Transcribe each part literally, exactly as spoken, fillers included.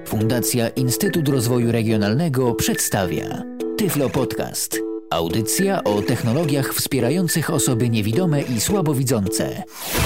Fundacja Instytut Rozwoju Regionalnego przedstawia Tyflo Podcast. Audycja o technologiach wspierających osoby niewidome i słabowidzące.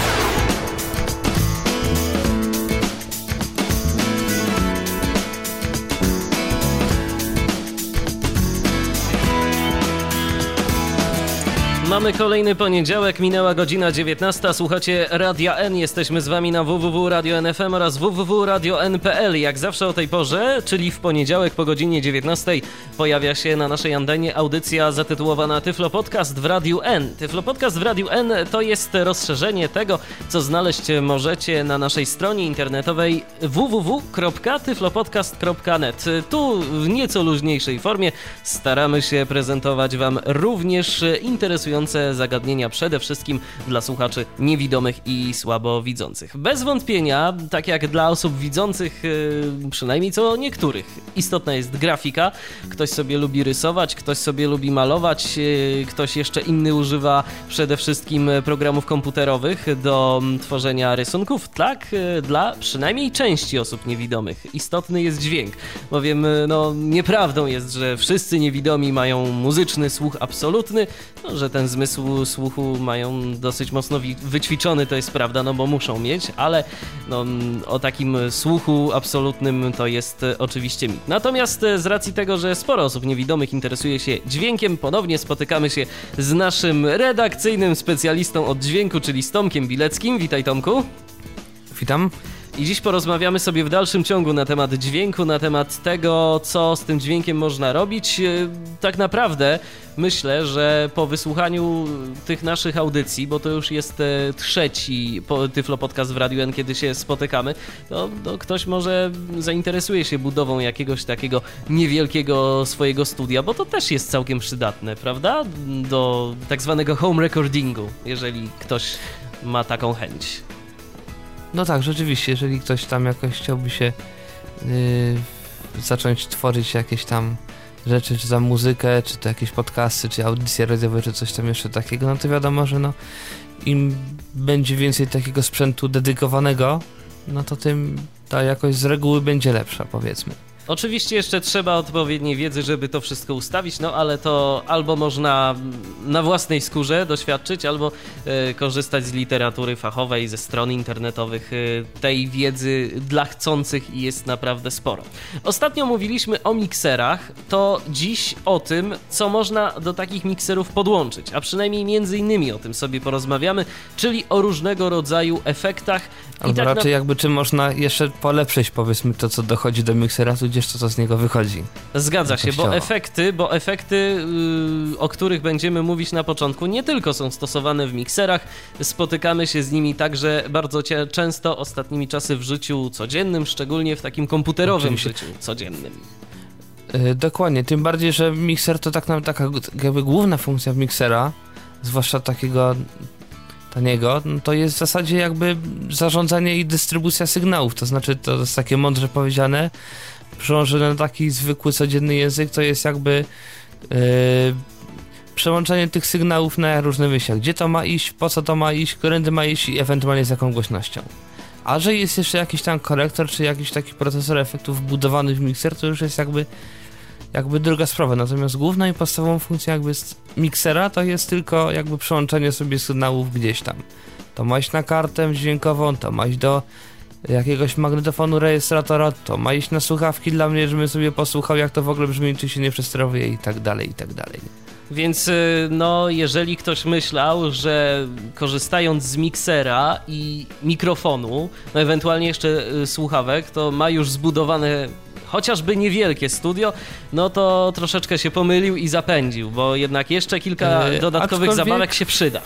Mamy kolejny poniedziałek, minęła godzina dziewiętnasta, słuchacie Radia N, jesteśmy z wami na w w w kropka radio n f m oraz w w w kropka radio n kropka p l. Jak zawsze o tej porze, czyli w poniedziałek po godzinie dziewiętnastej, pojawia się na naszej antenie audycja zatytułowana Tyflo Podcast w Radiu N. Tyflo Podcast w Radiu N to jest rozszerzenie tego, co znaleźć możecie na naszej stronie internetowej w w w kropka tyflopodcast kropka net. Tu w nieco luźniejszej formie staramy się prezentować wam również interesujące zagadnienia przede wszystkim dla słuchaczy niewidomych i słabowidzących. Bez wątpienia, tak jak dla osób widzących, przynajmniej co niektórych, istotna jest grafika. Ktoś sobie lubi rysować, ktoś sobie lubi malować, ktoś jeszcze inny używa przede wszystkim programów komputerowych do tworzenia rysunków. Tak, dla przynajmniej części osób niewidomych istotny jest dźwięk, bowiem no, nieprawdą jest, że wszyscy niewidomi mają muzyczny słuch absolutny, no, że ten zmysł słuchu mają dosyć mocno wyćwiczony, to jest prawda, no bo muszą mieć, ale no, o takim słuchu absolutnym to jest oczywiście mit. Natomiast z racji tego, że sporo osób niewidomych interesuje się dźwiękiem, ponownie spotykamy się z naszym redakcyjnym specjalistą od dźwięku, czyli z Tomkiem Bileckim. Witaj, Tomku. Witam. I dziś porozmawiamy sobie w dalszym ciągu na temat dźwięku, na temat tego, co z tym dźwiękiem można robić. Tak naprawdę myślę, że po wysłuchaniu tych naszych audycji, bo to już jest trzeci Tyflo Podcast w Radiu N, kiedy się spotykamy, to, to ktoś może zainteresuje się budową jakiegoś takiego niewielkiego swojego studia, bo to też jest całkiem przydatne, prawda? Do tak zwanego home recordingu, jeżeli ktoś ma taką chęć. No tak, rzeczywiście, jeżeli ktoś tam jakoś chciałby się yy, zacząć tworzyć jakieś tam rzeczy, czy tam muzykę, czy to jakieś podcasty, czy audycje radiowe, czy coś tam jeszcze takiego, no to wiadomo, że no im będzie więcej takiego sprzętu dedykowanego, no to tym ta jakość z reguły będzie lepsza, powiedzmy. Oczywiście jeszcze trzeba odpowiedniej wiedzy, żeby to wszystko ustawić, no ale to albo można na własnej skórze doświadczyć, albo y, korzystać z literatury fachowej, ze stron internetowych. Y, tej wiedzy dla chcących jest naprawdę sporo. Ostatnio mówiliśmy o mikserach, to dziś o tym, co można do takich mikserów podłączyć, a przynajmniej między innymi o tym sobie porozmawiamy, czyli o różnego rodzaju efektach. Albo I tak raczej na... jakby czym można jeszcze polepszyć, powiedzmy, to co dochodzi do miksera, tudzież to co z niego wychodzi. Zgadza się, bo efekty, bo efekty, yy, o których będziemy mówić na początku, nie tylko są stosowane w mikserach, spotykamy się z nimi także bardzo cie- często ostatnimi czasy w życiu codziennym, szczególnie w takim komputerowym Oczywiście. życiu codziennym. Yy, dokładnie, tym bardziej, że mikser to tak, taka jakby główna funkcja w miksera, zwłaszcza takiego taniego, no to jest w zasadzie jakby zarządzanie i dystrybucja sygnałów, to znaczy to jest takie mądrze powiedziane, przełożone na taki zwykły, codzienny język, to jest jakby yy, przełączanie tych sygnałów na różne myśli, gdzie to ma iść, po co to ma iść, którędy ma iść i ewentualnie z jaką głośnością. A że jest jeszcze jakiś tam korektor, czy jakiś taki procesor efektów wbudowany w mikser, to już jest jakby jakby druga sprawa, natomiast główną i podstawową funkcją jakby z miksera to jest tylko jakby przełączenie sobie sygnałów gdzieś tam. To ma iść na kartę dźwiękową, to ma iść do jakiegoś magnetofonu rejestratora, to ma iść na słuchawki dla mnie, żebym sobie posłuchał, jak to w ogóle brzmi, czy się nie przesterowuje i tak dalej, i tak dalej. Więc no, jeżeli ktoś myślał, że korzystając z miksera i mikrofonu, no ewentualnie jeszcze słuchawek, to ma już zbudowane chociażby niewielkie studio, no to troszeczkę się pomylił i zapędził, bo jednak jeszcze kilka yy, dodatkowych aczkolwiek... zabawek się przyda.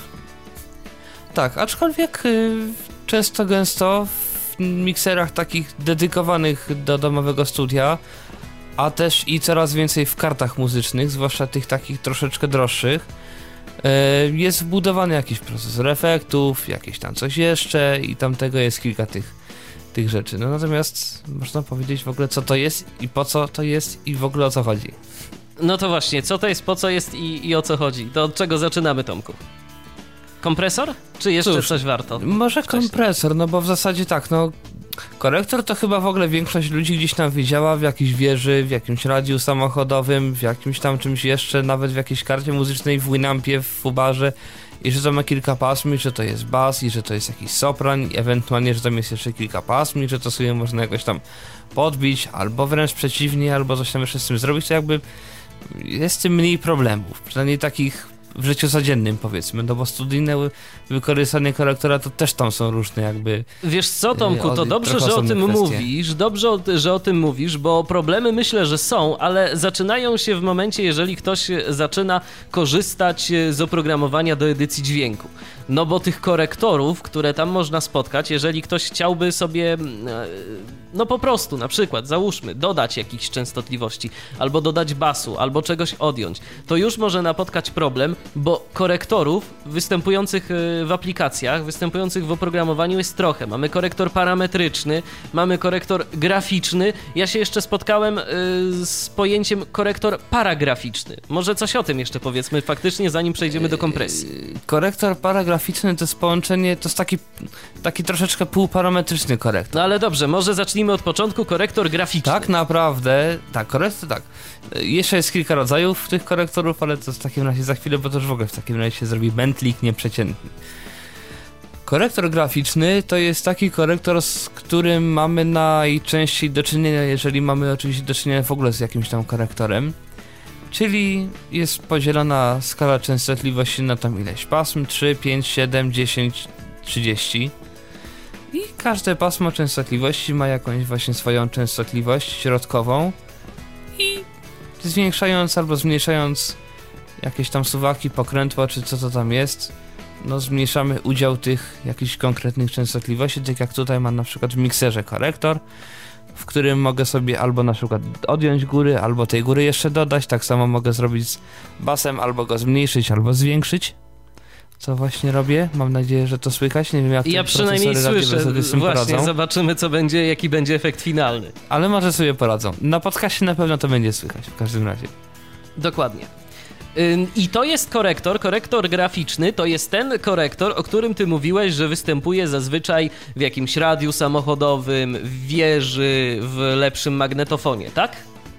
Tak, aczkolwiek yy, często gęsto w mikserach takich dedykowanych do domowego studia, a też i coraz więcej w kartach muzycznych, zwłaszcza tych takich troszeczkę droższych, yy, jest wbudowany jakiś procesor efektów, jakieś tam coś jeszcze i tam tego jest kilka tych tych rzeczy. No natomiast można powiedzieć w ogóle, co to jest i po co to jest i w ogóle o co chodzi. No to właśnie, co to jest, po co jest i, i o co chodzi? To od czego zaczynamy, Tomku? Kompresor? Czy jeszcze Cóż, coś warto? Może wcześniej? Kompresor, no bo w zasadzie tak, no Korektor to chyba w ogóle większość ludzi gdzieś tam widziała w jakiejś wieży, w jakimś radiu samochodowym, w jakimś tam czymś jeszcze, nawet w jakiejś karcie muzycznej, w Winampie, w Fubarze, i że to ma kilka pasm, i że to jest bas, i że to jest jakiś sopran, i ewentualnie, że tam jest jeszcze kilka pasm, i że to sobie można jakoś tam podbić, albo wręcz przeciwnie, albo coś tam jeszcze z tym zrobić, to jakby jest z tym mniej problemów, przynajmniej takich w życiu codziennym, powiedzmy, no bo studyjne wykorzystanie korektora to też tam są różne jakby... Wiesz co, Tomku, to dobrze, że o tym kwestie. mówisz, dobrze, że o tym mówisz, bo problemy myślę, że są, ale zaczynają się w momencie, jeżeli ktoś zaczyna korzystać z oprogramowania do edycji dźwięku. No bo tych korektorów, które tam można spotkać, jeżeli ktoś chciałby sobie, no po prostu, na przykład, załóżmy, dodać jakichś częstotliwości, albo dodać basu, albo czegoś odjąć, to już może napotkać problem, bo korektorów występujących w aplikacjach, występujących w oprogramowaniu jest trochę. Mamy korektor parametryczny, mamy korektor graficzny. Ja się jeszcze spotkałem z pojęciem korektor paragraficzny. Może coś o tym jeszcze powiedzmy faktycznie, zanim przejdziemy do kompresji. Korektor paragraficzny to jest połączenie, to jest taki, taki troszeczkę półparametryczny korektor. No ale dobrze, może zacznijmy od początku. Korektor graficzny. Tak naprawdę, tak, korektor, tak. Jeszcze jest kilka rodzajów tych korektorów, ale to w takim razie za chwilę, bo to już w ogóle w takim razie się zrobi mętlik nieprzeciętny. Korektor graficzny to jest taki korektor, z którym mamy najczęściej do czynienia, jeżeli mamy oczywiście do czynienia w ogóle z jakimś tam korektorem. Czyli jest podzielona skala częstotliwości na tam ileś pasm, trzy, pięć, siedem, dziesięć, trzydzieści. I każde pasmo częstotliwości ma jakąś właśnie swoją częstotliwość środkową i zwiększając albo zmniejszając jakieś tam suwaki, pokrętła, czy co to tam jest, no zmniejszamy udział tych jakichś konkretnych częstotliwości, tak jak tutaj mam na przykład w mikserze korektor, w którym mogę sobie albo na przykład odjąć góry, albo tej góry jeszcze dodać, tak samo mogę zrobić z basem, albo go zmniejszyć, albo zwiększyć, co właśnie robię. Mam nadzieję, że to słychać. Nie wiem, jak ja te przynajmniej procesory słyszę. sobie z tym Właśnie, poradzą. zobaczymy, co będzie, jaki będzie efekt finalny. Ale może sobie poradzą. Na podcastie na pewno to będzie słychać, w każdym razie. Dokładnie. I to jest korektor, korektor graficzny, to jest ten korektor, o którym ty mówiłeś, że występuje zazwyczaj w jakimś radiu samochodowym, w wieży, w lepszym magnetofonie, tak?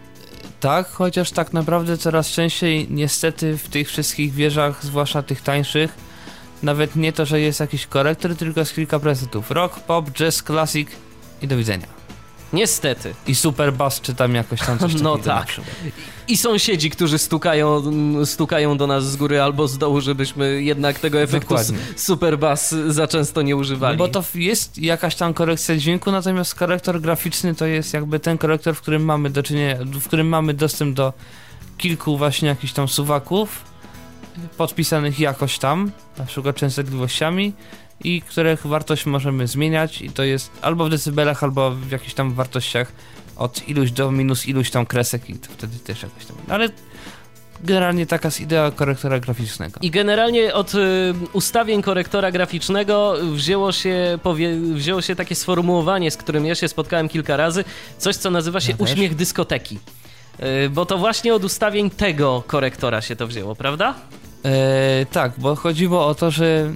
Tak, chociaż tak naprawdę coraz częściej niestety w tych wszystkich wieżach, zwłaszcza tych tańszych, nawet nie to, że jest jakiś korektor, tylko jest kilka presetów. Rock, pop, jazz, classic i do widzenia. Niestety. I super bass, czy tam jakoś tam coś no takiego. tak. I sąsiedzi, którzy stukają, stukają do nas z góry albo z dołu, żebyśmy jednak tego efektu s- super bass za często nie używali. No bo to jest jakaś tam korekcja dźwięku, natomiast korektor graficzny to jest jakby ten korektor, w którym mamy do czynienia, w którym mamy dostęp do kilku właśnie jakichś tam suwaków podpisanych jakoś tam, na przykład częstotliwościami, i których wartość możemy zmieniać, i to jest albo w decybelach, albo w jakichś tam wartościach od iluś do minus iluś tam kresek, i to wtedy też jakoś tam. Ale generalnie taka jest idea korektora graficznego. I generalnie od y, ustawień korektora graficznego wzięło się, powie, wzięło się takie sformułowanie, z którym ja się spotkałem kilka razy, coś co nazywa się ja uśmiech dyskoteki. Y, bo to właśnie od ustawień tego korektora się to wzięło, prawda? E, tak, bo chodziło o to, że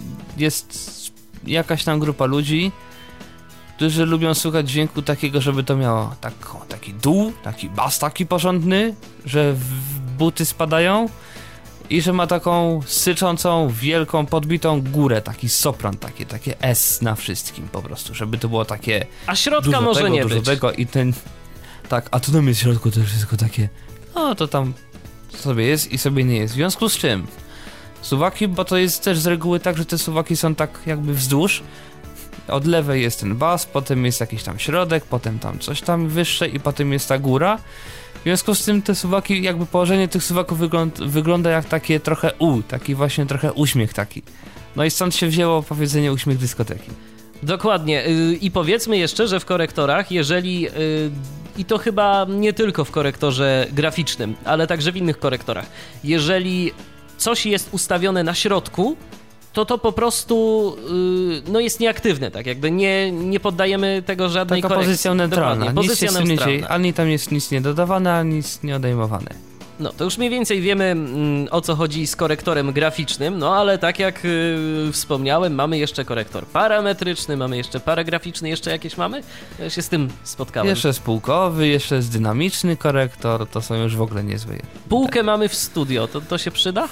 jest jakaś tam grupa ludzi, którzy lubią słuchać dźwięku takiego, żeby to miało tak, taki dół, taki bas taki porządny, że w buty spadają i że ma taką syczącą, wielką, podbitą górę, taki sopran, takie, takie S na wszystkim po prostu, żeby to było takie a środka dużo może tego, nie dużo być. tego i ten, tak, a tu tam jest w środku to wszystko takie, no to tam sobie jest i sobie nie jest. W związku z czym suwaki, bo to jest też z reguły tak, że te suwaki są tak jakby wzdłuż. Od lewej jest ten bas, potem jest jakiś tam środek, potem tam coś tam wyższe i potem jest ta góra. W związku z tym te suwaki, jakby położenie tych suwaków wygląda, wygląda jak takie trochę U, taki właśnie trochę uśmiech taki. No i stąd się wzięło powiedzenie uśmiech dyskoteki. Dokładnie. I powiedzmy jeszcze, że w korektorach, jeżeli, i to chyba nie tylko w korektorze graficznym, ale także w innych korektorach, jeżeli coś jest ustawione na środku, to to po prostu no jest nieaktywne, tak jakby nie, nie poddajemy tego żadnej Taka korekcji. pozycja neutralna, Dokładnie, nic pozycja się z tym nie dzieje, neutralna. ani tam jest nic nie dodawane, ani nic nie odejmowane. No, to już mniej więcej wiemy, mm, o co chodzi z korektorem graficznym, no ale tak jak yy, wspomniałem, mamy jeszcze korektor parametryczny, mamy jeszcze paragraficzny, jeszcze jakieś mamy? Ja się z tym spotkałem. Jeszcze spółkowy, jeszcze jest dynamiczny korektor, to są już w ogóle niezłe. Półkę mamy w studio, to, to się przyda?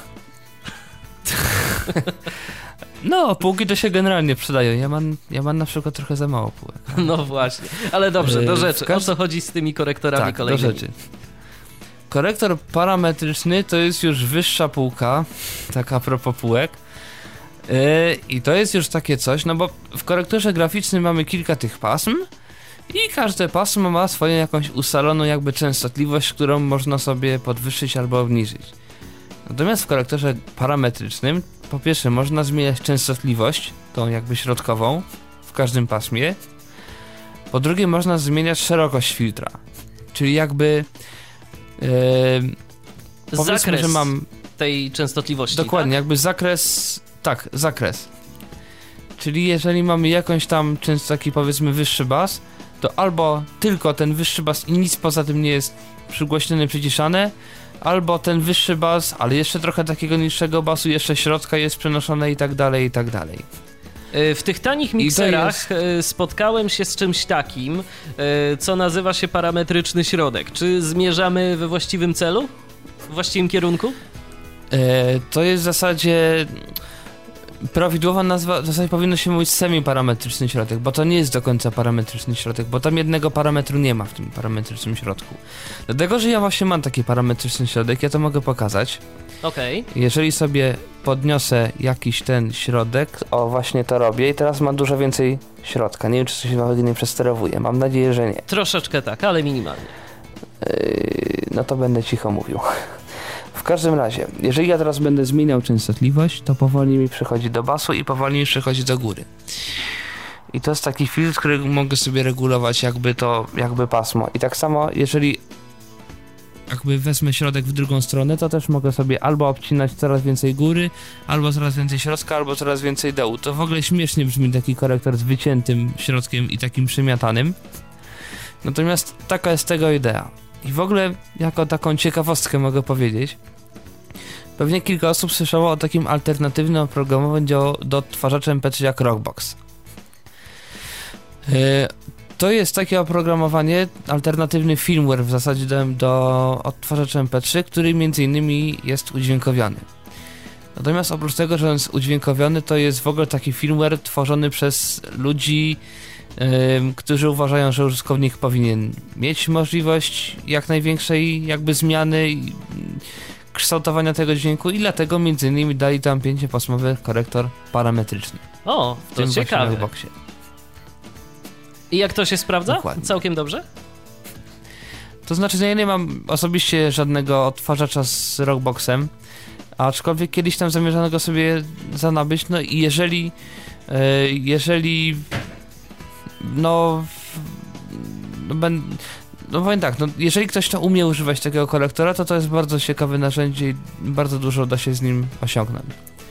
No, półki to się generalnie przydają. Ja mam, ja mam na przykład trochę za mało półek. No właśnie, ale dobrze, do rzeczy. Każ... O co chodzi z tymi korektorami tak, kolejnymi? do rzeczy. Korektor parametryczny to jest już wyższa półka, tak a propos półek. Yy, I to jest już takie coś, no bo w korektorze graficznym mamy kilka tych pasm i każde pasmo ma swoją jakąś ustaloną jakby częstotliwość, którą można sobie podwyższyć albo obniżyć. Natomiast w korektorze parametrycznym po pierwsze można zmieniać częstotliwość, tą jakby środkową w każdym pasmie. Po drugie można zmieniać szerokość filtra, czyli jakby yy, powiedzmy, zakres że mam tej częstotliwości, dokładnie, tak? jakby zakres, tak, zakres. Czyli jeżeli mamy jakąś tam często taki powiedzmy wyższy bas, to albo tylko ten wyższy bas i nic poza tym nie jest przygłośnione, przyciszane, albo ten wyższy bas, ale jeszcze trochę takiego niższego basu, jeszcze środka jest przenoszone i tak dalej, i tak dalej. W tych tanich mikserach jest... spotkałem się z czymś takim, co nazywa się parametryczny środek. Czy zmierzamy we właściwym celu? W właściwym kierunku? E, to jest w zasadzie... Prawidłowa nazwa, w zasadzie powinno się mówić semiparametryczny środek, bo to nie jest do końca parametryczny środek, bo tam jednego parametru nie ma w tym parametrycznym środku. Dlatego, że ja właśnie mam taki parametryczny środek, ja to mogę pokazać. Okej. Okay. Jeżeli sobie podniosę jakiś ten środek, o właśnie to robię i teraz ma dużo więcej środka. Nie wiem, czy coś się nie przesterowuje, mam nadzieję, że nie. Troszeczkę tak, ale minimalnie. Yy, no to będę cicho mówił. W każdym razie, jeżeli ja teraz będę zmieniał częstotliwość, to powoli mi przechodzi do basu i powoli mi przechodzi do góry. I to jest taki filtr, który mogę sobie regulować jakby to, jakby pasmo. I tak samo, jeżeli jakby wezmę środek w drugą stronę, to też mogę sobie albo obcinać coraz więcej góry, albo coraz więcej środka, albo coraz więcej dołu. To w ogóle śmiesznie brzmi taki korektor z wyciętym środkiem i takim przemiatanym. Natomiast taka jest tego idea. I w ogóle jako taką ciekawostkę mogę powiedzieć, pewnie kilka osób słyszało o takim alternatywnym oprogramowaniu do, do odtwarzacza em pe trzy jak Rockbox. Yy, to jest takie oprogramowanie, alternatywny firmware w zasadzie do, do odtwarzacza em pe trzy, który między innymi jest udźwiękowiony. Natomiast oprócz tego, że on jest udźwiękowiony, to jest w ogóle taki firmware tworzony przez ludzi, Yy, którzy uważają, że użytkownik powinien mieć możliwość jak największej jakby zmiany i kształtowania tego dźwięku i dlatego między innymi dali tam pięciopasmowy korektor parametryczny. O, w to tym ciekawe. Rockboxie. I jak to się sprawdza? Dokładnie. Całkiem dobrze? To znaczy, że ja nie mam osobiście żadnego odtwarzacza z Rockboxem, aczkolwiek kiedyś tam zamierzano go sobie zanabyć, no i jeżeli yy, jeżeli No, no, ben, no powiem tak, no, jeżeli ktoś to umie używać takiego korektora, to to jest bardzo ciekawe narzędzie i bardzo dużo da się z nim osiągnąć.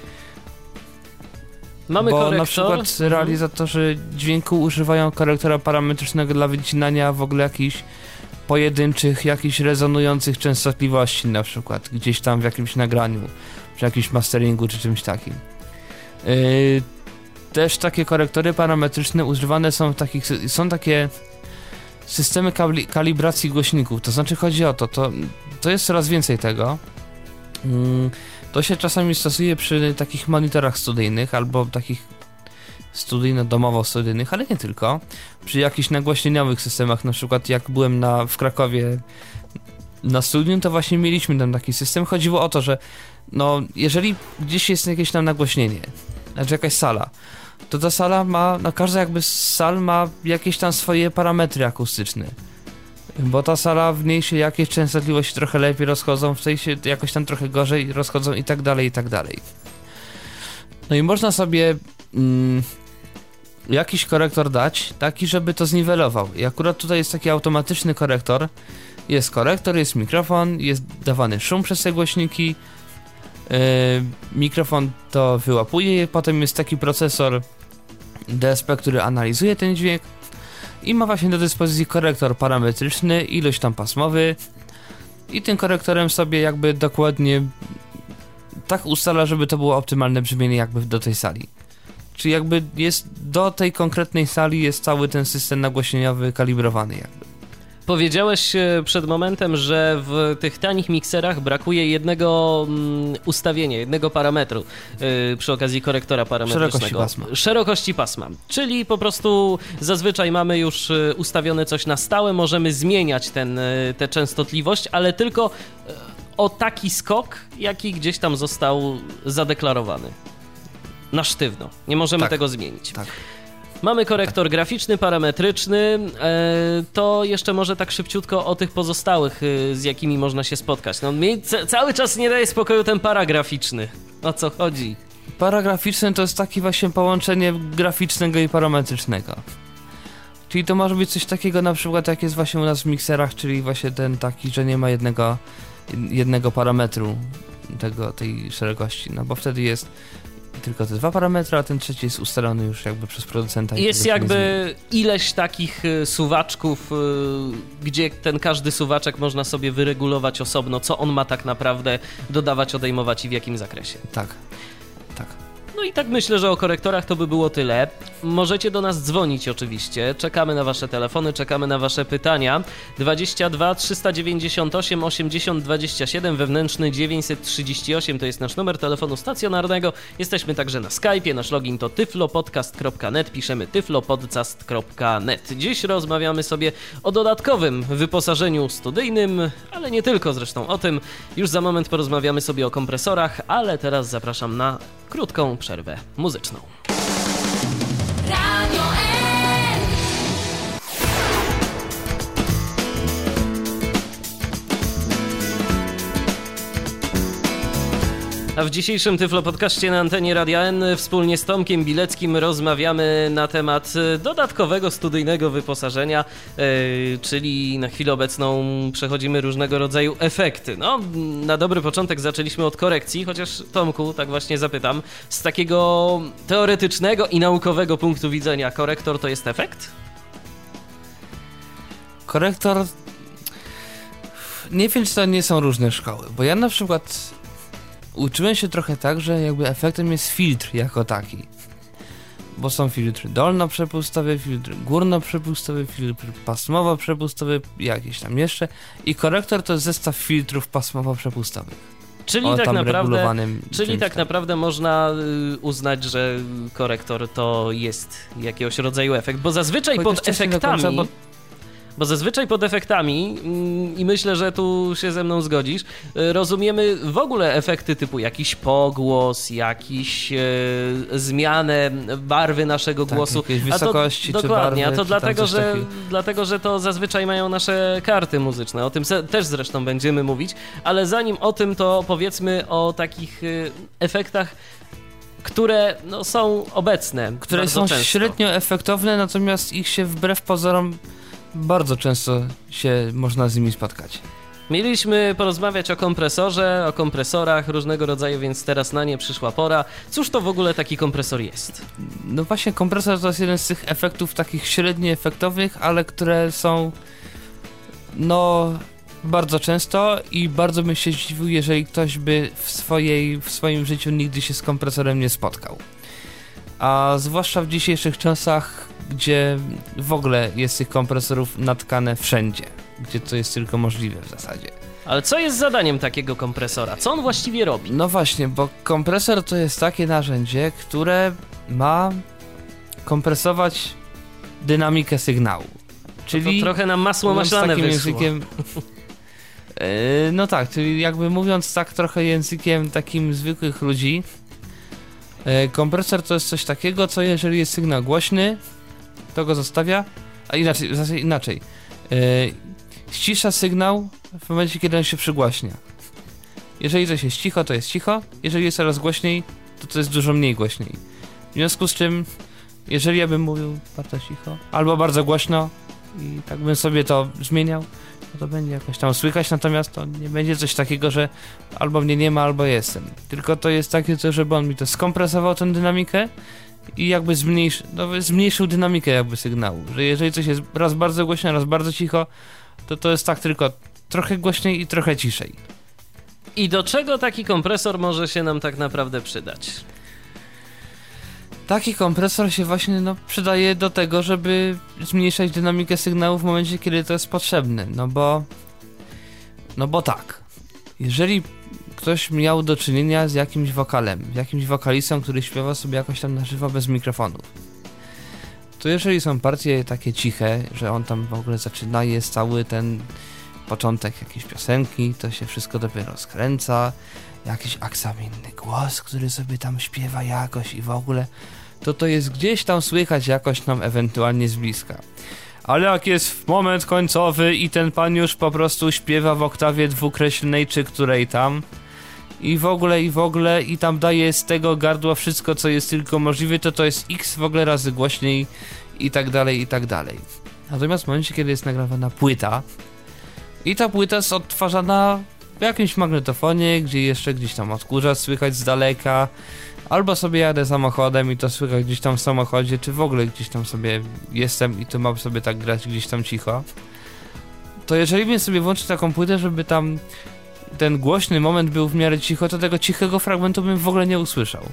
Mamy Bo korektor. na przykład realizatorzy dźwięku używają korektora parametrycznego dla wycinania w ogóle jakichś pojedynczych, jakichś rezonujących częstotliwości, na przykład gdzieś tam w jakimś nagraniu, przy jakimś masteringu czy czymś takim. Yy, Też takie korektory parametryczne używane są w takich, są takie systemy kabli, kalibracji głośników, to znaczy chodzi o to, to, to jest coraz więcej tego. To się czasami stosuje przy takich monitorach studyjnych albo takich studyjno-domowo-studyjnych, ale nie tylko. Przy jakichś nagłośnieniowych systemach, na przykład jak byłem na, w Krakowie na studium, to właśnie mieliśmy tam taki system. Chodziło o to, że no, jeżeli gdzieś jest jakieś tam nagłośnienie, znaczy jakaś sala, to ta sala ma, no każda jakby z sal ma jakieś tam swoje parametry akustyczne. Bo ta sala, w niej się jakieś częstotliwości trochę lepiej rozchodzą, w tej się jakoś tam trochę gorzej rozchodzą i tak dalej, i tak dalej. No i można sobie mm, jakiś korektor dać, taki, żeby to zniwelował. I akurat tutaj jest taki automatyczny korektor. Jest korektor, jest mikrofon, jest dawany szum przez te głośniki. Yy, mikrofon to wyłapuje, potem jest taki procesor D S P, który analizuje ten dźwięk i ma właśnie do dyspozycji korektor parametryczny, ilość tam pasmowy i tym korektorem sobie jakby dokładnie tak ustala, żeby to było optymalne brzmienie jakby do tej sali. Czyli jakby jest do tej konkretnej sali jest cały ten system nagłośnieniowy kalibrowany jakby. Powiedziałeś przed momentem, że w tych tanich mikserach brakuje jednego mm, ustawienia, jednego parametru yy, przy okazji korektora parametrycznego. Szerokości pasma. Szerokości pasma. Czyli po prostu zazwyczaj mamy już ustawione coś na stałe, możemy zmieniać ten, tę częstotliwość, ale tylko o taki skok, jaki gdzieś tam został zadeklarowany. Na sztywno. Nie możemy tak. tego zmienić. Tak. Mamy korektor tak. graficzny, parametryczny, to jeszcze może tak szybciutko o tych pozostałych, z jakimi można się spotkać. No mi c- cały czas nie daje spokoju ten paragraficzny. O co chodzi? Paragraficzny to jest takie właśnie połączenie graficznego i parametrycznego. Czyli to może być coś takiego na przykład jak jest właśnie u nas w mikserach, czyli właśnie ten taki, że nie ma jednego, jednego parametru tego, tej szerokości, no bo wtedy jest tylko te dwa parametry, a ten trzeci jest ustalony już jakby przez producenta. Jest jakby ileś takich suwaczków, gdzie ten każdy suwaczek można sobie wyregulować osobno, co on ma tak naprawdę dodawać, odejmować i w jakim zakresie. Tak, tak. No i tak myślę, że o korektorach to by było tyle. Możecie do nas dzwonić oczywiście, czekamy na wasze telefony, czekamy na wasze pytania. dwadzieścia dwa trzysta dziewięćdziesiąt osiem osiemdziesiąt dwadzieścia siedem, wewnętrzny dziewięćset trzydzieści osiem to jest nasz numer telefonu stacjonarnego. Jesteśmy także na Skype'ie, nasz login to tyflopodcast kropka net, piszemy tyflopodcast kropka net. Dziś rozmawiamy sobie o dodatkowym wyposażeniu studyjnym, ale nie tylko zresztą o tym. Już za moment porozmawiamy sobie o kompresorach, ale teraz zapraszam na krótką przerwę muzyczną. Radio N. A w dzisiejszym Tyflo Podcaście na antenie Radia N wspólnie z Tomkiem Bileckim rozmawiamy na temat dodatkowego studyjnego wyposażenia, yy, czyli na chwilę obecną przechodzimy różnego rodzaju efekty. No, na dobry początek zaczęliśmy od korekcji, chociaż Tomku, tak właśnie zapytam, z takiego teoretycznego i naukowego punktu widzenia korektor to jest efekt? Korektor... Nie wiem, czy to nie są różne szkoły, bo ja na przykład... Uczyłem się trochę tak, że jakby efektem jest filtr jako taki. Bo są filtry dolno-przepustowe, filtr górno-przepustowy, filtr pasmowo-przepustowy, jakieś tam jeszcze. I korektor to jest zestaw filtrów pasmowo-przepustowych. Czyli, tak naprawdę, czyli tak naprawdę można uznać, że korektor to jest jakiegoś rodzaju efekt, bo zazwyczaj Chociaż pod efektami... Końca, bo... Bo zazwyczaj pod efektami, i myślę, że tu się ze mną zgodzisz, rozumiemy w ogóle efekty typu jakiś pogłos, jakiś e, zmianę barwy naszego tak, głosu. Jakieś wysokości a to, czy dokładnie, barwy, a to dlatego że, taki... dlatego, że to zazwyczaj mają nasze karty muzyczne. O tym se, też zresztą będziemy mówić, ale zanim o tym, to powiedzmy o takich efektach, które no, są obecne. Które są często. średnio efektowne, natomiast ich się wbrew pozorom bardzo często się można z nimi spotkać. Mieliśmy porozmawiać o kompresorze, o kompresorach różnego rodzaju, więc teraz na nie przyszła pora. Cóż to w ogóle taki kompresor jest? No właśnie, kompresor to jest jeden z tych efektów takich średnio efektownych, ale które są no bardzo często i bardzo bym się zdziwił, jeżeli ktoś by w, swojej, w swoim życiu nigdy się z kompresorem nie spotkał. A zwłaszcza w dzisiejszych czasach, gdzie w ogóle jest tych kompresorów natkane wszędzie, gdzie to jest tylko możliwe w zasadzie. Ale co jest zadaniem takiego kompresora? Co on właściwie robi? No właśnie, bo kompresor to jest takie narzędzie, które ma kompresować dynamikę sygnału. Czyli to trochę nam masło maślane takim wyszło. Językiem, yy, no tak, czyli jakby mówiąc tak trochę językiem takim zwykłych ludzi, yy, kompresor to jest coś takiego, co jeżeli jest sygnał głośny, to go zostawia, a inaczej, w zasadzie inaczej. Yy, ścisza sygnał w momencie, kiedy on się przygłaśnia. Jeżeli coś jest cicho, to jest cicho. Jeżeli jest coraz głośniej, to to jest dużo mniej głośniej. W związku z czym, jeżeli ja bym mówił bardzo cicho, albo bardzo głośno i tak bym sobie to zmieniał, no to będzie jakoś tam słychać, natomiast to nie będzie coś takiego, że albo mnie nie ma, albo jestem. Tylko to jest takie, żeby on mi to skompresował, tę dynamikę, i jakby zmniejszy, no, zmniejszył dynamikę jakby sygnału, że jeżeli coś jest raz bardzo głośno, raz bardzo cicho, to to jest tak tylko trochę głośniej i trochę ciszej. I do czego taki kompresor może się nam tak naprawdę przydać? Taki kompresor się właśnie no, przydaje do tego, żeby zmniejszać dynamikę sygnału w momencie, kiedy to jest potrzebne. No bo... No bo tak. Jeżeli ktoś miał do czynienia z jakimś wokalem, z jakimś wokalistą, który śpiewa sobie jakoś tam na żywo bez mikrofonów, to jeżeli są partie takie ciche, że on tam w ogóle zaczyna, jest cały ten początek jakiejś piosenki, to się wszystko dopiero skręca, jakiś aksaminny głos, który sobie tam śpiewa jakoś i w ogóle, to to jest gdzieś tam słychać jakoś nam ewentualnie z bliska. Ale jak jest moment końcowy i ten pan już po prostu śpiewa w oktawie dwukreślnej czy której tam i w ogóle, i w ogóle i tam daje z tego gardła wszystko, co jest tylko możliwe, to to jest x w ogóle razy głośniej i tak dalej, i tak dalej. Natomiast w momencie, kiedy jest nagrywana płyta i ta płyta jest odtwarzana w jakimś magnetofonie, gdzie jeszcze gdzieś tam odkurzacz słychać z daleka, albo sobie jadę samochodem i to słychać gdzieś tam w samochodzie, czy w ogóle gdzieś tam sobie jestem i to mam sobie tak grać gdzieś tam cicho, to jeżeli bym sobie włączył taką płytę, żeby tam ten głośny moment był w miarę cicho, to tego cichego fragmentu bym w ogóle nie usłyszał.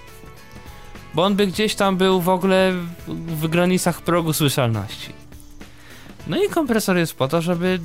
Bo on by gdzieś tam był w ogóle w granicach progu słyszalności. No i kompresor jest po to, żeby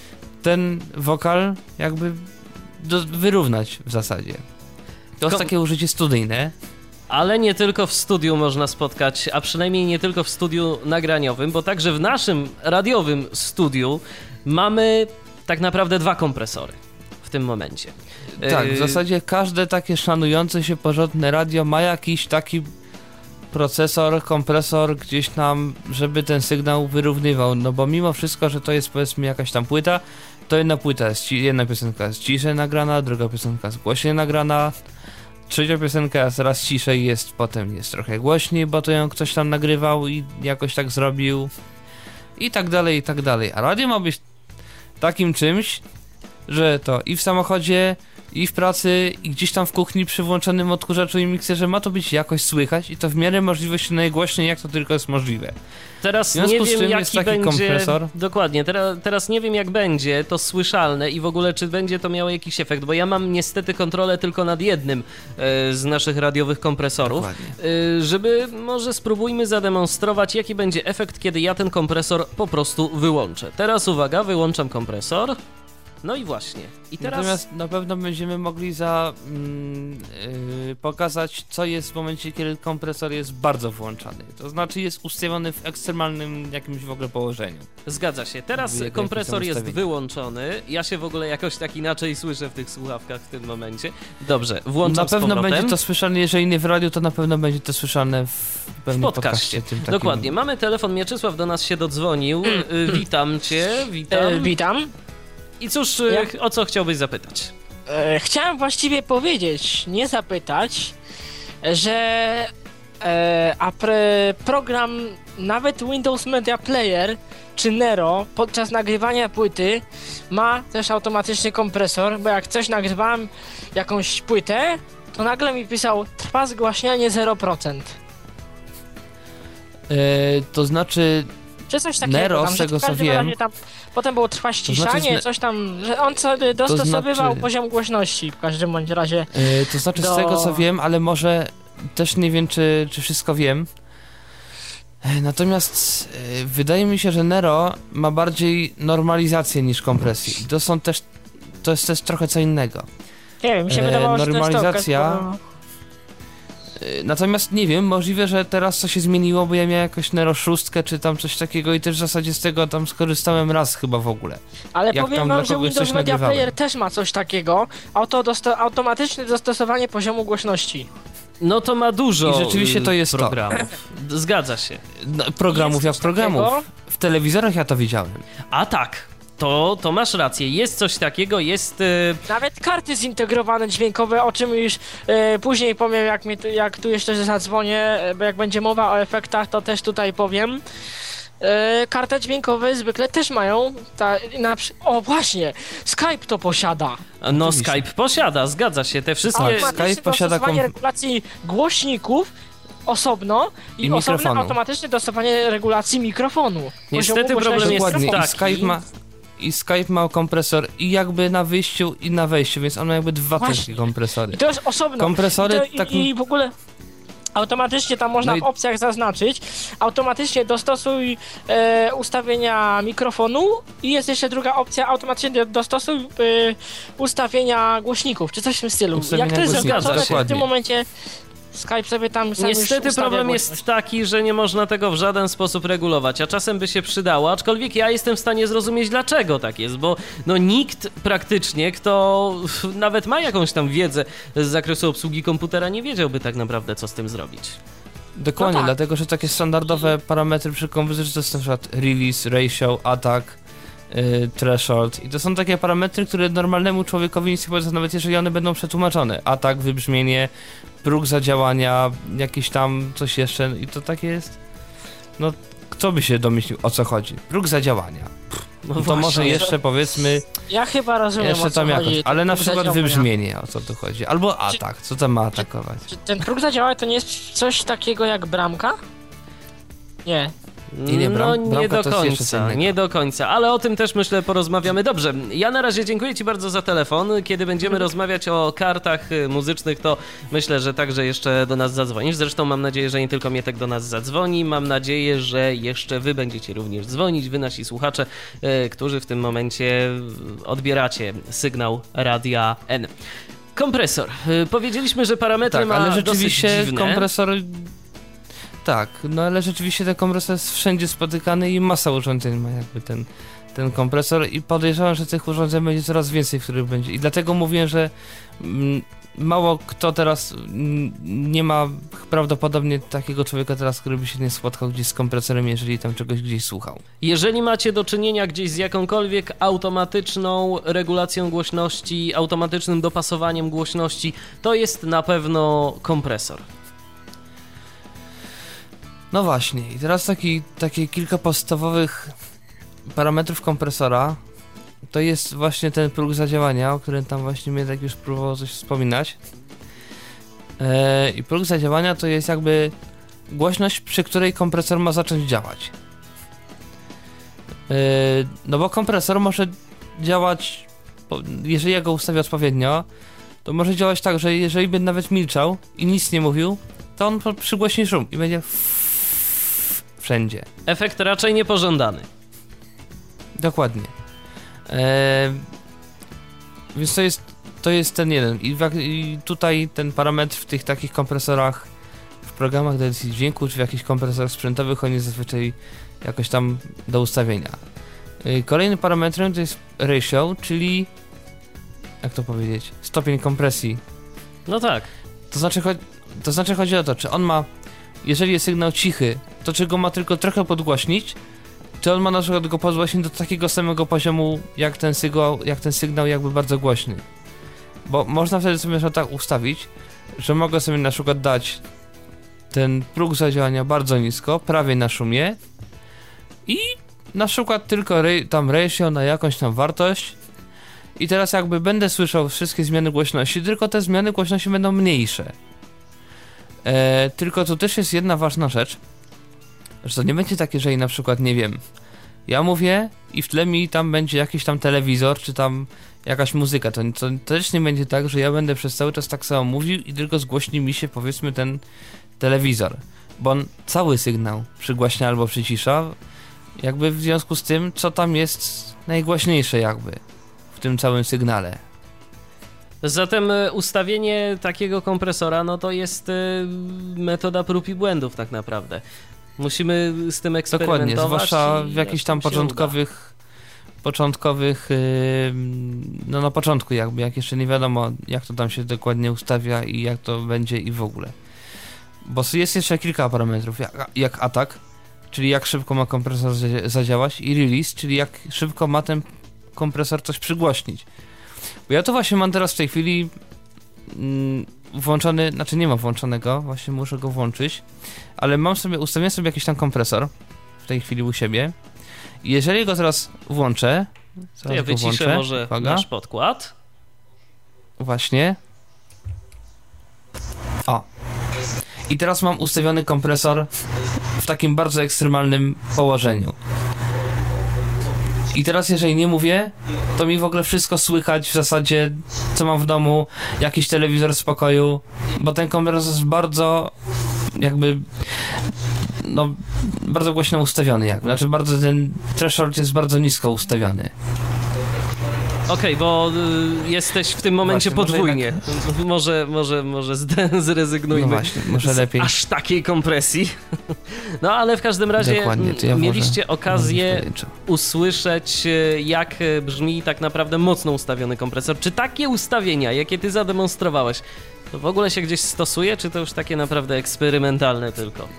ten wokal jakby do, wyrównać w zasadzie. To jest Kom- takie użycie studyjne. Ale nie tylko w studiu można spotkać, a przynajmniej nie tylko w studiu nagraniowym, bo także w naszym radiowym studiu mamy tak naprawdę dwa kompresory w tym momencie. Tak, w Yy, zasadzie każde takie szanujące się porządne radio ma jakiś taki procesor, kompresor gdzieś tam, żeby ten sygnał wyrównywał, no bo mimo wszystko, że to jest powiedzmy jakaś tam płyta, to jedna płyta jest, jedna piosenka jest ciszej nagrana, druga piosenka jest głośniej nagrana, trzecia piosenka jest raz ciszej, jest potem jest trochę głośniej, bo to ją ktoś tam nagrywał i jakoś tak zrobił i tak dalej, i tak dalej. A radio ma być takim czymś, że to i w samochodzie, i w pracy, i gdzieś tam w kuchni przy włączonym odkurzaczu i mikserze ma to być jakoś słychać i to w miarę możliwości najgłośniej, jak to tylko jest możliwe. Teraz W związku nie z wiem, czym jaki jest taki będzie... kompresor. Dokładnie, teraz, teraz nie wiem, jak będzie to słyszalne i w ogóle, czy będzie to miało jakiś efekt, bo ja mam niestety kontrolę tylko nad jednym e, z naszych radiowych kompresorów. E, żeby może spróbujmy zademonstrować, jaki będzie efekt, kiedy ja ten kompresor po prostu wyłączę. Teraz uwaga, wyłączam kompresor. No i właśnie. I teraz... Natomiast na pewno będziemy mogli za mm, yy, pokazać, co jest w momencie, kiedy kompresor jest bardzo włączany. To znaczy jest ustawiony w ekstremalnym jakimś w ogóle położeniu. Zgadza się. Teraz Jakby kompresor jest ustawienie. wyłączony. Ja się w ogóle jakoś tak inaczej słyszę w tych słuchawkach w tym momencie. Dobrze, włączam Na pewno z powrotem. będzie to słyszalne, jeżeli nie w radiu, to na pewno będzie to słyszalne w pewnym W podcaście. podcaście tym takim... Dokładnie. Mamy telefon. Mieczysław do nas się dodzwonił. Y, witam cię, witam. E, witam. I cóż, y, Jak- o co chciałbyś zapytać? E, chciałem właściwie powiedzieć, nie zapytać, że e, a pre, program, nawet Windows Media Player czy Nero podczas nagrywania płyty ma też automatyczny kompresor, bo jak coś nagrywałem, jakąś płytę, to nagle mi pisał trwa zgłaśnianie zero procent. E, to znaczy... Czy coś takiego Nero, tam, z że tego w co każdym wiem- razie tam, potem było trwa ściszanie, zne- coś tam, że on sobie dostosowywał znaczy- poziom głośności w każdym bądź razie. E, to znaczy Do- z tego co wiem, ale może też nie wiem, czy, czy wszystko wiem. E, Natomiast e, wydaje mi się, że Nero ma bardziej normalizację niż kompresję. I to są też, to jest też trochę co innego. Nie wiem, mi się E, wydawało, że to jest to, normalizacja- bo- E, Natomiast nie wiem, możliwe, że teraz to się zmieniło, bo ja miałem jakoś Nero szóstkę czy tam coś takiego i też w zasadzie z tego tam skorzystałem raz chyba w ogóle. Ale jak powiem tam wam, dla że kogoś Windows coś Media nagrywałem. Player też ma coś takiego, auto dosto- automatyczne dostosowanie poziomu głośności. No to ma dużo I rzeczywiście to y, jest to. programów. Zgadza się. No, programów Jest jak coś programów. takiego? W telewizorach ja to widziałem. A tak, to, to masz rację. Jest coś takiego, jest... Y, Nawet karty zintegrowane dźwiękowe, o czym już e, później powiem, jak, mnie tu, jak tu jeszcze zadzwonię, e, bo jak będzie mowa o efektach, to też tutaj powiem. E, karty dźwiękowe zwykle też mają, ta, na, przy- o właśnie, Skype to posiada. no Oczywiście. Skype posiada, zgadza się. Te wszystkie... Tak, Automatyczne Skype posiada dostosowanie kom- regulacji głośników osobno i, I osobne mikrofonu. automatyczne dostosowanie regulacji mikrofonu. Niestety poziomu problem głośności jest Dokładnie. mikrofonu. I taki- Skype ma, i Skype ma kompresor i jakby na wyjściu i na wejściu, więc on ma jakby dwa Właśnie. takie kompresory. I to jest osobno. Kompresory I, to, tak... i, i w ogóle automatycznie tam można No i- w opcjach zaznaczyć, automatycznie dostosuj e, ustawienia mikrofonu i jest jeszcze druga opcja, automatycznie dostosuj e, ustawienia głośników, czy coś w tym stylu. Ustawienia Jak to jest głośników, zgadzone, to w dokładnie. tym momencie Skype sobie tam sam już Niestety ustawia problem głośność. jest taki, że nie można tego w żaden sposób regulować, a czasem by się przydało, aczkolwiek ja jestem w stanie zrozumieć, dlaczego tak jest, bo no nikt praktycznie, kto nawet ma jakąś tam wiedzę z zakresu obsługi komputera, nie wiedziałby tak naprawdę, co z tym zrobić. Dokładnie, No tak. dlatego że takie standardowe parametry przy komputerze to jest na przykład release, ratio, attack, yy, threshold i to są takie parametry, które normalnemu człowiekowi nic nie powiedzą, nawet jeżeli one będą przetłumaczone. Atak, wybrzmienie, próg zadziałania, jakieś tam coś jeszcze i to takie jest... No, kto by się domyślił, o co chodzi? Próg zadziałania. No To właśnie. może jeszcze powiedzmy, Ja chyba rozumiem, jeszcze o co tam jakoś, chodzi. ale na Próg przykład zadziałania. wybrzmienie, o co tu chodzi. Albo atak, co tam ma atakować? Czy ten próg zadziałania to nie jest coś takiego jak bramka? Nie. Nie, nie, bram- no nie bramka do to jest jeszcze co końca, innego. nie do końca, ale o tym też myślę porozmawiamy. Dobrze, ja na razie dziękuję Ci bardzo za telefon. Kiedy będziemy rozmawiać o kartach y, muzycznych, to myślę, że także jeszcze do nas zadzwonisz. Zresztą mam nadzieję, że nie tylko Mietek do nas zadzwoni, mam nadzieję, że jeszcze Wy będziecie również dzwonić, Wy nasi słuchacze, y, którzy w tym momencie odbieracie sygnał Radia N. Kompresor. Y, Powiedzieliśmy, że parametry Tak, ma ale dosyć rzeczywiście dziwne. kompresor... Tak, no ale rzeczywiście ten kompresor jest wszędzie spotykany i masa urządzeń ma jakby ten, ten kompresor i podejrzewam, że tych urządzeń będzie coraz więcej, w których będzie. I dlatego mówię, że mm, mało kto teraz mm, nie ma prawdopodobnie takiego człowieka teraz, który by się nie spotkał gdzieś z kompresorem, jeżeli tam czegoś gdzieś słuchał. Jeżeli macie do czynienia gdzieś z jakąkolwiek automatyczną regulacją głośności, automatycznym dopasowaniem głośności, to jest na pewno kompresor. No właśnie, i teraz taki, takie kilka podstawowych parametrów kompresora to jest właśnie ten próg zadziałania, o którym tam właśnie mnie tak już próbował coś wspominać. Eee, I próg zadziałania to jest jakby głośność, przy której kompresor ma zacząć działać. Eee, no bo kompresor może działać, jeżeli ja go ustawię odpowiednio, to może działać tak, że jeżeli by nawet milczał i nic nie mówił, to on przygłośni szum i będzie wszędzie. Efekt raczej niepożądany. Dokładnie. Eee, więc to jest, to jest ten jeden. I, w, I tutaj ten parametr w tych takich kompresorach, w programach do edycji dźwięku, czy w jakichś kompresorach sprzętowych, on jest zazwyczaj jakoś tam do ustawienia. Eee, kolejnym parametrem to jest ratio, czyli jak to powiedzieć? Stopień kompresji. No tak. To znaczy, cho- to znaczy chodzi o to, czy on ma, jeżeli jest sygnał cichy, to czy go ma tylko trochę podgłośnić, czy on ma na przykład go podgłośnić do takiego samego poziomu, jak ten sygnał, jak ten sygnał jakby bardzo głośny. Bo można wtedy sobie na tak ustawić, że mogę sobie na przykład dać ten próg zadziałania bardzo nisko, prawie na szumie i na przykład tylko re- tam ratio na jakąś tam wartość i teraz jakby będę słyszał wszystkie zmiany głośności, tylko te zmiany głośności będą mniejsze. E, tylko tu też jest jedna ważna rzecz, że to nie będzie takie, że na przykład, nie wiem, ja mówię i w tle mi tam będzie jakiś tam telewizor, czy tam jakaś muzyka, to, to, to też nie będzie tak, że ja będę przez cały czas tak samo mówił i tylko zgłośni mi się, powiedzmy, ten telewizor, bo on cały sygnał przygłaśnia albo przycisza, jakby w związku z tym, co tam jest najgłośniejsze jakby w tym całym sygnale. Zatem e, ustawienie takiego kompresora, no to jest e, metoda prób i błędów tak naprawdę. Musimy z tym eksperymentować. Dokładnie, zwłaszcza i w jakichś tam jak nam się początkowych, początkowych, yy, no na początku jakby, jak jeszcze nie wiadomo, jak to tam się dokładnie ustawia i jak to będzie i w ogóle. Bo jest jeszcze kilka parametrów, jak, jak atak, czyli jak szybko ma kompresor zadziałać, i release, czyli jak szybko ma ten kompresor coś przygłośnić. Bo ja to właśnie mam teraz w tej chwili mm, włączony, znaczy nie mam włączonego, właśnie muszę go włączyć, ale mam sobie, ustawiłem sobie jakiś tam kompresor w tej chwili u siebie i jeżeli go teraz włączę, To ja go wyciszę włączę, może uwaga, nasz podkład. właśnie, o, i teraz mam ustawiony kompresor w takim bardzo ekstremalnym położeniu. I teraz jeżeli nie mówię, to mi w ogóle wszystko słychać w zasadzie, co mam w domu, jakiś telewizor w pokoju, bo ten kompresor jest bardzo jakby no bardzo głośno ustawiony, jakby. Znaczy bardzo ten threshold jest bardzo nisko ustawiony. Okej, okay, bo y, jesteś w tym momencie właśnie, podwójnie. Może, jednak... może, może, może zrezygnujmy no właśnie, może lepiej. z aż takiej kompresji. No ale w każdym razie ja mieliście może, okazję usłyszeć, jak brzmi tak naprawdę mocno ustawiony kompresor. Czy takie ustawienia, jakie ty zademonstrowałeś, to w ogóle się gdzieś stosuje, czy to już takie naprawdę eksperymentalne tylko?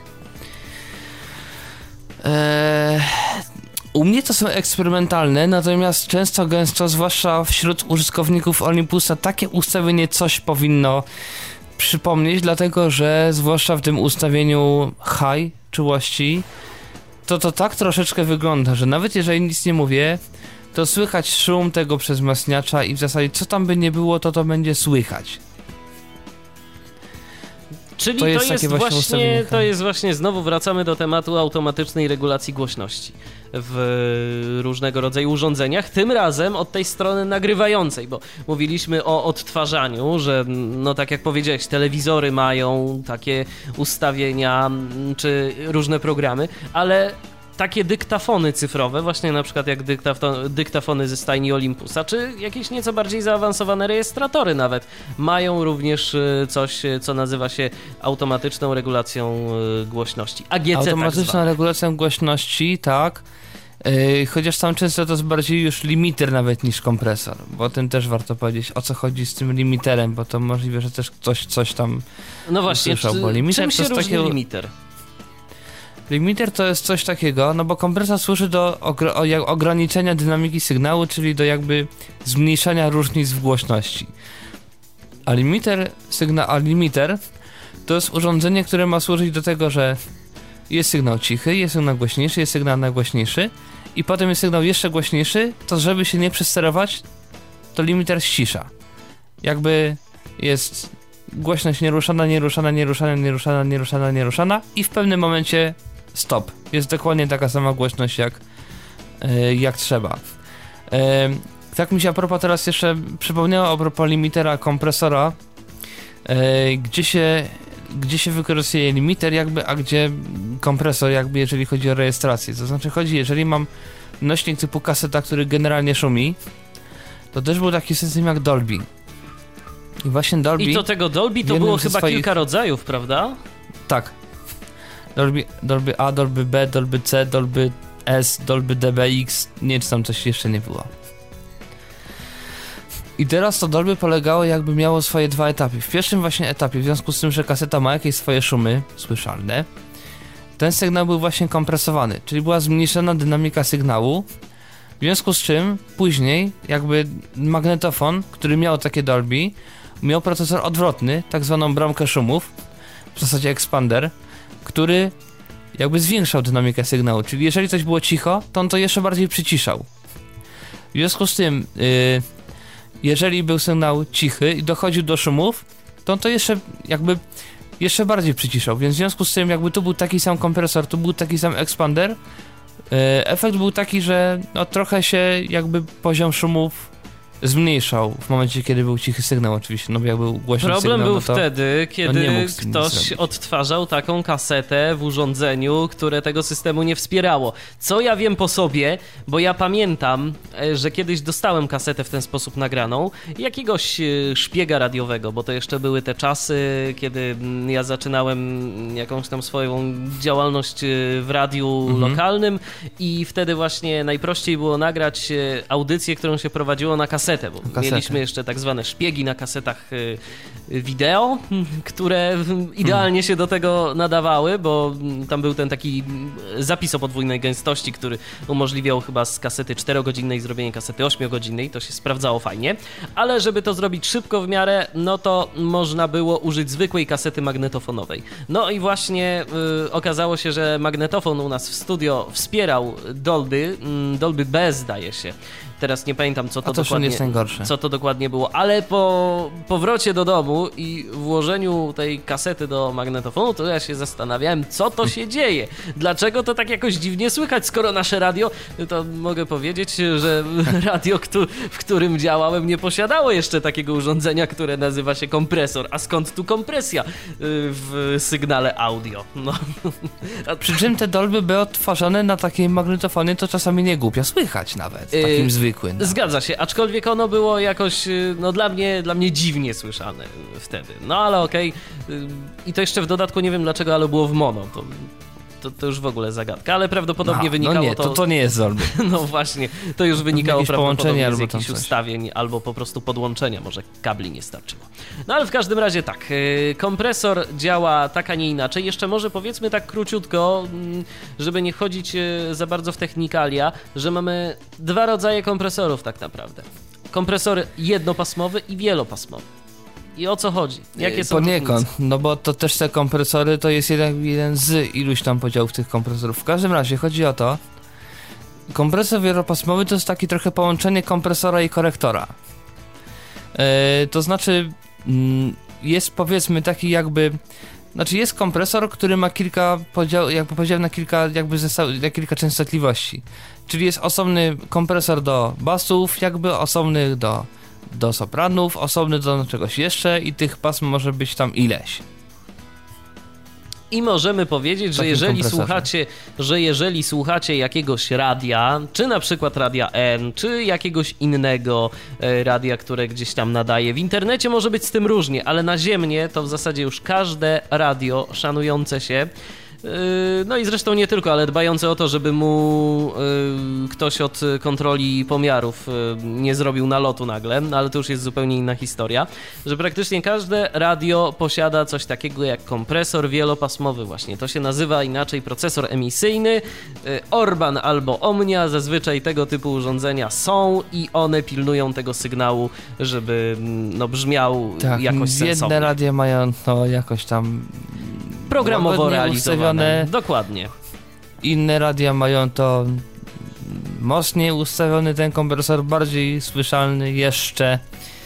Eee... U mnie to są eksperymentalne, natomiast często, gęsto, zwłaszcza wśród użytkowników Olympusa, takie ustawienie coś powinno przypomnieć, dlatego że zwłaszcza w tym ustawieniu high czułości, to to tak troszeczkę wygląda, że nawet jeżeli nic nie mówię, to słychać szum tego przezmacniacza i w zasadzie co tam by nie było, to to będzie słychać. Czyli to jest, to jest właśnie, właśnie to jest właśnie, znowu wracamy do tematu automatycznej regulacji głośności w różnego rodzaju urządzeniach, tym razem od tej strony nagrywającej, bo mówiliśmy o odtwarzaniu, że no tak jak powiedziałeś, telewizory mają takie ustawienia czy różne programy, ale takie dyktafony cyfrowe, właśnie na przykład jak dyktafon, dyktafony ze stajni Olympusa, czy jakieś nieco bardziej zaawansowane rejestratory nawet, mają również coś, co nazywa się automatyczną regulacją głośności. A G C Automatyczną tak regulacją głośności, tak. Yy, chociaż tam często to jest bardziej już limiter nawet niż kompresor, bo o tym też warto powiedzieć, o co chodzi z tym limiterem, bo to możliwe, że też ktoś coś tam no właśnie, usłyszał, bo limiter czym się to jest różni takie... limiter? Limiter to jest coś takiego, no bo kompresor służy do ogr- o, ograniczenia dynamiki sygnału, czyli do jakby zmniejszania różnic w głośności. A limiter, sygna- a limiter to jest urządzenie, które ma służyć do tego, że jest sygnał cichy, jest sygnał głośniejszy, jest sygnał najgłośniejszy i potem jest sygnał jeszcze głośniejszy, to żeby się nie przesterować, to limiter ścisza. Jakby jest głośność nieruszana, nieruszana, nieruszana, nieruszana, nieruszana, nieruszana i w pewnym momencie stop. Jest dokładnie taka sama głośność jak, yy, jak trzeba. Yy, tak mi się a propos teraz jeszcze przypomniało a propos limitera kompresora, yy, gdzie się gdzie się wykorzystuje limiter jakby, a gdzie kompresor jakby, jeżeli chodzi o rejestrację. To znaczy chodzi, jeżeli mam nośnik typu kaseta, który generalnie szumi, to też był taki system jak Dolby. I właśnie Dolby... I to tego Dolby to było chyba swoich... kilka rodzajów, prawda? Tak. Dolby, Dolby A, Dolby B, Dolby C, Dolby S, Dolby D B X, nie czy tam coś jeszcze nie było. I teraz to Dolby polegało, jakby miało swoje dwa etapy. W pierwszym właśnie etapie, w związku z tym, że kaseta ma jakieś swoje szumy słyszalne, ten sygnał był właśnie kompresowany, czyli była zmniejszona dynamika sygnału, w związku z czym później jakby magnetofon, który miał takie Dolby, miał procesor odwrotny, tak zwaną bramkę szumów, w zasadzie expander, który jakby zwiększał dynamikę sygnału, czyli jeżeli coś było cicho, to on to jeszcze bardziej przyciszał. W związku z tym, yy, jeżeli był sygnał cichy i dochodził do szumów, to on to jeszcze jakby jeszcze bardziej przyciszał, więc w związku z tym jakby tu był taki sam kompresor, tu był taki sam expander, yy, efekt był taki, że no, trochę się jakby poziom szumów zmniejszał w momencie, kiedy był cichy sygnał oczywiście, no bo jak był głośny Problem sygnał, był no to, wtedy, kiedy no ktoś odtwarzał taką kasetę w urządzeniu, które tego systemu nie wspierało. Co ja wiem po sobie, bo ja pamiętam, że kiedyś dostałem kasetę w ten sposób nagraną, jakiegoś szpiega radiowego, bo to jeszcze były te czasy, kiedy ja zaczynałem jakąś tam swoją działalność w radiu mhm. lokalnym i wtedy właśnie najprościej było nagrać audycję, którą się prowadziło na kasetę. Bo kasetę. Mieliśmy jeszcze tak zwane szpiegi na kasetach wideo, które idealnie się do tego nadawały, bo tam był ten taki zapis o podwójnej gęstości, który umożliwiał chyba z kasety czterogodzinnej zrobienie kasety ośmiogodzinnej, to się sprawdzało fajnie, ale żeby to zrobić szybko w miarę, no to można było użyć zwykłej kasety magnetofonowej. No i właśnie y, okazało się, że magnetofon u nas w studio wspierał Dolby, y, Dolby B zdaje się, Teraz nie pamiętam, co to, A to dokładnie, nie jest najgorsze. co to dokładnie było, ale po powrocie do domu i włożeniu tej kasety do magnetofonu, to ja się zastanawiałem, co to się dzieje. Dlaczego to tak jakoś dziwnie słychać, skoro nasze radio, to mogę powiedzieć, że radio, w którym działałem, nie posiadało jeszcze takiego urządzenia, które nazywa się kompresor. A skąd tu kompresja w sygnale audio? No. Przy czym te Dolby były odtwarzane na takiej magnetofonie, to czasami nie głupio słychać nawet, takim yy, zwykłym. No. Zgadza się, aczkolwiek ono było jakoś, no dla mnie, dla mnie dziwnie słyszane wtedy. No ale okej. Okay. I to jeszcze w dodatku nie wiem dlaczego, ale było w mono. To... To, to już w ogóle zagadka, ale prawdopodobnie no, wynikało no nie, to... to... to nie jest Dolby. No właśnie, to już wynikało prawdopodobnie z albo jakichś ustawień, albo po prostu podłączenia, może kabli nie starczyło. No ale w każdym razie tak, yy, kompresor działa tak, a nie inaczej. Jeszcze może powiedzmy tak króciutko, yy, żeby nie wchodzić yy, za bardzo w technikalia, że mamy dwa rodzaje kompresorów tak naprawdę. Kompresor jednopasmowy i wielopasmowy. I o co chodzi? Jakie są Poniekąd, różnice? no bo to też te kompresory to jest jeden, jeden z iluś tam podziałów tych kompresorów. W każdym razie chodzi o to, kompresor wielopasmowy to jest takie trochę połączenie kompresora i korektora. Yy, to znaczy yy, jest powiedzmy taki jakby, znaczy jest kompresor, który ma kilka podziałów, jakby podział na kilka jakby zestaw- na kilka częstotliwości. Czyli jest osobny kompresor do basów, jakby osobny do do sopranów, osobny do czegoś jeszcze i tych pasm może być tam ileś. I możemy powiedzieć, że jeżeli słuchacie, że jeżeli słuchacie jakiegoś radia, czy na przykład Radia N, czy jakiegoś innego e, radia, które gdzieś tam nadaje, w internecie może być z tym różnie, ale naziemnie to w zasadzie już każde radio szanujące się, no i zresztą nie tylko, ale dbający o to, żeby mu y, ktoś od kontroli pomiarów y, nie zrobił nalotu nagle, ale to już jest zupełnie inna historia, że praktycznie każde radio posiada coś takiego jak kompresor wielopasmowy właśnie. To się nazywa inaczej procesor emisyjny, y, Orban albo Omnia, zazwyczaj tego typu urządzenia są i one pilnują tego sygnału, żeby no, brzmiał tak, jakoś sensownie. Jedne radia mają to jakoś tam programowo realizowane. Dokładnie. Inne radia mają to mocniej ustawiony ten kompresor, bardziej słyszalny jeszcze.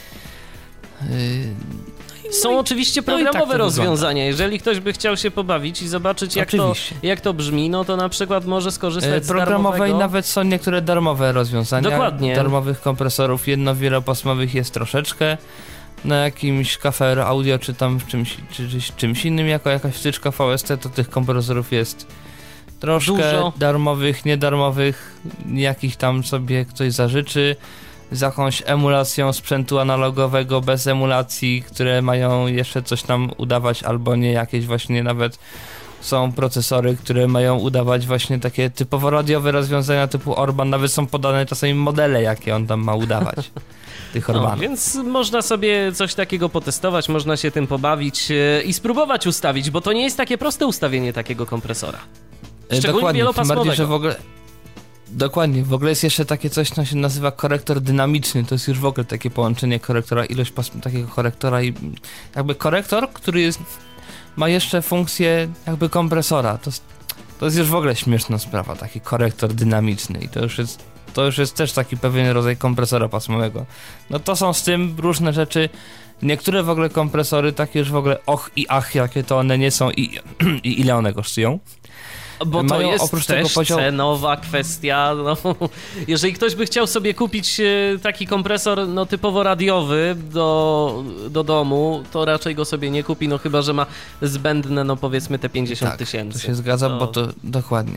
Yy, Są no oczywiście i, programowe no tak rozwiązania. Wygląda. Jeżeli ktoś by chciał się pobawić i zobaczyć jak to, jak to brzmi, no to na przykład może skorzystać yy, z programowe darmowego... i nawet są niektóre darmowe rozwiązania. Dokładnie. Darmowych kompresorów jedno-wielopasmowych jest troszeczkę. Na jakimś Cafe Audio, czy tam czymś, czy, czy, czymś innym, jako jakaś wtyczka V S T, to tych kompresorów jest troszkę dużo. Darmowych, niedarmowych, jakich tam sobie ktoś zażyczy, z jakąś emulacją sprzętu analogowego, bez emulacji, które mają jeszcze coś tam udawać, albo nie, jakieś właśnie nawet są procesory, które mają udawać właśnie takie typowo radiowe rozwiązania typu Orban, nawet są podane czasami modele, jakie on tam ma udawać. Tych no, więc można sobie coś takiego potestować, można się tym pobawić yy, i spróbować ustawić, bo to nie jest takie proste ustawienie takiego kompresora. Szczególnie dokładnie, wielopasmowego. Bardziej, że w ogóle, dokładnie, w ogóle jest jeszcze takie coś, co się nazywa korektor dynamiczny, to jest już w ogóle takie połączenie korektora, ilość pasm takiego korektora i jakby korektor, który jest, ma jeszcze funkcję jakby kompresora, to, to jest już w ogóle śmieszna sprawa, taki korektor dynamiczny i to już jest To już jest też taki pewien rodzaj kompresora pasmowego. No to są z tym różne rzeczy. Niektóre w ogóle kompresory, takie już w ogóle och i ach, jakie to one nie są i, i ile one kosztują. Bo to Mają jest oprócz też tego podział... cenowa kwestia. No, jeżeli ktoś by chciał sobie kupić taki kompresor no, typowo radiowy do, do domu, to raczej go sobie nie kupi, no chyba że ma zbędne, no powiedzmy te pięćdziesiąt tysięcy. Tak, to się zgadza, to... bo to dokładnie.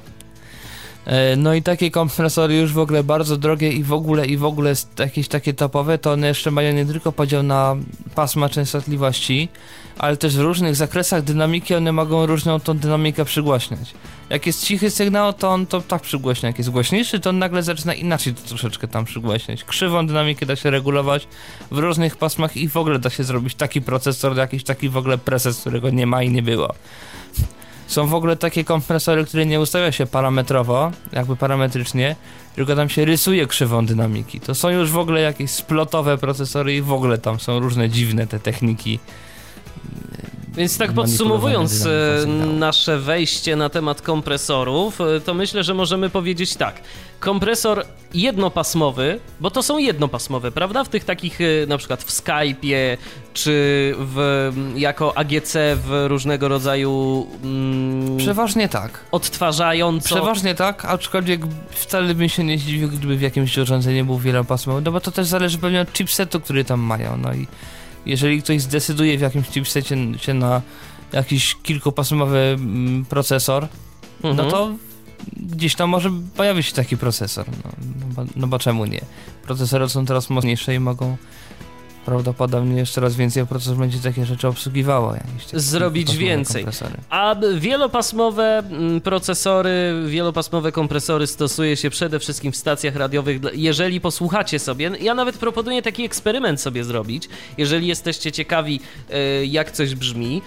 No i takie kompresory już w ogóle bardzo drogie i w ogóle i w ogóle jakieś takie topowe, to one jeszcze mają nie tylko podział na pasma częstotliwości, ale też w różnych zakresach dynamiki one mogą różną tą dynamikę przygłaśniać. Jak jest cichy sygnał, to on to tak przygłaśnia. Jak jest głośniejszy, to on nagle zaczyna inaczej to troszeczkę tam przygłaśniać. Krzywą dynamikę da się regulować w różnych pasmach i w ogóle da się zrobić taki procesor, jakiś taki w ogóle preset, którego nie ma i nie było. Są w ogóle takie kompresory, które nie ustawia się parametrowo, jakby parametrycznie, tylko tam się rysuje krzywą dynamiki. To są już w ogóle jakieś splotowe procesory i w ogóle tam są różne dziwne te techniki Więc tak podsumowując nasze wejście na temat kompresorów, to myślę, że możemy powiedzieć tak. Kompresor jednopasmowy, bo to są jednopasmowe, prawda? W tych takich na przykład w Skype'ie, czy w, jako A G C w różnego rodzaju... Mm, Przeważnie tak. Odtwarzająco... Przeważnie tak, aczkolwiek wcale bym się nie zdziwił, gdyby w jakimś urządzeniu był wielopasmowy, no bo to też zależy pewnie od chipsetu, który tam mają, no i jeżeli ktoś zdecyduje w jakimś chipsecie się na jakiś kilkupasmowy mm, procesor, mhm. no to gdzieś tam może pojawić się taki procesor. No, no, bo, no bo czemu nie? Procesory są teraz mocniejsze i mogą prawdopodobnie jeszcze raz więcej procesor będzie takie rzeczy obsługiwało. Zrobić więcej. Kompresory. A wielopasmowe procesory, wielopasmowe kompresory stosuje się przede wszystkim w stacjach radiowych. Jeżeli posłuchacie sobie, ja nawet proponuję taki eksperyment sobie zrobić, jeżeli jesteście ciekawi, jak coś brzmi,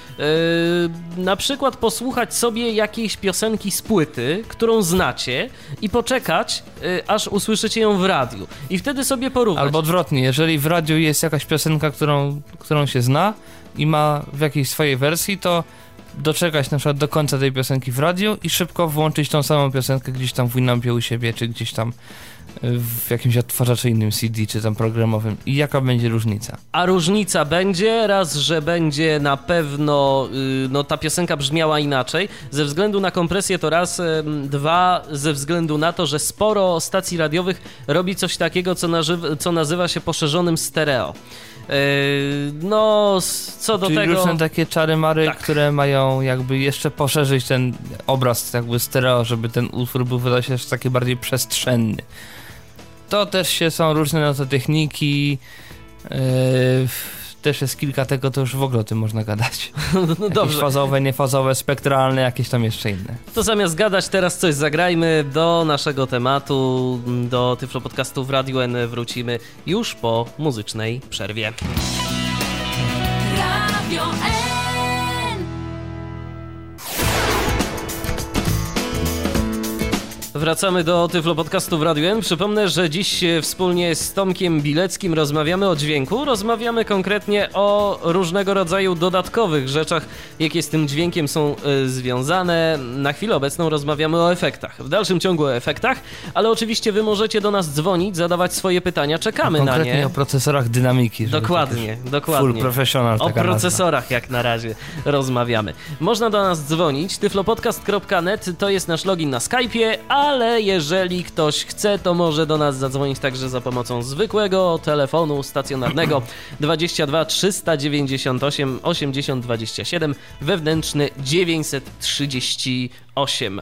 na przykład posłuchać sobie jakiejś piosenki z płyty, którą znacie i poczekać, aż usłyszycie ją w radiu. I wtedy sobie porównać. Albo odwrotnie, jeżeli w radiu jest jakaś piosenka, którą, którą się zna i ma w jakiejś swojej wersji, to doczekać na przykład do końca tej piosenki w radiu i szybko włączyć tą samą piosenkę gdzieś tam w Winampie u siebie, czy gdzieś tam w jakimś odtwarzaczu innym C D, czy tam programowym. I jaka będzie różnica? A różnica będzie raz, że będzie na pewno yy, no ta piosenka brzmiała inaczej, ze względu na kompresję to raz, yy, dwa, ze względu na to, że sporo stacji radiowych robi coś takiego, co, naży- co nazywa się poszerzonym stereo. Yy, no, co do Czyli tego... różne takie czary-mary, tak. które mają jakby jeszcze poszerzyć ten obraz jakby stereo, żeby ten utwór był wydał się taki bardziej przestrzenny. To też się są różne no to techniki, yy, też jest kilka tego, to już w ogóle o tym można gadać. No dobrze. Fazowe, niefazowe, spektralne, jakieś tam jeszcze inne. To zamiast gadać, teraz coś zagrajmy do naszego tematu, do Tyflo Podcastu w Radiu N wrócimy już po muzycznej przerwie. Radio N. Wracamy do Tyflo Podcastu w Radiu N. Przypomnę, że dziś wspólnie z Tomkiem Bileckim rozmawiamy o dźwięku. Rozmawiamy konkretnie o różnego rodzaju dodatkowych rzeczach, jakie z tym dźwiękiem są y, związane. Na chwilę obecną rozmawiamy o efektach. W dalszym ciągu o efektach, ale oczywiście wy możecie do nas dzwonić, zadawać swoje pytania. Czekamy na nie. Konkretnie o procesorach dynamiki. Dokładnie, dokładnie. Full professional. O procesorach nazwa. Jak na razie rozmawiamy. Można do nas dzwonić. tyflopodcast kropka net to jest nasz login na Skype'ie, a ale jeżeli ktoś chce, to może do nas zadzwonić także za pomocą zwykłego telefonu stacjonarnego dwadzieścia dwa trzysta dziewięćdziesiąt osiem osiemdziesiąt dwadzieścia siedem, wewnętrzny dziewięćset trzydzieści osiem.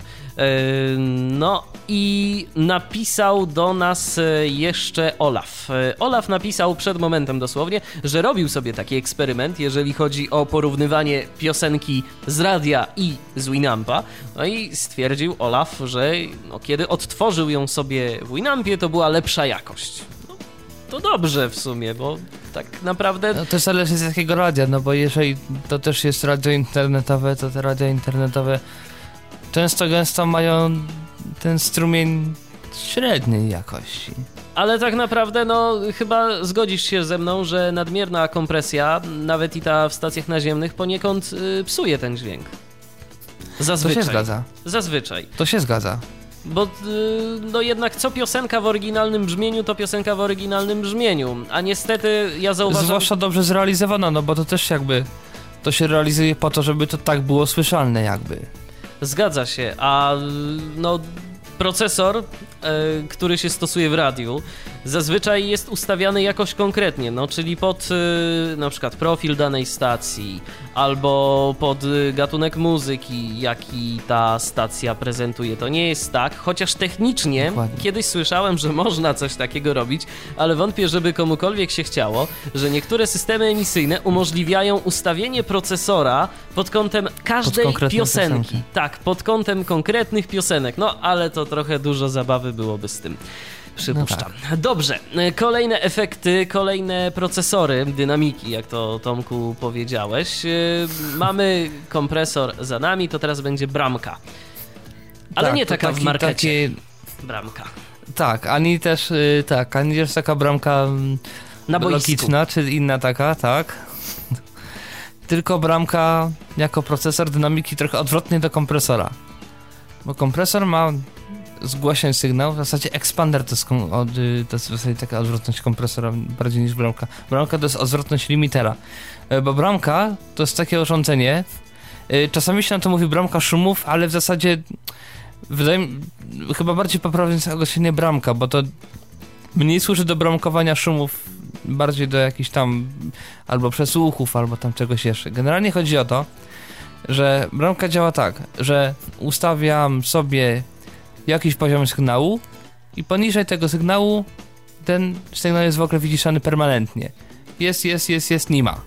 No i napisał do nas jeszcze Olaf. Olaf napisał przed momentem dosłownie, że robił sobie taki eksperyment, jeżeli chodzi o porównywanie piosenki z radia i z Winampa. No i stwierdził Olaf, że no, kiedy odtworzył ją sobie w Winampie, to była lepsza jakość. No, to dobrze w sumie, bo tak naprawdę... No to zależy z jakiego radia, no bo jeżeli to też jest radio internetowe, to te radia internetowe często gęsto mają ten strumień średniej jakości. Ale tak naprawdę, no chyba zgodzisz się ze mną, że nadmierna kompresja, nawet i ta w stacjach naziemnych, poniekąd y, psuje ten dźwięk. Zazwyczaj. To się zgadza. Zazwyczaj. To się zgadza. Bo y, no jednak co piosenka w oryginalnym brzmieniu, to piosenka w oryginalnym brzmieniu. A niestety ja zauważam... Zwłaszcza dobrze zrealizowana, no bo to też jakby... To się realizuje po to, żeby to tak było słyszalne jakby. Zgadza się, a no procesor, y, który się stosuje w radiu, zazwyczaj jest ustawiany jakoś konkretnie, no czyli pod y, na przykład profil danej stacji, albo pod y, gatunek muzyki, jaki ta stacja prezentuje. To nie jest tak, chociaż technicznie Dokładnie. Kiedyś słyszałem, że można coś takiego robić, ale wątpię, żeby komukolwiek się chciało, że niektóre systemy emisyjne umożliwiają ustawienie procesora pod kątem każdej pod piosenki. Piosenki. Tak, pod kątem konkretnych piosenek, no ale to trochę dużo zabawy byłoby z tym. Przypuszczam. No tak. Dobrze, kolejne efekty, kolejne procesory dynamiki, jak to Tomku powiedziałeś. Mamy kompresor za nami, to teraz będzie bramka. Ale tak, nie taka taki, w markecie. Taki... Bramka. Tak, ani też yy, tak, ani też taka bramka na logiczna, czy inna taka, tak. tylko bramka jako procesor dynamiki trochę odwrotnie do kompresora. Bo kompresor ma zgłaszać sygnał, w zasadzie expander to jest, kom, od, to jest w zasadzie taka odwrotność kompresora bardziej niż bramka. Bramka to jest odwrotność limitera, bo bramka to jest takie urządzenie, czasami się na to mówi bramka szumów, ale w zasadzie wydaje mi chyba bardziej poprawne jest określenie bramka, bo to mniej służy do bramkowania szumów, bardziej do jakichś tam albo przesłuchów, albo tam czegoś jeszcze. Generalnie chodzi o to, że bramka działa tak, że ustawiam sobie jakiś poziom sygnału i poniżej tego sygnału ten sygnał jest w ogóle wyciszany permanentnie. Jest, jest, jest, jest, nie ma.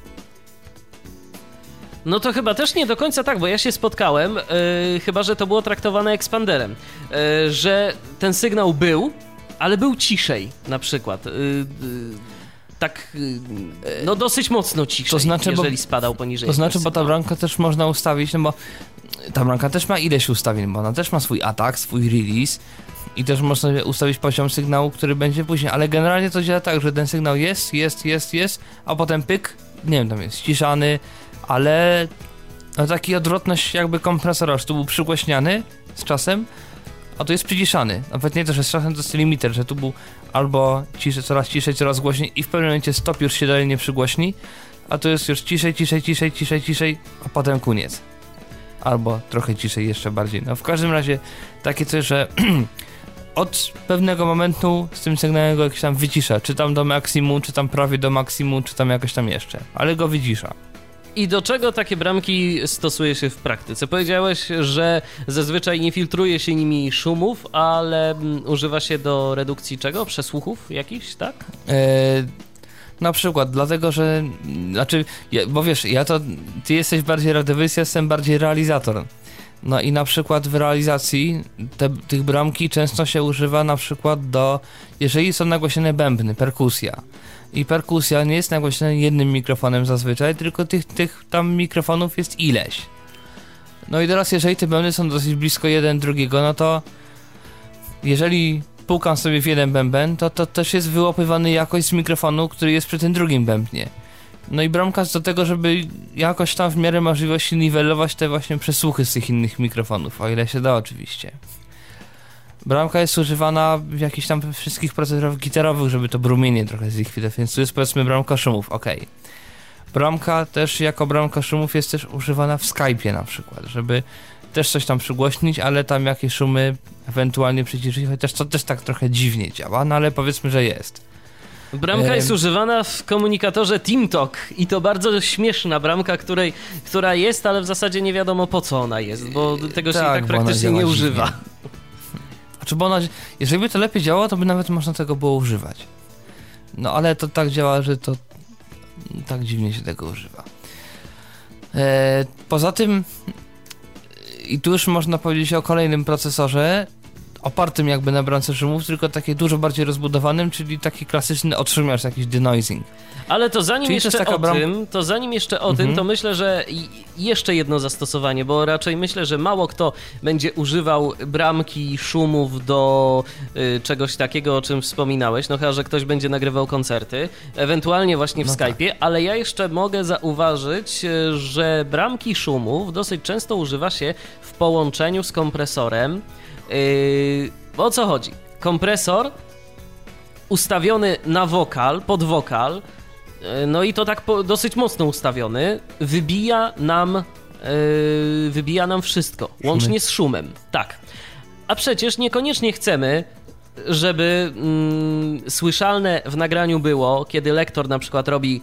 No to chyba też nie do końca tak, bo ja się spotkałem, yy, chyba że to było traktowane expanderem, yy, że ten sygnał był, ale był ciszej na przykład. Yy, yy, tak, yy, no dosyć mocno ciszej, to znaczy, jeżeli bo, spadał poniżej. To znaczy, bo ta sygnału. bramka też można ustawić, no bo ta bramka też ma ileś ustawień, bo ona też ma swój atak, swój release i też można ustawić poziom sygnału, który będzie później, ale generalnie to działa tak, że ten sygnał jest, jest, jest, jest, a potem pyk, nie wiem, tam jest ściszany, ale no taki odwrotność jakby kompresora, że tu był przygłaśniany z czasem, a tu jest przyciszany. Nawet nie to, że z czasem to jest limiter, że tu był albo ciszej, coraz ciszej, coraz głośniej i w pewnym momencie stop, już się dalej nie przygłośni, a tu jest już ciszej, ciszej, ciszej, ciszej, ciszej, a potem koniec. Albo trochę ciszej jeszcze bardziej. No w każdym razie takie coś, że od pewnego momentu z tym sygnałem go jakoś tam wycisza, czy tam do maksimum, czy tam prawie do maksimum, czy tam jakoś tam jeszcze, ale go wycisza. I do czego takie bramki stosuje się w praktyce? Powiedziałeś, że zazwyczaj nie filtruje się nimi szumów, ale mm, używa się do redukcji czego? Przesłuchów jakichś, tak? Eee, na przykład, dlatego, że znaczy, ja, bo wiesz, ja to, ty jesteś bardziej radiowiec, ja jestem bardziej realizator. No i na przykład w realizacji te, tych bramki często się używa na przykład do, jeżeli są nagłośnione bębny, perkusja. I perkusja nie jest nagłośniona jednym mikrofonem zazwyczaj, tylko tych, tych tam mikrofonów jest ileś. No i teraz jeżeli te bębny są dosyć blisko jeden drugiego, no to jeżeli pukam sobie w jeden bęben, to to też jest wyłapywany jakoś z mikrofonu, który jest przy tym drugim bębnie. No i bramka jest do tego, żeby jakoś tam w miarę możliwości niwelować te właśnie przesłuchy z tych innych mikrofonów, o ile się da oczywiście. Bramka jest używana w jakichś tam wszystkich procesorach gitarowych, żeby to brumienie trochę zlikwidować, więc tu jest powiedzmy bramka szumów, okej. Okay. Bramka też jako bramka szumów jest też używana w Skype'ie na przykład, żeby też coś tam przygłośnić, ale tam jakieś szumy ewentualnie przyciszyć, chociaż to też tak trochę dziwnie działa, no ale powiedzmy, że jest. Bramka ehm. jest używana w komunikatorze TeamTalk i to bardzo śmieszna bramka, której, która jest, ale w zasadzie nie wiadomo po co ona jest, bo tego się tak, i tak praktycznie nie używa. Znaczy, bo ona, jeżeli by to lepiej działało, to by nawet można tego było używać. No ale to tak działa, że to tak dziwnie się tego używa. E, poza tym i tu już można powiedzieć o kolejnym procesorze opartym jakby na bramce szumów, tylko takie dużo bardziej rozbudowanym, czyli taki klasyczny odszumiacz, jakiś denoising. Ale to zanim Czyli jeszcze o bram... tym, to zanim jeszcze o mhm. tym, to myślę, że jeszcze jedno zastosowanie, bo raczej myślę, że mało kto będzie używał bramki szumów do y, czegoś takiego, o czym wspominałeś, no chyba, że ktoś będzie nagrywał koncerty, ewentualnie właśnie w no Skype'ie, tak. Ale ja jeszcze mogę zauważyć, że bramki szumów dosyć często używa się w połączeniu z kompresorem. Yy, o co chodzi? Kompresor ustawiony na wokal, pod wokal, yy, no i to tak po, dosyć mocno ustawiony, wybija nam, yy, wybija nam wszystko, łącznie z szumem, tak. A przecież niekoniecznie chcemy, żeby mm, słyszalne w nagraniu było, kiedy lektor na przykład robi,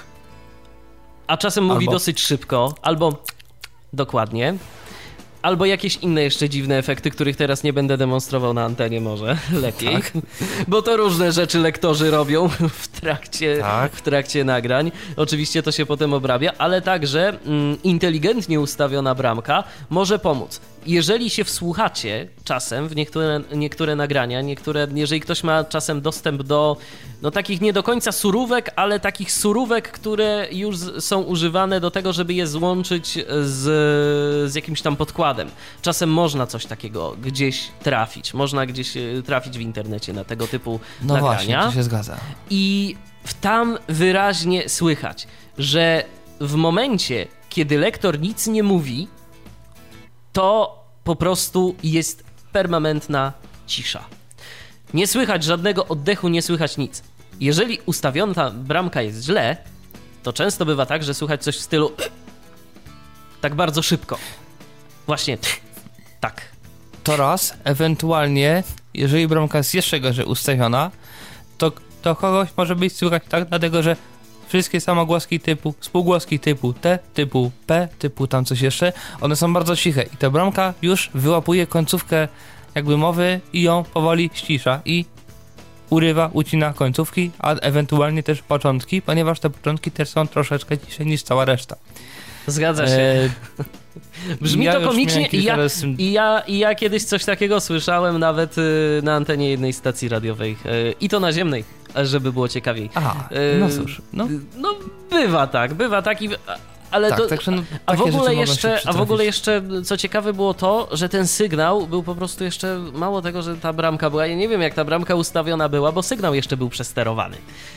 a czasem mówi albo dosyć szybko, albo dokładnie. Albo jakieś inne jeszcze dziwne efekty, których teraz nie będę demonstrował na antenie może, lepiej. Tak. Bo to różne rzeczy lektorzy robią w trakcie, tak. w trakcie nagrań. Oczywiście to się potem obrabia, ale także mm, inteligentnie ustawiona bramka może pomóc. Jeżeli się wsłuchacie czasem w niektóre, niektóre nagrania, niektóre, jeżeli ktoś ma czasem dostęp do no, takich nie do końca surówek, ale takich surówek, które już są używane do tego, żeby je złączyć z, z jakimś tam podkładem. Czasem można coś takiego gdzieś trafić. Można gdzieś trafić w internecie na tego typu no nagrania. No właśnie, to się zgadza. I tam wyraźnie słychać, że w momencie, kiedy lektor nic nie mówi, to po prostu jest permanentna cisza. Nie słychać żadnego oddechu, nie słychać nic. Jeżeli ustawiona bramka jest źle, to często bywa tak, że słychać coś w stylu tak bardzo szybko. Właśnie tak. To raz, ewentualnie, jeżeli bramka jest jeszcze gorzej ustawiona, to, to kogoś może być słychać tak, dlatego że wszystkie samogłoski typu, spółgłoski typu T, typu P, typu tam coś jeszcze, one są bardzo ciche i ta bramka już wyłapuje końcówkę jakby mowy i ją powoli ścisza i urywa, ucina końcówki, a ewentualnie też początki, ponieważ te początki też są troszeczkę ciszej niż cała reszta. Zgadza się. E, Brzmi ja to komicznie i ja, razy... i, ja, i ja kiedyś coś takiego słyszałem nawet y, na antenie jednej stacji radiowej y, i to naziemnej, żeby było ciekawiej. Aha, y, no cóż. No, no bywa tak, bywa tak i... Ale tak, do, także no, a, w ogóle jeszcze, a w przytrafić. ogóle jeszcze, co ciekawe było to, że ten sygnał był po prostu jeszcze, mało tego, że ta bramka była, ja nie wiem jak ta bramka ustawiona była, bo sygnał jeszcze był przesterowany.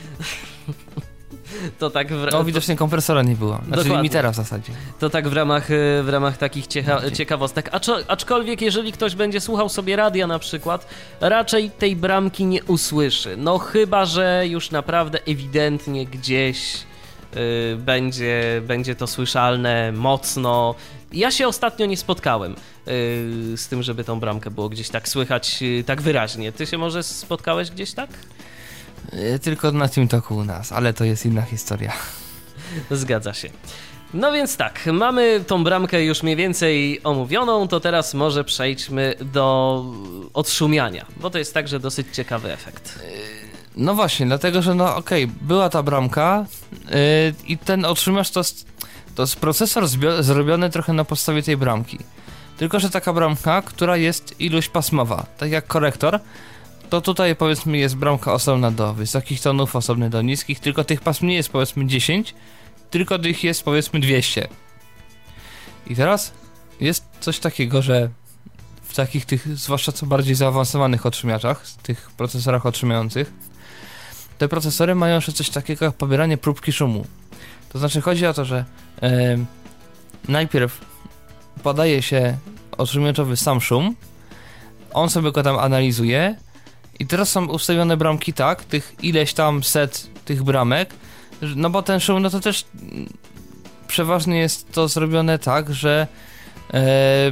To tak w, no widocznie kompresora nie było, znaczy Dokładnie. limitera w zasadzie. To tak w ramach, w ramach takich ciecha, ciekawostek. Acz, aczkolwiek jeżeli ktoś będzie słuchał sobie radia na przykład, raczej tej bramki nie usłyszy. No chyba, że już naprawdę ewidentnie gdzieś y, będzie, będzie to słyszalne mocno. Ja się ostatnio nie spotkałem y, z tym, żeby tą bramkę było gdzieś tak słychać y, tak wyraźnie. Ty się może spotkałeś gdzieś tak? Tylko na Team Talku u nas, ale to jest inna historia. Zgadza się. No więc tak, mamy tą bramkę już mniej więcej omówioną, to teraz może przejdźmy do odszumiania, bo to jest także dosyć ciekawy efekt. No właśnie, dlatego, że no okej, okay, była ta bramka yy, i ten odszumiacz to jest, to jest procesor zbio- zrobiony trochę na podstawie tej bramki. Tylko, że taka bramka, która jest ilość pasmowa, tak jak korektor, to tutaj powiedzmy jest bramka osobna do wysokich tonów, osobna do niskich, tylko tych pasm nie jest powiedzmy dziesięć, tylko tych jest powiedzmy dwieście. I teraz jest coś takiego, że w takich tych, zwłaszcza co bardziej zaawansowanych odszumiaczach, tych procesorach odszumiających, te procesory mają jeszcze coś takiego jak pobieranie próbki szumu. To znaczy chodzi o to, że e, najpierw podaje się odszumiaczowy sam szum, on sobie go tam analizuje i teraz są ustawione bramki tak, tych ileś tam set tych bramek, no bo ten szum, no to też przeważnie jest to zrobione tak, że e,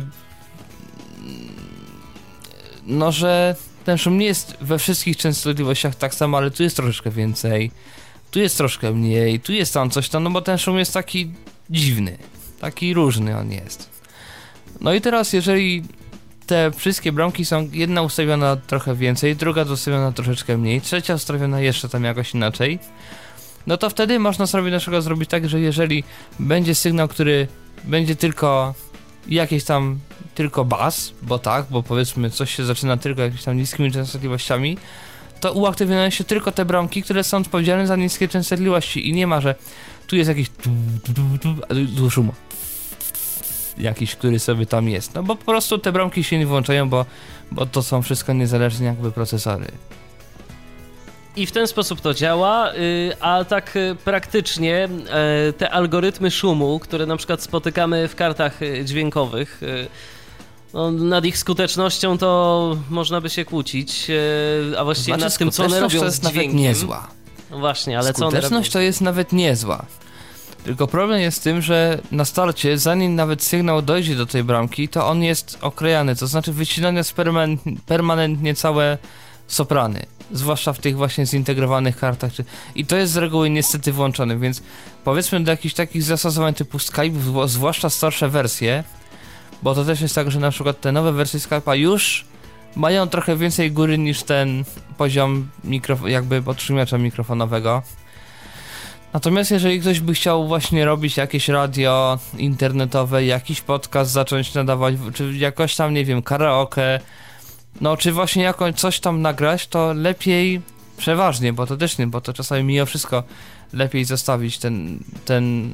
no, że ten szum nie jest we wszystkich częstotliwościach tak samo, ale tu jest troszeczkę więcej, tu jest troszkę mniej, tu jest tam coś tam, no bo ten szum jest taki dziwny, taki różny on jest. No i teraz jeżeli te wszystkie bramki są, jedna ustawiona trochę więcej, druga ustawiona troszeczkę mniej, trzecia ustawiona jeszcze tam jakoś inaczej, no to wtedy można sobie na przykład zrobić tak, że jeżeli będzie sygnał, który będzie tylko jakieś tam, tylko bas, bo tak, bo powiedzmy coś się zaczyna tylko jakimiś tam niskimi częstotliwościami, to uaktywniają się tylko te bramki, które są odpowiedzialne za niskie częstotliwości i nie ma, że tu jest jakiś tu szum jakiś, który sobie tam jest, no bo po prostu te bramki się nie włączają, bo, bo to są wszystko niezależne jakby procesory. I w ten sposób to działa, a tak praktycznie te algorytmy szumu, które na przykład spotykamy w kartach dźwiękowych, no, nad ich skutecznością to można by się kłócić, a właściwie znaczy, nad tym, co one robią to jest z dźwiękiem. Nawet niezła. No właśnie, ale co one robią? Skuteczność to jest nawet niezła. Tylko problem jest w tym, że na starcie, zanim nawet sygnał dojdzie do tej bramki, to on jest okrejany, to znaczy wycinane jest permanentnie, permanentnie całe soprany, zwłaszcza w tych właśnie zintegrowanych kartach. I to jest z reguły niestety włączone, więc powiedzmy do jakichś takich zastosowań typu Skype, zwłaszcza starsze wersje, bo to też jest tak, że na przykład te nowe wersje Skype'a już mają trochę więcej góry niż ten poziom mikro, jakby odszumiacza mikrofonowego. Natomiast jeżeli ktoś by chciał właśnie robić jakieś radio internetowe, jakiś podcast zacząć nadawać, czy jakoś tam, nie wiem, karaoke, no czy właśnie jakoś coś tam nagrać, to lepiej przeważnie, bo to też nie, bo to czasami mimo wszystko lepiej zostawić ten, ten,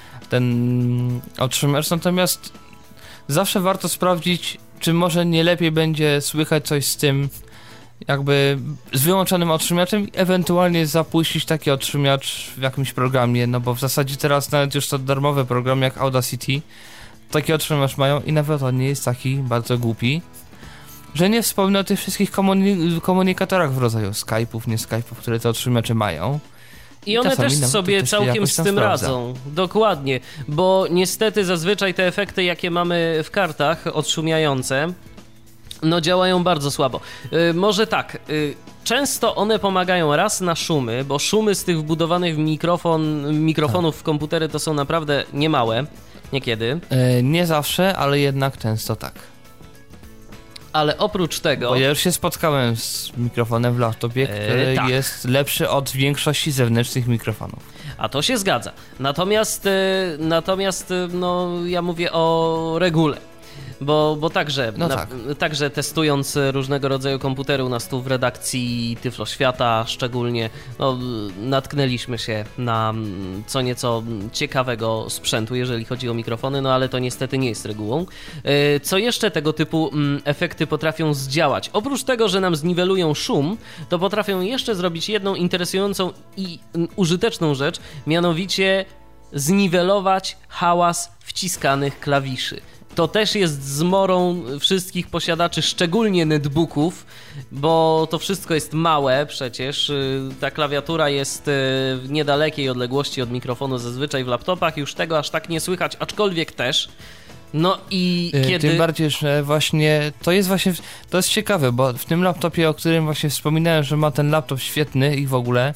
ten odszumiacz, natomiast zawsze warto sprawdzić, czy może nie lepiej będzie słychać coś z tym, jakby z wyłączonym odszumiaczem i ewentualnie zapuścić taki odszumiacz w jakimś programie, no bo w zasadzie teraz nawet już to darmowe programy jak Audacity taki odszumiacz mają i nawet on nie jest taki bardzo głupi, że nie wspomnę o tych wszystkich komuni- komunikatorach w rodzaju Skype'ów, nie Skype'ów, które te odszumiacze mają. I one też sobie też całkiem z tym sprawdza. radzą. Dokładnie, bo niestety zazwyczaj te efekty, jakie mamy w kartach odszumiające, no działają bardzo słabo. Yy, może tak, yy, często one pomagają raz na szumy, bo szumy z tych wbudowanych w mikrofon, mikrofonów w komputery to są naprawdę niemałe, niekiedy. Yy, nie zawsze, ale jednak często tak. Ale oprócz tego... Bo ja już się spotkałem z mikrofonem w laptopie, który e, tak. jest lepszy od większości zewnętrznych mikrofonów. A to się zgadza. Natomiast, natomiast no, ja mówię o regule. Bo, bo także, no na, tak. także testując różnego rodzaju komputery u nas tu w redakcji Tyflo Świata szczególnie, no, natknęliśmy się na co nieco ciekawego sprzętu, jeżeli chodzi o mikrofony, no ale to niestety nie jest regułą. Co jeszcze tego typu efekty potrafią zdziałać? Oprócz tego, że nam zniwelują szum, to potrafią jeszcze zrobić jedną interesującą i użyteczną rzecz, mianowicie zniwelować hałas wciskanych klawiszy. To też jest zmorą wszystkich posiadaczy, szczególnie netbooków, bo to wszystko jest małe przecież. Ta klawiatura jest w niedalekiej odległości od mikrofonu zazwyczaj w laptopach, już tego aż tak nie słychać, aczkolwiek też. No i kiedy... Tym bardziej, że właśnie to jest właśnie, to jest ciekawe, bo w tym laptopie, o którym właśnie wspominałem, że ma ten laptop świetny i w ogóle,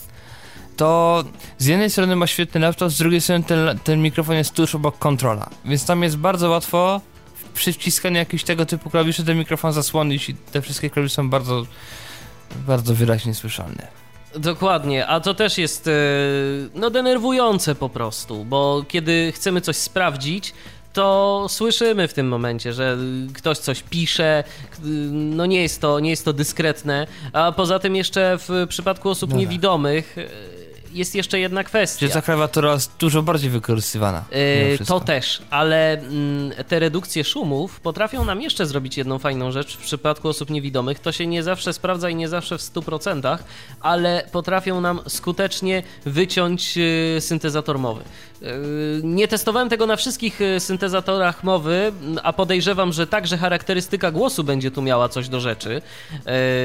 to z jednej strony ma świetny laptop, z drugiej strony ten, ten mikrofon jest tuż obok kontrola, więc tam jest bardzo łatwo przy wciskaniu jakichś tego typu klawiszy ten mikrofon zasłonić i te wszystkie klawisze są bardzo, bardzo wyraźnie słyszalne. Dokładnie, a to też jest no denerwujące po prostu, bo kiedy chcemy coś sprawdzić, to słyszymy w tym momencie, że ktoś coś pisze, no nie jest to, nie jest to dyskretne, a poza tym jeszcze w przypadku osób no niewidomych jest jeszcze jedna kwestia. Że ta klawiatura jest dużo bardziej wykorzystywana. Yy, to też, ale mm, te redukcje szumów potrafią nam jeszcze zrobić jedną fajną rzecz w przypadku osób niewidomych. To się nie zawsze sprawdza i nie zawsze w stu procentach, ale potrafią nam skutecznie wyciąć yy, syntezator mowy. Yy, nie testowałem tego na wszystkich syntezatorach mowy, a podejrzewam, że także charakterystyka głosu będzie tu miała coś do rzeczy, yy,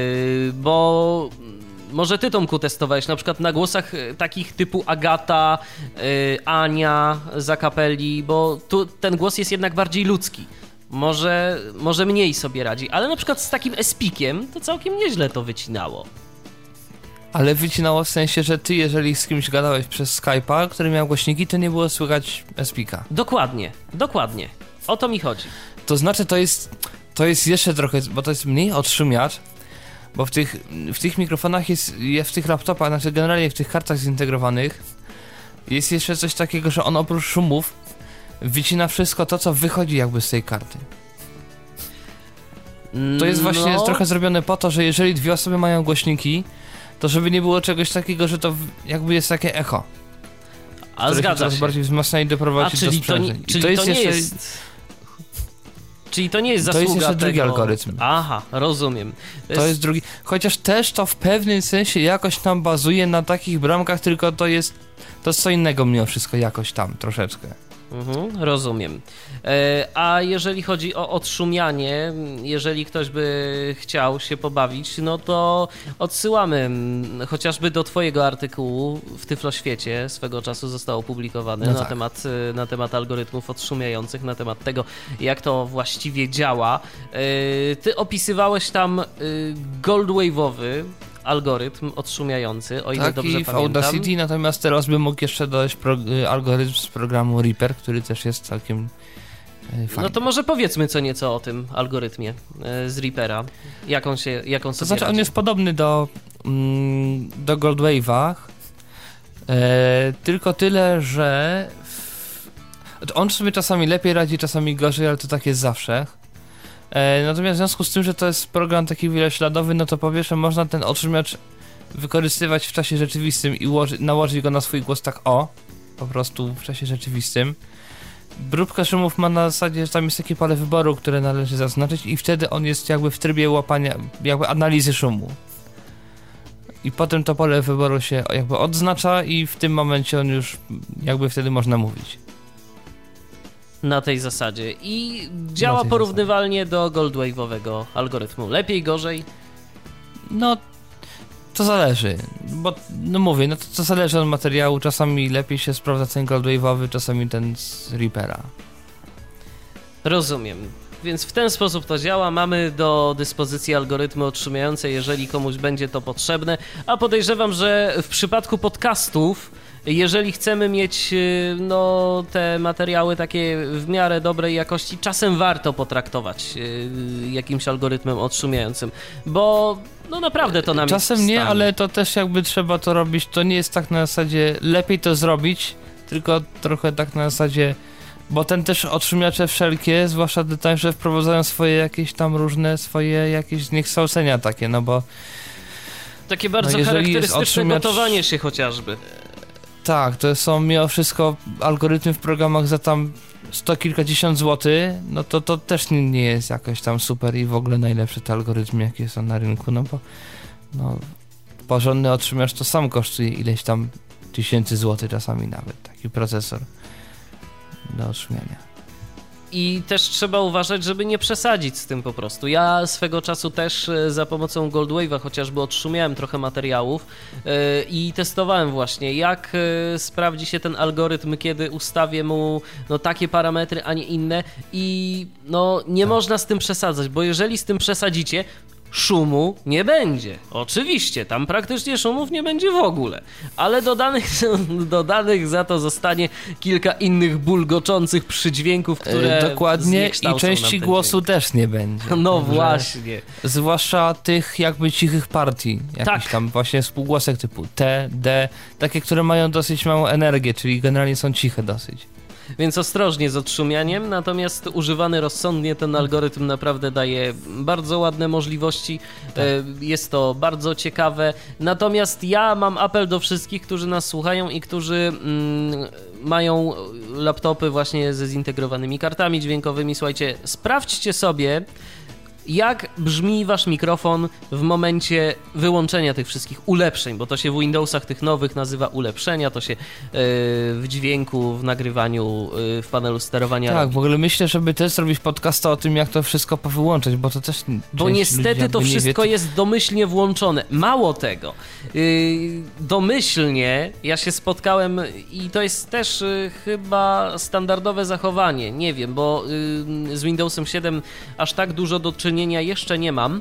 bo... Może ty, Tomku, testowałeś na przykład na głosach takich typu Agata, yy, Ania z a cappelli, bo tu ten głos jest jednak bardziej ludzki. Może, może mniej sobie radzi, ale na przykład z takim espikiem to całkiem nieźle to wycinało. Ale wycinało w sensie, że ty, jeżeli z kimś gadałeś przez Skype'a, który miał głośniki, to nie było słychać espika. Dokładnie, dokładnie. O to mi chodzi. To znaczy, to jest, to jest jeszcze trochę, bo to jest mniej odszumiacz, bo w tych, w tych mikrofonach jest, w tych laptopach, znaczy generalnie w tych kartach zintegrowanych jest jeszcze coś takiego, że on oprócz szumów wycina wszystko to, co wychodzi jakby z tej karty. To jest właśnie no. trochę zrobione po to, że jeżeli dwie osoby mają głośniki, to żeby nie było czegoś takiego, że to jakby jest takie echo. A zgadza się. bardziej wzmacnia i doprowadzi do sprzężeń. To, czyli to, jest to nie jeszcze... jest... Czyli to nie jest zasługa tego... To jest jeszcze drugi tego... algorytm. Aha, rozumiem. To jest... to jest drugi... Chociaż też to w pewnym sensie jakoś tam bazuje na takich bramkach, tylko to jest... To jest co innego mimo wszystko jakoś tam, troszeczkę. Mhm, rozumiem. E, a jeżeli chodzi o odszumianie, jeżeli ktoś by chciał się pobawić, no to odsyłamy chociażby do twojego artykułu w Tyfloświecie, swego czasu został opublikowany no na, tak. temat, na temat algorytmów odszumiających, na temat tego, jak to właściwie działa. E, ty opisywałeś tam e, goldwave'owy algorytm odszumiający, o ile tak, dobrze i w pamiętam. Audacity, natomiast teraz bym mógł jeszcze dodać pro, algorytm z programu Reaper, który też jest całkiem e, fajny. No to może powiedzmy co nieco o tym algorytmie e, z Reapera. Jak on się, jak on sobie To znaczy radzi. on jest podobny do, mm, do Goldwave'a, e, tylko tyle, że w, on sobie czasami lepiej radzi, czasami gorzej, ale to tak jest zawsze. Natomiast w związku z tym, że to jest program taki wielośladowy, no to po pierwsze można ten odszumiacz wykorzystywać w czasie rzeczywistym i ułoży, nałożyć go na swój głos tak o, po prostu w czasie rzeczywistym. Próbka szumów ma na zasadzie, że tam jest takie pole wyboru, które należy zaznaczyć i wtedy on jest jakby w trybie łapania, jakby analizy szumu. i potem to pole wyboru się jakby odznacza i w tym momencie on już jakby wtedy można mówić. Na tej zasadzie. I działa porównywalnie zasadzie. do Goldwave'owego algorytmu. Lepiej, gorzej? No, to zależy, bo no mówię, no to, to zależy od materiału. Czasami lepiej się sprawdza ten Goldwave'owy, czasami ten z Reapera. Rozumiem. Więc w ten sposób to działa. Mamy do dyspozycji algorytmy otrzymujące, jeżeli komuś będzie to potrzebne. A podejrzewam, że w przypadku podcastów, jeżeli chcemy mieć no, te materiały takie w miarę dobrej jakości, czasem warto potraktować jakimś algorytmem otrzymującym, bo no naprawdę to nam czasem jest nie, ale to też jakby trzeba to robić. To nie jest tak na zasadzie lepiej to zrobić, tylko trochę tak na zasadzie, bo ten też otrzymiacze wszelkie, zwłaszcza te tańsze, wprowadzają swoje jakieś tam różne swoje jakieś zniekształcenia takie, no bo takie bardzo no charakterystyczne otrzymiacz... gotowanie się chociażby. Tak, to są mimo wszystko algorytmy w programach za tam sto kilkadziesiąt złotych, no to to też nie, nie jest jakoś tam super i w ogóle najlepsze te algorytmy, jakie są na rynku, no bo no, porządny otrzymiacz to sam kosztuje ileś tam tysięcy złotych czasami nawet, taki procesor do otrzymiania. I też trzeba uważać, żeby nie przesadzić z tym po prostu. Ja swego czasu też za pomocą Goldwave'a chociażby odszumiałem trochę materiałów yy, i testowałem właśnie, jak yy, sprawdzi się ten algorytm, kiedy ustawię mu no, takie parametry, a nie inne i no, nie tak. można z tym przesadzać, bo jeżeli z tym przesadzicie, szumu nie będzie. Oczywiście, tam praktycznie szumów nie będzie w ogóle, ale dodanych, dodanych za to zostanie kilka innych bulgoczących przydźwięków, które e, dokładnie i części głosu dźwięk. też nie będzie. No Także, właśnie. Zwłaszcza tych jakby cichych partii, jakichś tak. tam właśnie współgłosek typu T, D, takie, które mają dosyć małą energię, czyli generalnie są ciche dosyć. Więc ostrożnie z odszumianiem, natomiast używany rozsądnie ten algorytm naprawdę daje bardzo ładne możliwości, tak. Jest to bardzo ciekawe, natomiast ja mam apel do wszystkich, którzy nas słuchają i którzy mm, mają laptopy właśnie ze zintegrowanymi kartami dźwiękowymi. Słuchajcie, sprawdźcie sobie, jak brzmi wasz mikrofon w momencie wyłączenia tych wszystkich ulepszeń, bo to się w Windowsach tych nowych nazywa ulepszenia, to się yy, w dźwięku, w nagrywaniu, yy, w panelu sterowania Tak, robi. w ogóle myślę, żeby też zrobić podcasta o tym, jak to wszystko powyłączać, bo to też... Bo niestety to wszystko wie, to... jest domyślnie włączone. Mało tego, yy, domyślnie ja się spotkałem i to jest też yy, chyba standardowe zachowanie, nie wiem, bo yy, z Windowsem siedem aż tak dużo do czynienia jeszcze nie mam.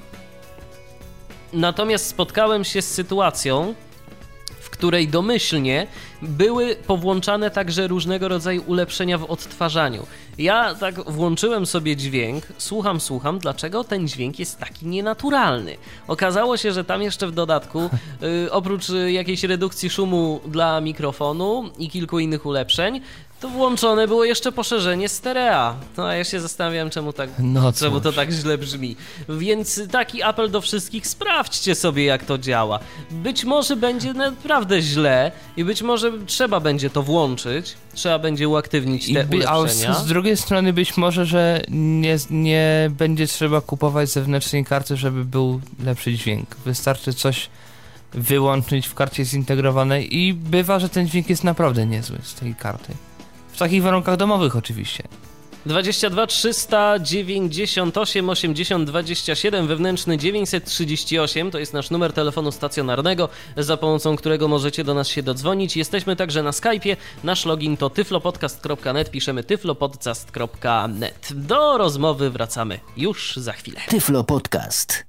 Natomiast spotkałem się z sytuacją, w której domyślnie były powłączane także różnego rodzaju ulepszenia w odtwarzaniu. Ja tak włączyłem sobie dźwięk, słucham, słucham, dlaczego ten dźwięk jest taki nienaturalny. Okazało się, że tam jeszcze w dodatku, yy, oprócz jakiejś redukcji szumu dla mikrofonu i kilku innych ulepszeń, to włączone było jeszcze poszerzenie stereo. No a ja się zastanawiam, czemu, tak, no czemu to tak źle brzmi. Więc taki apel do wszystkich, sprawdźcie sobie, jak to działa. Być może będzie naprawdę źle i być może trzeba będzie to włączyć, trzeba będzie uaktywnić te I, ulepszenia. A z drugiej strony być może, że nie, nie będzie trzeba kupować zewnętrznej karty, żeby był lepszy dźwięk. Wystarczy coś wyłączyć w karcie zintegrowanej i bywa, że ten dźwięk jest naprawdę niezły z tej karty. W takich warunkach domowych oczywiście. dwadzieścia dwa trzysta dziewięćdziesiąt osiem osiemdziesiąt dwadzieścia siedem, wewnętrzny dziewięćset trzydzieści osiem, to jest nasz numer telefonu stacjonarnego, za pomocą którego możecie do nas się dodzwonić. Jesteśmy także na Skype'ie, nasz login to tyflopodcast kropka net, piszemy tyflopodcast kropka net. Do rozmowy wracamy już za chwilę. Tyflo Podcast.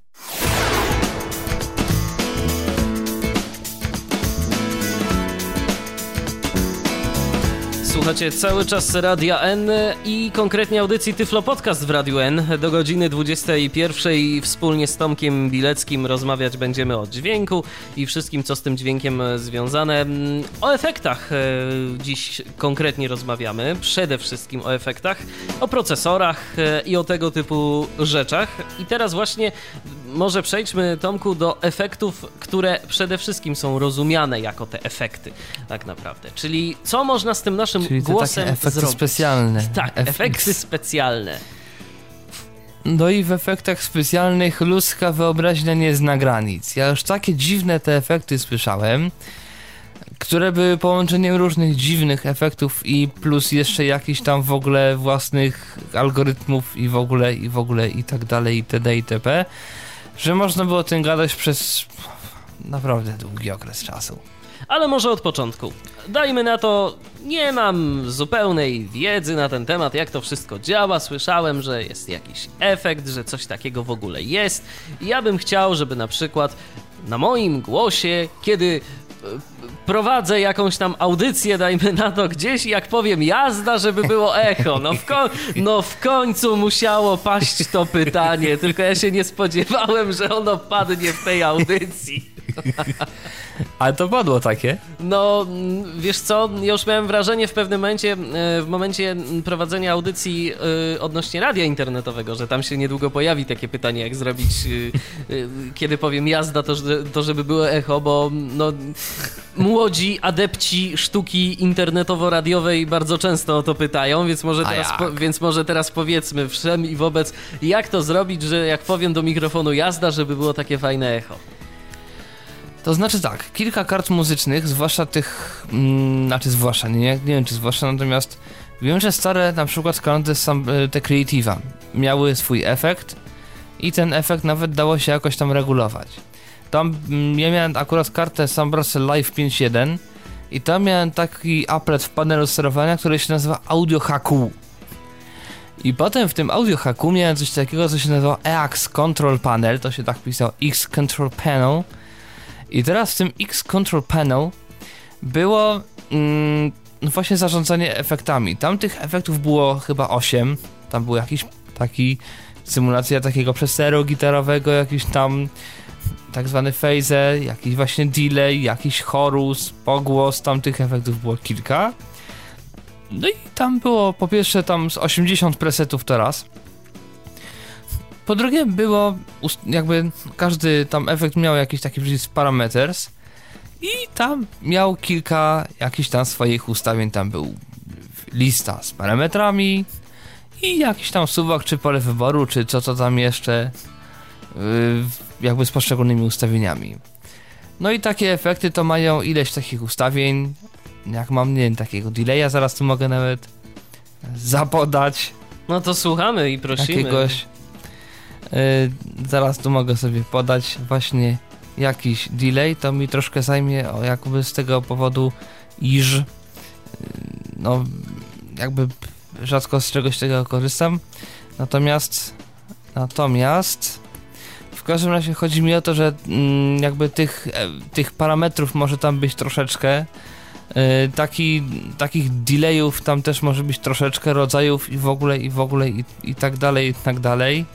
Słuchacie cały czas Radia N i konkretnie audycji Tyflo Podcast w Radiu N. Do godziny dwudziestej pierwszej wspólnie z Tomkiem Bileckim rozmawiać będziemy o dźwięku i wszystkim, co z tym dźwiękiem związane. O efektach dziś konkretnie rozmawiamy, przede wszystkim o efektach, o procesorach i o tego typu rzeczach. I teraz właśnie może przejdźmy, Tomku, do efektów, które przede wszystkim są rozumiane jako te efekty, tak naprawdę. Czyli co można z tym naszym Czyli głosem takie efekty zrobić? specjalne. Tak, F X. efekty specjalne. No i w efektach specjalnych ludzka wyobraźnia nie zna granic. Ja już takie dziwne te efekty słyszałem, które były połączeniem różnych dziwnych efektów i plus jeszcze jakichś tam w ogóle własnych algorytmów i w ogóle, i w ogóle, i tak dalej, itd., itp., że można było o tym gadać przez naprawdę długi okres czasu. Ale może od początku. Dajmy na to, nie mam zupełnej wiedzy na ten temat, jak to wszystko działa. Słyszałem, że jest jakiś efekt, że coś takiego w ogóle jest. I ja bym chciał, żeby na przykład na moim głosie, kiedy prowadzę jakąś tam audycję, dajmy na to gdzieś, jak powiem jazda, żeby było echo. No w, ko- no w końcu musiało paść to pytanie, tylko ja się nie spodziewałem, że ono padnie w tej audycji. Ale to padło takie? No, wiesz co, ja już miałem wrażenie w pewnym momencie, w momencie prowadzenia audycji odnośnie radia internetowego, że tam się niedługo pojawi takie pytanie, jak zrobić, kiedy powiem jazda, to, to żeby było echo, bo no, młodzi adepci sztuki internetowo-radiowej bardzo często o to pytają, więc może teraz, po, więc może teraz powiedzmy wszem i wobec, jak to zrobić, że jak powiem do mikrofonu jazda, żeby było takie fajne echo. To znaczy tak, kilka kart muzycznych, zwłaszcza tych, mm, znaczy zwłaszcza, nie, nie wiem czy zwłaszcza, natomiast wiem, że stare na przykład karty te Creative'a miały swój efekt i ten efekt nawet dało się jakoś tam regulować. Tam mm, ja miałem akurat kartę Sambrosel Live pięć jeden i tam miałem taki applet w panelu sterowania, który się nazywa Audio Haku. I potem w tym Audio Haku miałem coś takiego, co się nazywa E A X Control Panel, to się tak pisało, X Control Panel. I teraz w tym X Control Panel było mm, właśnie zarządzanie efektami. Tam tych efektów było chyba osiem. Tam był jakiś taki symulacja takiego przesteru gitarowego, jakiś tam tak zwany phaser, jakiś właśnie delay, jakiś chorus, pogłos. Tam tych efektów było kilka. No i tam było po pierwsze tam z osiemdziesiąt presetów teraz. Po drugie było, jakby każdy tam efekt miał jakiś taki przycisk parameters i tam miał kilka jakichś tam swoich ustawień, tam był lista z parametrami i jakiś tam suwak, czy pole wyboru, czy co to tam jeszcze, yy, jakby z poszczególnymi ustawieniami. No i takie efekty to mają ileś takich ustawień, jak mam, nie wiem, takiego delaya, zaraz tu mogę nawet zapodać. No to słuchamy i prosimy. Jakiegoś... Yy, zaraz tu mogę sobie podać właśnie jakiś delay, to mi troszkę zajmie o, jakby z tego powodu, iż yy, no jakby rzadko z czegoś takiego korzystam, natomiast natomiast w każdym razie chodzi mi o to, że yy, jakby tych, e, tych parametrów może tam być troszeczkę, yy, taki, takich delayów tam też może być troszeczkę, rodzajów i w ogóle i w ogóle i, i tak dalej i tak dalej.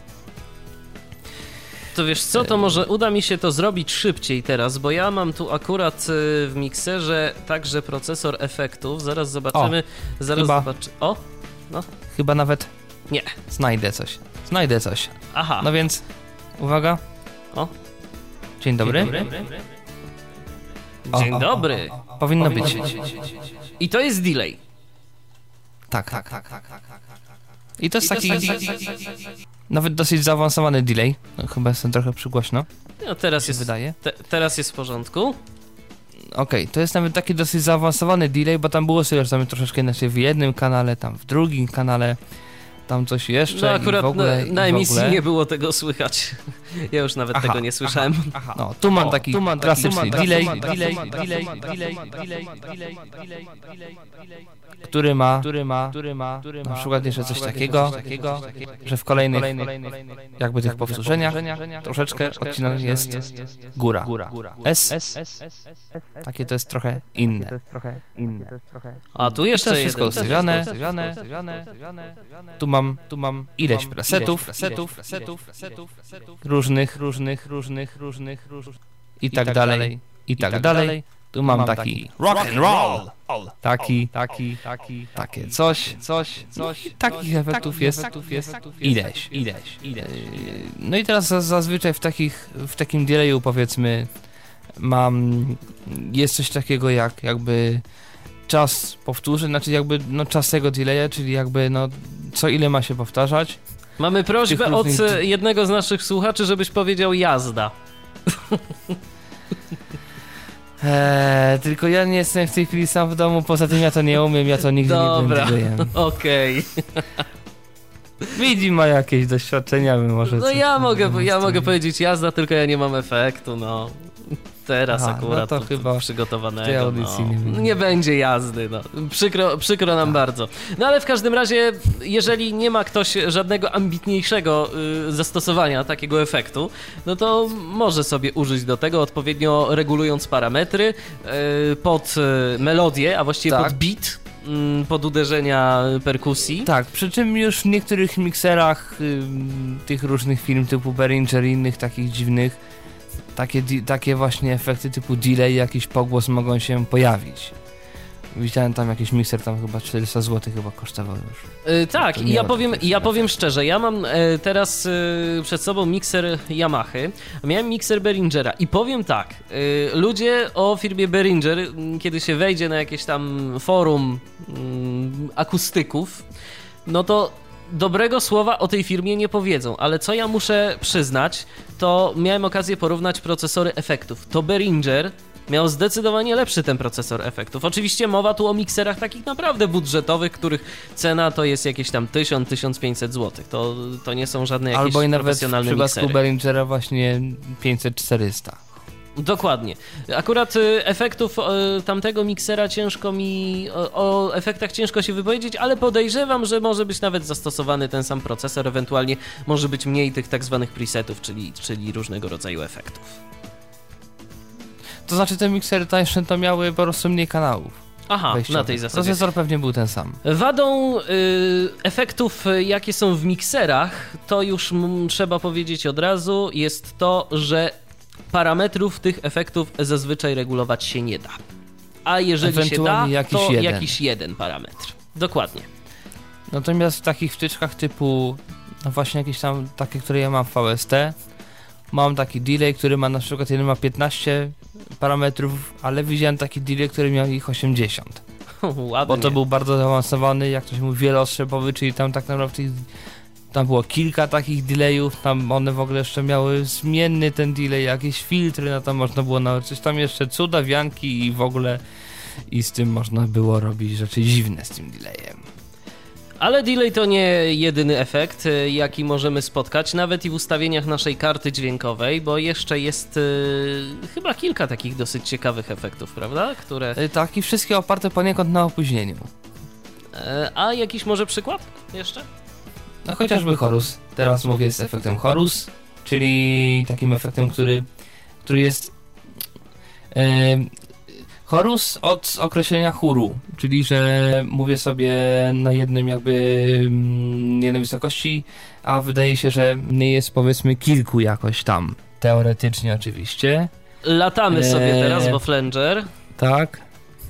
To wiesz co, to może uda mi się to zrobić szybciej teraz, bo ja mam tu akurat w mikserze także procesor efektów. Zaraz zobaczymy. O, zaraz chyba, zobaczy... O, no. Chyba nawet nie. Znajdę coś. Znajdę coś. Aha. No więc, uwaga. O. Dzień dobry. Dzień dobry. Dzień o, dobry. O, o, o. Powinno, Powinno być. być. I to jest delay. Tak, tak, tak, tak, tak, tak. I to jest I taki, to taki, taki, nawet dosyć zaawansowany delay. No, chyba jestem trochę przygłośno. No teraz jest, wydaje. Te, teraz jest w porządku. Okej, okay, to jest nawet taki dosyć zaawansowany delay, bo tam było sobie że tam troszeczkę inaczej w jednym kanale, tam w drugim kanale, tam coś jeszcze. No akurat i w ogóle, na, na emisji nie było tego słychać. Ja już nawet aha, tego nie słyszałem. Aha, aha. No, tu mam taki o, tu mam klasyczny delay, delay, delay, delay, delay, który ma, który ma, który ma, na przykład jeszcze coś takiego, że w kolejnych, jakby tych powtórzeniach troszeczkę odcinana jest góra. S, takie to jest trochę inne. A tu jeszcze jest wszystko ustawione. Tu mam, tu mam ileś presetów, presetów, presetów, różnych, różnych, różnych, różnych, różnych i tak dalej, i tak dalej. Tu mam taki rock and roll, taki, taki, taki, takie coś, coś, coś. I takich efektów jest ileś, ileś, ileś. No i teraz zazwyczaj w takich, w takim delayu powiedzmy mam, jest coś takiego jak jakby czas powtórzeń, znaczy jakby no czas tego delaya, czyli jakby no co ile ma się powtarzać. Mamy prośbę od różnych... jednego z naszych słuchaczy, żebyś powiedział jazda. Eee, tylko ja nie jestem w tej chwili sam w domu, poza tym ja to nie umiem, ja to nigdy Dobra. nie będę. Dobra, okej. Widzi ma jakieś doświadczenia, my może... No ja mogę, ja mogę powiedzieć jazda, tylko ja nie mam efektu, no. Teraz Aha, akurat no to chyba w tej przygotowanego. audycji No. nie będzie. Nie będzie jazdy, no. Przykro, przykro nam bardzo. No ale w każdym razie, jeżeli nie ma ktoś żadnego ambitniejszego y, zastosowania takiego efektu, no to może sobie użyć do tego, odpowiednio regulując parametry y, pod y, melodię, a właściwie Tak. pod beat, y, pod uderzenia perkusji. Tak, przy czym już w niektórych mikserach y, tych różnych firm typu Behringer i innych takich dziwnych Takie, takie właśnie efekty typu delay, jakiś pogłos mogą się pojawić. Widziałem tam jakiś mikser, tam chyba czterysta złotych chyba kosztował już. Yy, tak, To i nie ja ma powiem, takich ja efektów. powiem szczerze, ja mam e, teraz e, przed sobą mikser Yamahy, a miałem mikser Behringera i powiem tak, e, ludzie o firmie Behringer, m, kiedy się wejdzie na jakieś tam forum m, akustyków, no to dobrego słowa o tej firmie nie powiedzą, ale co ja muszę przyznać, to miałem okazję porównać procesory efektów. To Behringer miał zdecydowanie lepszy ten procesor efektów. Oczywiście mowa tu o mikserach takich naprawdę budżetowych, których cena to jest jakieś tam tysiąc do tysiąc pięćset złotych. To, to nie są żadne jakieś Albo i nawet w profesjonalne przypadku miksery. Behringera właśnie pięćset czterysta. Dokładnie. Akurat y, efektów y, tamtego miksera ciężko mi, o, o efektach ciężko się wypowiedzieć, ale podejrzewam, że może być nawet zastosowany ten sam procesor, ewentualnie może być mniej tych tak zwanych presetów, czyli, czyli różnego rodzaju efektów. To znaczy te miksery tańsze to miały po prostu mniej kanałów. Aha, wejściowych. na tej zasadzie. Procesor pewnie był ten sam. Wadą y, efektów, y, jakie są w mikserach, to już m, trzeba powiedzieć od razu, jest to, że parametrów tych efektów zazwyczaj regulować się nie da. A jeżeli się da, Ewentualnie jakiś to jeden. jakiś jeden parametr. Dokładnie. Natomiast w takich wtyczkach typu, no właśnie jakieś tam takie, które ja mam w V S T, mam taki delay, który ma na przykład, jeden ma piętnaście parametrów, ale widziałem taki delay, który miał ich osiemdziesiąt. Ładnie. Bo to był bardzo zaawansowany, jak to się mówi, wielostrzepowy, czyli tam tak naprawdę tam było kilka takich delayów, tam one w ogóle jeszcze miały zmienny ten delay, jakieś filtry, no tam można było nawet coś tam jeszcze cuda, wianki i w ogóle i z tym można było robić rzeczy dziwne z tym delayem. Ale delay to nie jedyny efekt, y, jaki możemy spotkać, nawet i w ustawieniach naszej karty dźwiękowej, bo jeszcze jest y, chyba kilka takich dosyć ciekawych efektów, prawda? Które... E, Tak, i wszystkie oparte poniekąd na opóźnieniu. E, a jakiś może przykład jeszcze? No chociażby chorus. Teraz mówię z efektem chorus, czyli takim efektem, który, który jest e, chorus od określenia chóru, czyli że mówię sobie na jednym jakby mm, jednej wysokości, a wydaje się, że mnie jest powiedzmy kilku jakoś tam. Teoretycznie oczywiście. Latamy sobie Eee. teraz, bo flanger. Tak.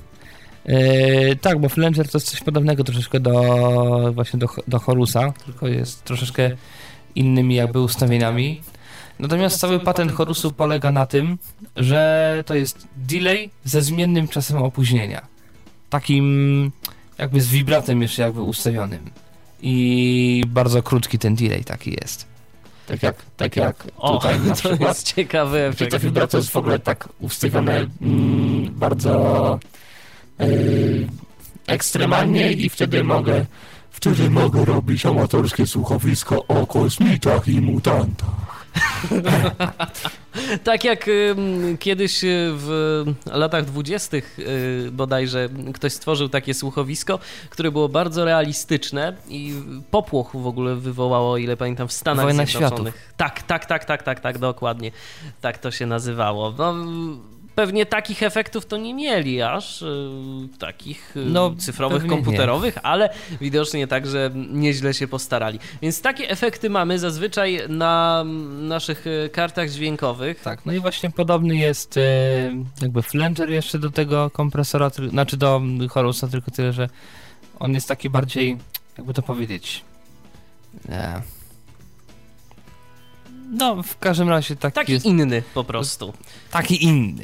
Yy, tak, bo flanger to jest coś podobnego troszeczkę do właśnie do, do chorusa, tylko jest troszeczkę innymi jakby ustawieniami. Natomiast cały patent chorusu polega na tym, że to jest delay ze zmiennym czasem opóźnienia. Takim jakby z wibratem jeszcze jakby ustawionym. I bardzo krótki ten delay taki jest. Tak jak, tak jak O, tutaj na to przykład. jest ciekawy Że efekt. ta wibracja jest w ogóle tak ustawione mm, bardzo yy, ekstremalnie i wtedy mogę wtedy mogę robić amatorskie słuchowisko o kosmitach i mutantach. Tak jak ym, kiedyś y, w latach dwudziestych y, bodajże ktoś stworzył takie słuchowisko, które było bardzo realistyczne i popłoch w ogóle wywołało, o ile pamiętam, w Stanach Wojna Zjednoczonych. Tak, tak, tak, tak, tak, tak, dokładnie. Tak to się nazywało. No, pewnie takich efektów to nie mieli aż, y, takich y, No, cyfrowych, pewnie komputerowych, ale widocznie także nieźle się postarali. Więc takie efekty mamy zazwyczaj na naszych y, kartach dźwiękowych. Tak, no i właśnie podobny jest e, jakby flanger jeszcze do tego kompresora, ty, znaczy do chorusa, tylko tyle, że on jest taki bardziej, jakby to powiedzieć, e, no w każdym razie taki, Taki jest, inny po prostu. taki inny.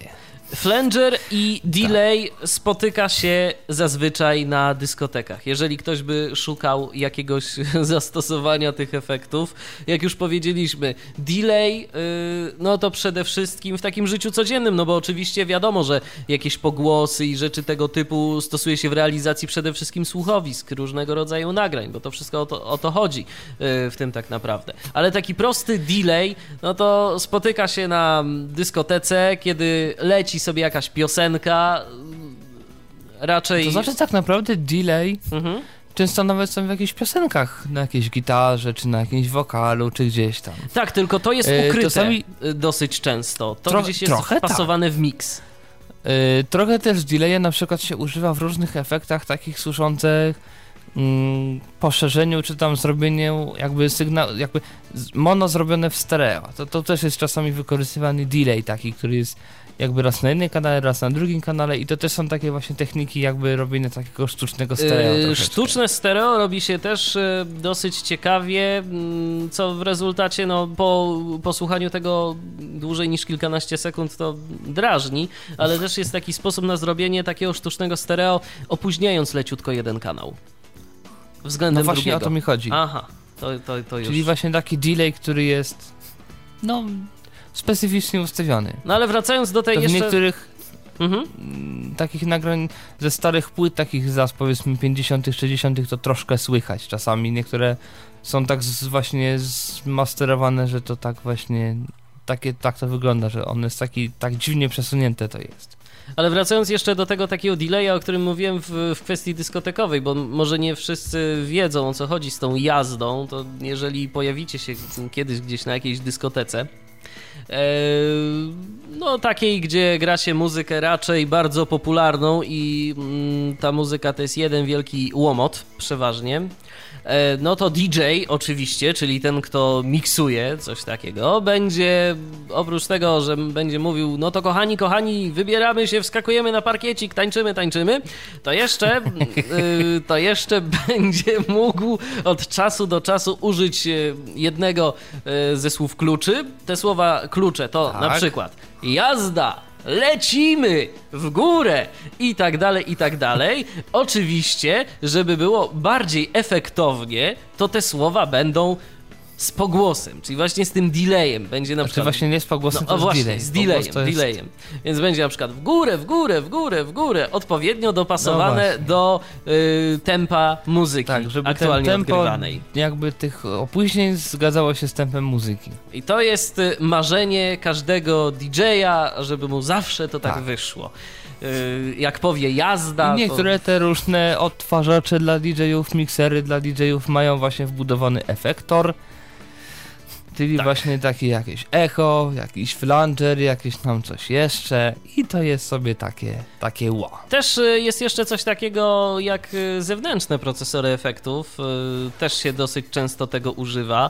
Flanger i delay tak. spotyka się zazwyczaj na dyskotekach. Jeżeli ktoś by szukał jakiegoś zastosowania tych efektów, jak już powiedzieliśmy, delay, yy, no to przede wszystkim w takim życiu codziennym, no bo oczywiście wiadomo, że jakieś pogłosy i rzeczy tego typu stosuje się w realizacji przede wszystkim słuchowisk, różnego rodzaju nagrań, bo to wszystko o to, o to chodzi yy, w tym tak naprawdę. Ale taki prosty delay, no to spotyka się na dyskotece, kiedy leci sobie jakaś piosenka, raczej... To znaczy tak naprawdę delay mhm. często nawet są w jakichś piosenkach, na jakiejś gitarze, czy na jakimś wokalu, czy gdzieś tam. Tak, tylko to jest ukryte to sami... dosyć często. To Tro- gdzieś jest wpasowane tak. w miks. Yy, trochę też delaya na przykład się używa w różnych efektach takich służących mm, poszerzeniu, czy tam zrobieniu jakby sygnału, jakby mono zrobione w stereo. To, to też jest czasami wykorzystywany delay taki, który jest jakby raz na jednym kanale, raz na drugim kanale i to też są takie właśnie techniki jakby robienia takiego sztucznego stereo. Yy, sztuczne stereo robi się też yy, dosyć ciekawie, yy, co w rezultacie no, po posłuchaniu tego dłużej niż kilkanaście sekund to drażni, ale też jest taki sposób na zrobienie takiego sztucznego stereo, opóźniając leciutko jeden kanał względem No właśnie drugiego. O to mi chodzi. Aha, to, to, to już... Czyli właśnie taki delay, który jest no... specyficznie ustawiony. No ale wracając do tej to w jeszcze... W niektórych mhm. takich nagrań ze starych płyt, takich z powiedzmy pięćdziesiątych, sześćdziesiątych to troszkę słychać czasami. Niektóre są tak z, właśnie zmasterowane, że to tak właśnie takie, tak to wygląda, że one jest taki, tak dziwnie przesunięte to jest. Ale wracając jeszcze do tego takiego delaya, o którym mówiłem w, w kwestii dyskotekowej, bo może nie wszyscy wiedzą, o co chodzi z tą jazdą, to jeżeli pojawicie się kiedyś gdzieś na jakiejś dyskotece, no takiej, gdzie gra się muzykę raczej bardzo popularną i mm, ta muzyka to jest jeden wielki łomot przeważnie, no to D J oczywiście, czyli ten, kto miksuje coś takiego, będzie oprócz tego, że będzie mówił, no to kochani, kochani, wybieramy się, wskakujemy na parkiecik, tańczymy, tańczymy, to jeszcze to jeszcze będzie mógł od czasu do czasu użyć jednego ze słów kluczy. Te słowa klucze to tak. na przykład jazda, lecimy w górę i tak dalej, i tak dalej. Oczywiście, żeby było bardziej efektownie, to te słowa będą z pogłosem, czyli właśnie z tym delayem. Będzie na znaczy przykład... właśnie nie z pogłosem, no, to właśnie, delay. z delayem, jest... delayem. Więc będzie na przykład w górę, w górę, w górę, w górę, odpowiednio dopasowane no do y, tempa muzyki tak, żeby aktualnie ten tempo odgrywanej. Jakby tych opóźnień zgadzało się z tempem muzyki. I to jest marzenie każdego D J-a, żeby mu zawsze to tak, tak wyszło. Y, jak powie jazda... I niektóre to... te różne odtwarzacze dla D J-ów, miksery dla D J-ów mają właśnie wbudowany efektor, czyli tak. właśnie takie jakieś echo, jakiś flanger, jakieś tam coś jeszcze i to jest sobie takie, takie wow. Też jest jeszcze coś takiego jak zewnętrzne procesory efektów, też się dosyć często tego używa.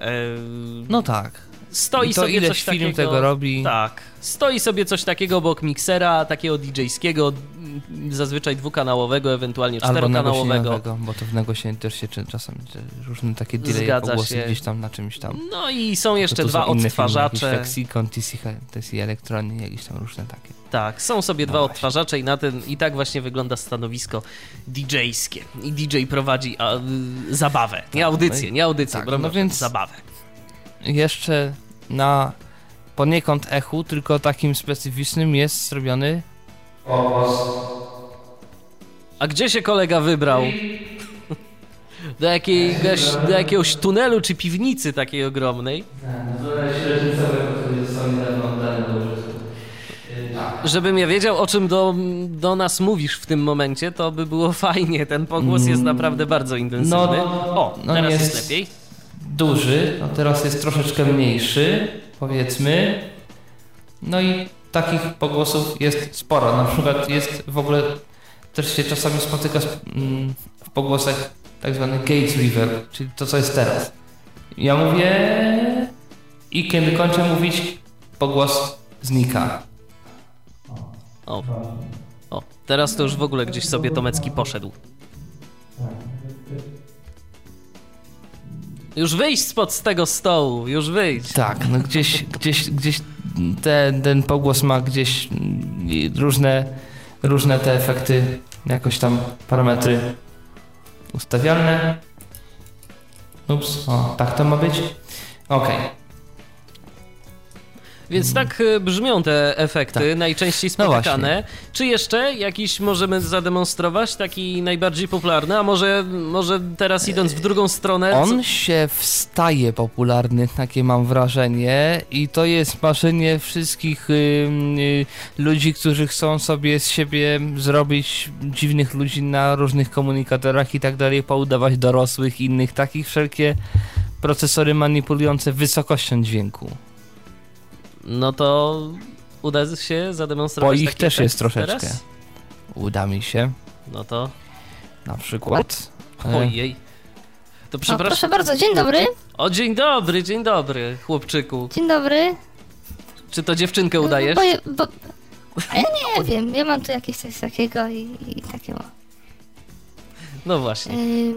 No tak. Stoi I to sobie ileś coś film takiego, tego robi. Tak. Stoi sobie coś takiego obok miksera, takiego D J-skiego, zazwyczaj dwukanałowego, ewentualnie czterokanałowego. Albo bo to w negocjecie też się czasami różne takie delay pogłosy gdzieś tam na czymś tam. No i są jeszcze to dwa są odtwarzacze. Filmy, Lexicon, T C Electronic, jakieś tam różne takie. Tak, są sobie no dwa właśnie. odtwarzacze i na ten i tak właśnie wygląda stanowisko D J-skie. I D J prowadzi a, y, zabawę, tak, nie audycję, no i, nie audycję, tak, no więc zabawę. Jeszcze na poniekąd echu, tylko takim specyficznym jest zrobiony pogłos. A gdzie się kolega wybrał? Do jakiegoś, do jakiegoś tunelu czy piwnicy takiej ogromnej? Żebym ja wiedział, o czym do, do nas mówisz w tym momencie, to by było fajnie. Ten pogłos jest naprawdę bardzo intensywny. No, o, no teraz jest... jest lepiej. duży, no teraz jest troszeczkę mniejszy, powiedzmy. No i takich pogłosów jest sporo. Na przykład jest w ogóle, też się czasami spotyka w pogłosach tak zwany gate reverb, czyli to, co jest teraz. Ja mówię i kiedy kończę mówić, pogłos znika. O, o, teraz to już w ogóle gdzieś sobie Tomecki poszedł. Już wyjść spod z tego stołu, już wyjść. Tak, no gdzieś, gdzieś, gdzieś ten, ten pogłos ma gdzieś i różne, różne te efekty, jakoś tam parametry ustawialne. Ups, o, tak to ma być. Okej. Okay. Więc tak y, brzmią te efekty, tak. najczęściej spotykane. No Czy jeszcze jakiś możemy zademonstrować, taki najbardziej popularny, a może, może teraz idąc w drugą stronę... On co... się wstaje popularny, takie mam wrażenie, i to jest marzenie wszystkich y, y, ludzi, którzy chcą sobie z siebie zrobić dziwnych ludzi na różnych komunikatorach i tak dalej, poudawać dorosłych, innych takich, wszelkie procesory manipulujące wysokością dźwięku. No to uda się zademonstrować. Bo ich taki też jest efekt troszeczkę. teraz? Uda mi się. No to... Na przykład. Ojej. To O, przepraszam. proszę bardzo, dzień dobry. O, dzień dobry, dzień dobry, chłopczyku. Dzień dobry. Czy to dziewczynkę udajesz? Bo, bo, a ja nie wiem, ja mam tu jakieś coś takiego i, i takiego. No właśnie. Yy,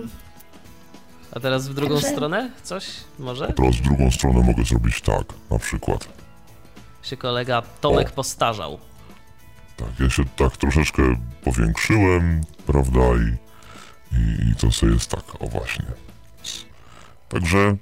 A teraz w drugą Także- stronę? Coś? Może? Teraz w drugą stronę mogę zrobić tak, na przykład. Się kolega Tomek postarzał. Tak, ja się tak troszeczkę powiększyłem, prawda, i, i, i to sobie jest tak, o właśnie. Także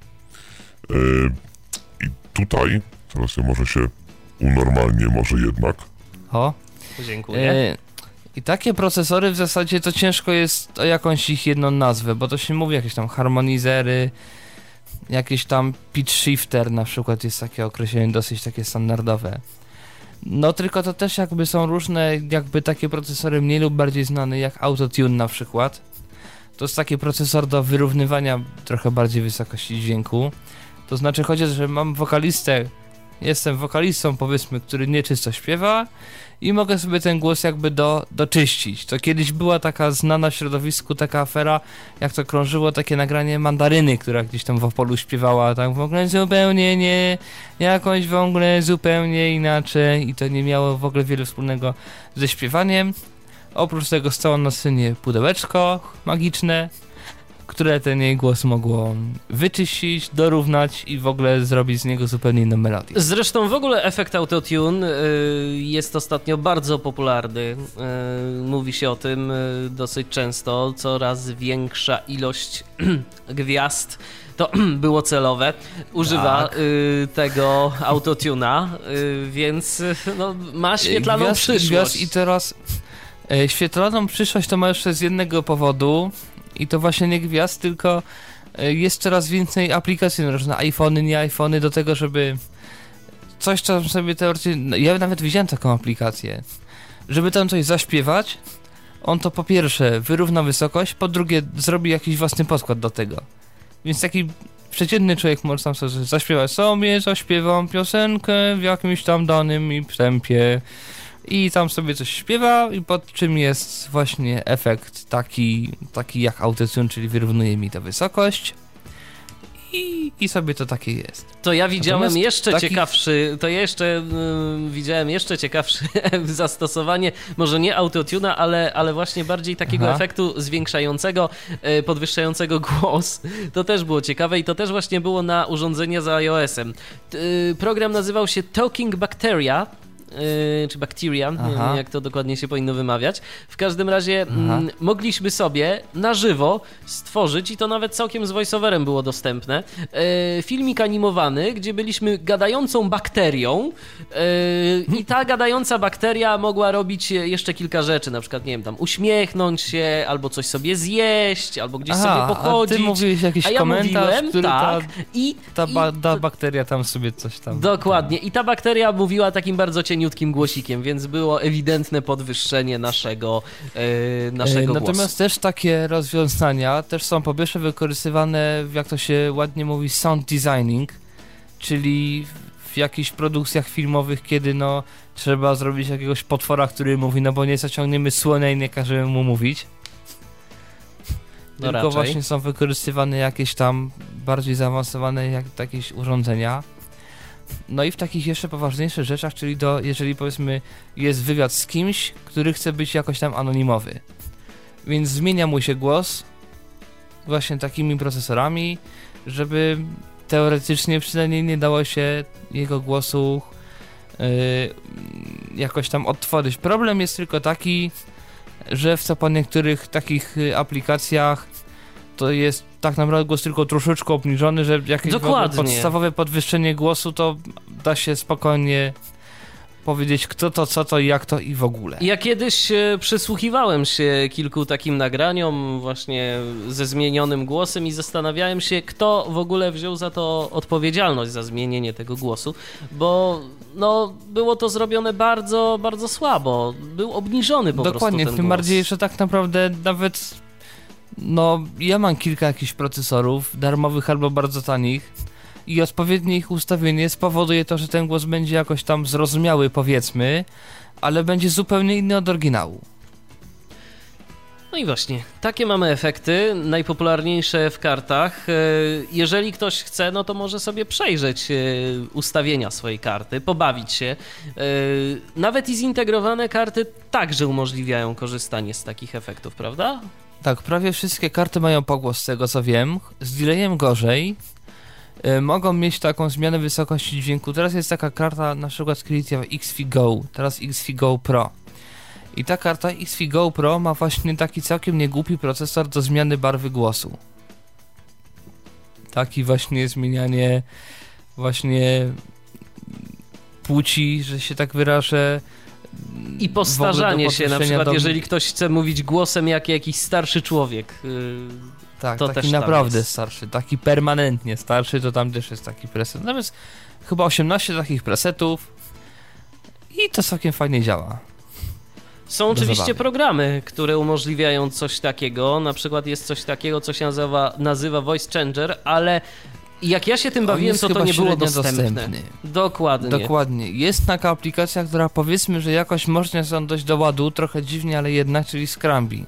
yy, i tutaj, teraz ja może się unormalnię, może jednak. O. Dziękuję. E, I takie procesory w zasadzie to ciężko jest o jakąś ich jedną nazwę, bo to się mówi jakieś tam harmonizery, jakieś tam pitch shifter na przykład jest takie określenie dosyć takie standardowe. No tylko to też jakby są różne jakby takie procesory mniej lub bardziej znane jak Autotune na przykład. To jest taki procesor do wyrównywania trochę bardziej wysokości dźwięku. To znaczy chodzi, że mam wokalistę, jestem wokalistą powiedzmy, który nieczysto śpiewa i mogę sobie ten głos jakby do, doczyścić. To kiedyś była taka znana w środowisku taka afera, jak to krążyło takie nagranie Mandaryny, która gdzieś tam w Opolu śpiewała tak w ogóle zupełnie nie, jakąś w ogóle zupełnie inaczej i to nie miało w ogóle wiele wspólnego ze śpiewaniem. Oprócz tego stało na scenie pudełeczko magiczne, które ten jej głos mogło wyczyścić, dorównać i w ogóle zrobić z niego zupełnie inną melodię. Zresztą w ogóle efekt Autotune y, jest ostatnio bardzo popularny. Y, mówi się o tym y, dosyć często. Coraz większa ilość gwiazd, to było celowe, używa Tak. y, tego Autotuna, y, więc y, no, ma świetlaną Gwiazd, przyszłość. Gwiazd I teraz e, świetlaną przyszłość to ma jeszcze z jednego powodu i to właśnie nie gwiazd, tylko e, jest coraz więcej aplikacji na różne iPhony, nie iPhony do tego, żeby coś tam sobie teoretycznie, no, ja nawet widziałem taką aplikację, żeby tam coś zaśpiewać, on to po pierwsze wyrówna wysokość, po drugie zrobi jakiś własny podkład do tego. Więc taki przeciętny człowiek może tam sobie zaśpiewać sobie, zaśpiewam piosenkę w jakimś tam danym i tempie i tam sobie coś śpiewa i pod czym jest właśnie efekt taki, taki jak Autotune, czyli wyrównuje mi tę wysokość i, i sobie to takie jest. To ja widziałem Natomiast jeszcze takich- ciekawszy, to ja jeszcze y, widziałem jeszcze ciekawsze zastosowanie, może nie autotuna, ale, ale właśnie bardziej takiego Aha. efektu zwiększającego, y, podwyższającego głos. To też było ciekawe i to też właśnie było na urządzenia z iOS-em. Y, program nazywał się Talking Bacteria. Yy, czy Bacteria, nie Aha. wiem jak to dokładnie się powinno wymawiać. W każdym razie mm, mogliśmy sobie na żywo stworzyć, i to nawet całkiem z voiceoverem było dostępne, yy, filmik animowany, gdzie byliśmy gadającą bakterią yy, i ta gadająca bakteria mogła robić jeszcze kilka rzeczy, na przykład, nie wiem, tam uśmiechnąć się, albo coś sobie zjeść, albo gdzieś Aha, sobie pochodzić. a ty mówiłeś jakiś a ja komentarz, mówiłem, który tak, ta, i, ta, ba, i, ta bakteria tam sobie coś tam... Dokładnie. I ta bakteria mówiła takim bardzo cieniutkim głosikiem, więc było ewidentne podwyższenie naszego, e, naszego E, głosu. Natomiast też takie rozwiązania też są po pierwsze wykorzystywane, jak to się ładnie mówi, sound designing, czyli w jakichś produkcjach filmowych, kiedy no trzeba zrobić jakiegoś potwora, który mówi, no bo nie zaciągniemy słonia i nie każemy mu mówić. No Tylko raczej. właśnie są wykorzystywane jakieś tam bardziej zaawansowane jak, jakieś urządzenia. No i w takich jeszcze poważniejszych rzeczach, czyli do, jeżeli powiedzmy jest wywiad z kimś, który chce być jakoś tam anonimowy. Więc zmienia mu się głos właśnie takimi procesorami, żeby teoretycznie przynajmniej nie dało się jego głosu yy, jakoś tam odtworzyć. Problem jest tylko taki, że w co po niektórych takich y, aplikacjach to jest tak naprawdę głos tylko troszeczkę obniżony, że jakieś podstawowe podwyższenie głosu to da się spokojnie powiedzieć kto to, co to, jak to i w ogóle. Ja kiedyś e, przysłuchiwałem się kilku takim nagraniom właśnie ze zmienionym głosem i zastanawiałem się, kto w ogóle wziął za to odpowiedzialność za zmienienie tego głosu, bo no, było to zrobione bardzo, bardzo słabo. Był obniżony po Dokładnie, prostu ten tym głos. bardziej, że tak naprawdę nawet no, ja mam kilka jakichś procesorów darmowych albo bardzo tanich i odpowiednie ich ustawienie spowoduje to, że ten głos będzie jakoś tam zrozumiały, powiedzmy, ale będzie zupełnie inny od oryginału. No i właśnie, takie mamy efekty, najpopularniejsze w kartach. Jeżeli ktoś chce, no to może sobie przejrzeć ustawienia swojej karty, pobawić się. Nawet i zintegrowane karty także umożliwiają korzystanie z takich efektów, prawda? Tak, prawie wszystkie karty mają pogłos, z tego co wiem. Z delayem gorzej. Yy, mogą mieć taką zmianę wysokości dźwięku. Teraz jest taka karta na przykład Creative X F I Go, teraz X F I Go Pro. I ta karta X F I Go Pro ma właśnie taki całkiem niegłupi procesor do zmiany barwy głosu. Taki właśnie zmienianie właśnie płci, że się tak wyrażę. I postarzanie się, na przykład do... jeżeli ktoś chce mówić głosem jak jakiś starszy człowiek. Yy, tak, to taki też naprawdę jest. starszy, taki permanentnie starszy, to tam też jest taki preset. Nawet chyba osiemnaście takich presetów i to całkiem fajnie działa. Są oczywiście programy, które umożliwiają coś takiego, na przykład jest coś takiego, co się nazywa, nazywa Voice Changer, ale jak ja się tym bawiłem, to to nie było dostępne. Dostępny. Dokładnie. Dokładnie. Jest taka aplikacja, która powiedzmy, że jakoś można ją dojść do ładu, trochę dziwnie, ale jednak, czyli Scrambi.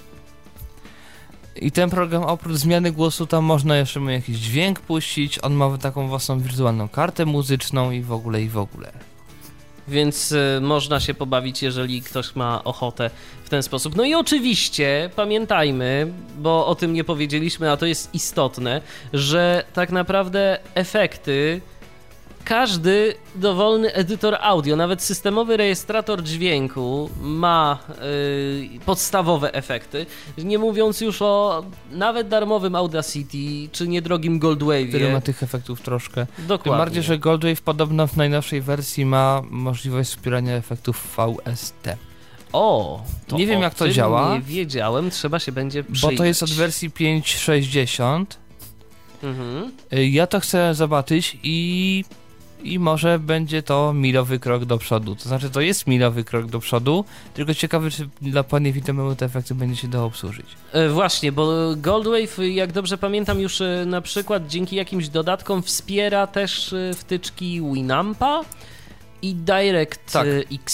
I ten program oprócz zmiany głosu tam można jeszcze mu jakiś dźwięk puścić, on ma taką własną wirtualną kartę muzyczną i w ogóle, i w ogóle. Więc y, można się pobawić, jeżeli ktoś ma ochotę w ten sposób. No i oczywiście pamiętajmy, bo o tym nie powiedzieliśmy, a to jest istotne, że tak naprawdę efekty każdy dowolny edytor audio, nawet systemowy rejestrator dźwięku ma y, podstawowe efekty, nie mówiąc już o nawet darmowym Audacity czy niedrogim Goldwave'ie. Który ma tych efektów troszkę. Dokładnie. Tym bardziej, że Goldwave podobno w najnowszej wersji ma możliwość wspierania efektów V S T. O, to nie wiem o jak to tym działa. Nie wiedziałem, trzeba się będzie przyjrzeć. Bo to jest od wersji pięć sześćdziesiąt. Mhm. Ja to chcę zobaczyć i... I może będzie to milowy krok do przodu. To znaczy, to jest milowy krok do przodu, tylko ciekawy, czy dla pani widomemu te efekty będzie się dało obsłużyć. E, właśnie, bo Goldwave, jak dobrze pamiętam, już e, na przykład dzięki jakimś dodatkom wspiera też e, wtyczki Winampa i DirectX. Tak.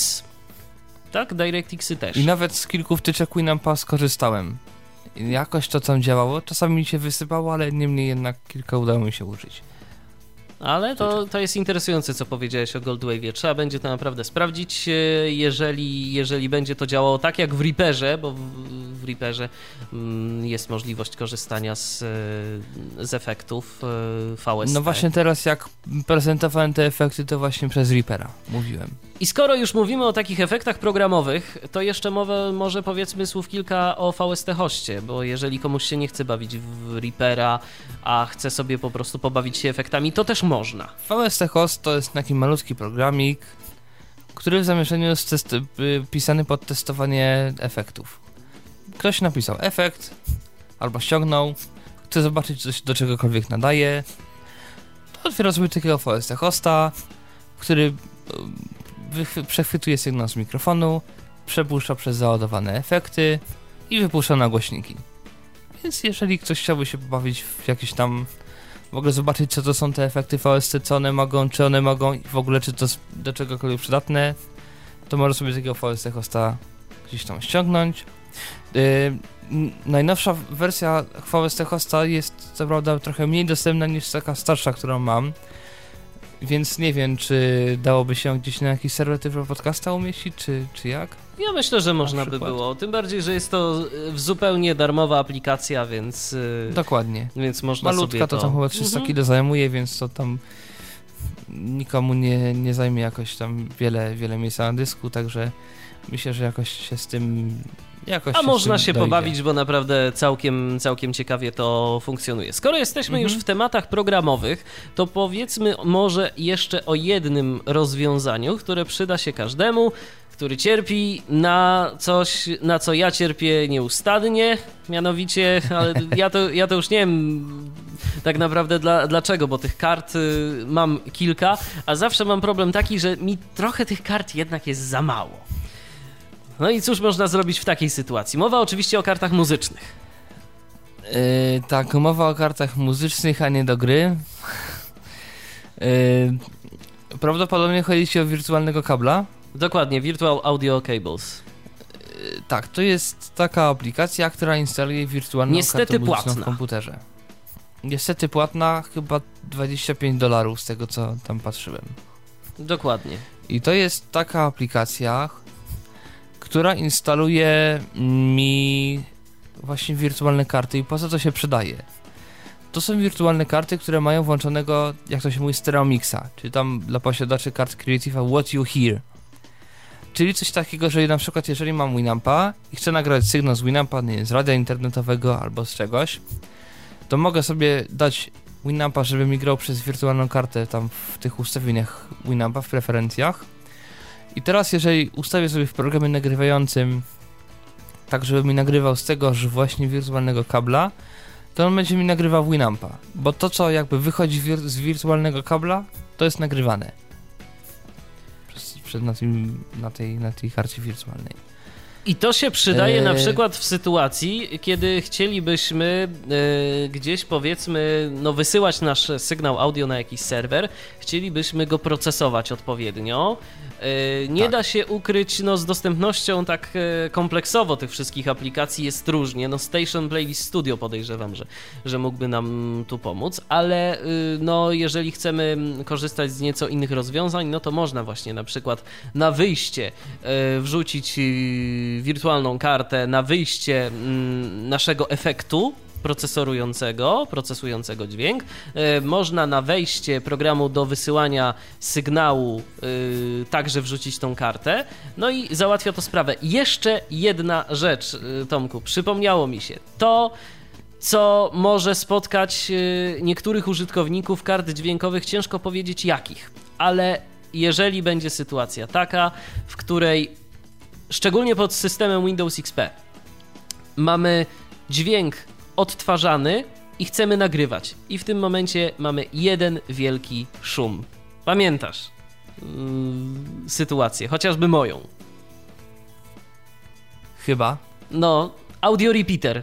Tak, DirectXy też. I nawet z kilku wtyczek Winampa skorzystałem. Jakoś to tam działało. Czasami mi się wysypało, ale niemniej jednak kilka udało mi się użyć. Ale to, to jest interesujące, co powiedziałeś o Goldwave'ie. Trzeba będzie to naprawdę sprawdzić, jeżeli, jeżeli będzie to działało tak jak w Reaperze, bo w, w Reaperze mm, jest możliwość korzystania z, z efektów V S T. No właśnie teraz jak prezentowałem te efekty, to właśnie przez Reapera mówiłem. I skoro już mówimy o takich efektach programowych, to jeszcze mowę, może powiedzmy słów kilka o V S T Hostie, bo jeżeli komuś się nie chce bawić w Reapera, a chce sobie po prostu pobawić się efektami, to też można. V S T Host to jest taki malutki programik, który w zamierzeniu jest test- pisany pod testowanie efektów. Ktoś napisał efekt, albo ściągnął, chce zobaczyć, co się do czegokolwiek nadaje, to otwiera sobie takiego V S T Hosta, który przechwytuje sygnał z mikrofonu, przepuszcza przez załadowane efekty i wypuszcza na głośniki. Więc jeżeli ktoś chciałby się pobawić w jakieś tam, w ogóle zobaczyć, co to są te efekty V S T, co one mogą, czy one mogą i w ogóle czy to do czegokolwiek przydatne, to może sobie takiego V S T Hosta gdzieś tam ściągnąć. Yy, najnowsza wersja V S T Hosta jest co prawda trochę mniej dostępna niż taka starsza, którą mam, więc nie wiem, czy dałoby się gdzieś na jakiś serwer Tyflo Podcasta umieścić, czy, czy jak? Ja myślę, że można by było. Tym bardziej, że jest to zupełnie darmowa aplikacja, więc... Dokładnie. Więc można Malutka sobie to... to tam chyba trzysta mhm. kilo zajmuje, więc to tam nikomu nie, nie zajmie jakoś tam wiele, wiele miejsca na dysku, także myślę, że jakoś się z tym jakoś A się można z tym się dojdzie. pobawić, bo naprawdę całkiem, całkiem ciekawie to funkcjonuje. Skoro jesteśmy Mhm. już w tematach programowych, to powiedzmy może jeszcze o jednym rozwiązaniu, które przyda się każdemu, który cierpi na coś, na co ja cierpię nieustannie, mianowicie, ale ja to, ja to już nie wiem tak naprawdę dla, dlaczego, bo tych kart y, mam kilka, a zawsze mam problem taki, że mi trochę tych kart jednak jest za mało. No i cóż można zrobić w takiej sytuacji? Mowa oczywiście o kartach muzycznych. Yy, tak, mowa o kartach muzycznych, a nie do gry. Yy, prawdopodobnie chodzi ci o wirtualnego kabla. Dokładnie, Virtual Audio Cables. Yy, tak, to jest taka aplikacja, która instaluje wirtualną Niestety kartę muzyczną płatna. w komputerze. Niestety płatna, chyba dwadzieścia pięć dolarów z tego, co tam patrzyłem. Dokładnie. I to jest taka aplikacja, która instaluje mi właśnie wirtualne karty. I po co to się przydaje? To są wirtualne karty, które mają włączonego, jak to się mówi, stereo mixa, czyli tam dla posiadaczy kart Creative'a What You Hear. Czyli coś takiego, że na przykład jeżeli mam Winampa i chcę nagrać sygnał z Winampa, nie wiem, z radia internetowego albo z czegoś, to mogę sobie dać Winampa, żeby mi grał przez wirtualną kartę tam w tych ustawieniach Winampa, w preferencjach. I teraz jeżeli ustawię sobie w programie nagrywającym tak, żeby mi nagrywał z tegoż właśnie wirtualnego kabla, to on będzie mi nagrywał Winampa, bo to co jakby wychodzi wir- z wirtualnego kabla, to jest nagrywane przez, przez na, tym, na, tej, na tej karcie wirtualnej. I to się przydaje Eee. na przykład w sytuacji, kiedy chcielibyśmy e, gdzieś powiedzmy no, wysyłać nasz sygnał audio na jakiś serwer, chcielibyśmy go procesować odpowiednio. E, nie Tak. da się ukryć, no z dostępnością tak e, kompleksowo tych wszystkich aplikacji jest różnie. No Station Playlist Studio podejrzewam, że, że mógłby nam tu pomóc, ale e, no jeżeli chcemy korzystać z nieco innych rozwiązań, no to można właśnie na przykład na wyjście e, wrzucić e, wirtualną kartę na wyjście mm, naszego efektu procesorującego, procesującego dźwięk. E, można na wejście programu do wysyłania sygnału e, także wrzucić tą kartę. No i załatwia to sprawę. Jeszcze jedna rzecz, e, Tomku, przypomniało mi się. To, co może spotkać e, niektórych użytkowników kart dźwiękowych, ciężko powiedzieć jakich, ale jeżeli będzie sytuacja taka, w której szczególnie pod systemem Windows X P mamy dźwięk odtwarzany i chcemy nagrywać. I w tym momencie mamy jeden wielki szum. Pamiętasz yy, sytuację, chociażby moją. Chyba. No, audio repeater.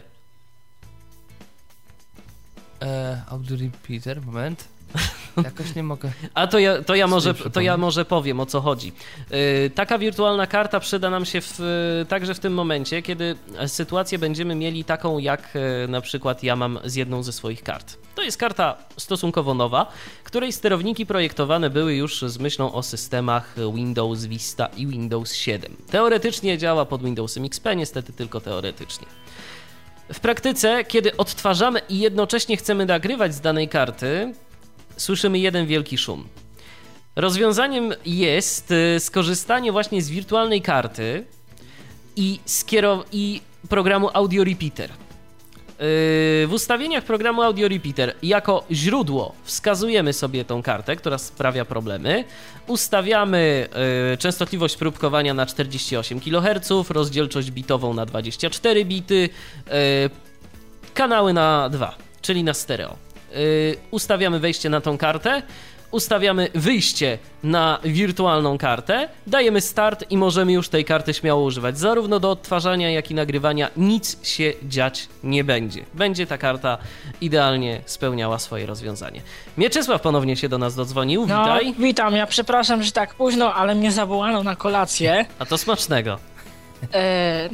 Eee, audio repeater, moment. Jakoś nie mogę. A to ja, to ja, może, przypomnę. to ja może powiem, o co chodzi. Yy, taka wirtualna karta przyda nam się w, yy, także w tym momencie, kiedy sytuację będziemy mieli taką, jak yy, na przykład ja mam z jedną ze swoich kart. To jest karta stosunkowo nowa, której sterowniki projektowane były już z myślą o systemach Windows Vista i Windows siedem. Teoretycznie działa pod Windowsem X P, niestety tylko teoretycznie. W praktyce, kiedy odtwarzamy i jednocześnie chcemy nagrywać z danej karty, słyszymy jeden wielki szum. Rozwiązaniem jest y, skorzystanie właśnie z wirtualnej karty i, skierow- i programu Audio Repeater. Yy, w ustawieniach programu Audio Repeater jako źródło wskazujemy sobie tą kartę, która sprawia problemy. Ustawiamy yy, częstotliwość próbkowania na czterdzieści osiem kiloherców, rozdzielczość bitową na dwadzieścia cztery bity, yy, kanały na dwa, czyli na stereo. Yy, ustawiamy wejście na tą kartę, ustawiamy wyjście na wirtualną kartę, dajemy start i możemy już tej karty śmiało używać. Zarówno do odtwarzania, jak i nagrywania nic się dziać nie będzie. Będzie ta karta idealnie spełniała swoje rozwiązanie. Mieczysław ponownie się do nas dodzwonił, No, witaj. witam, ja przepraszam, że tak późno, ale mnie zawołano na kolację. A to smacznego. E,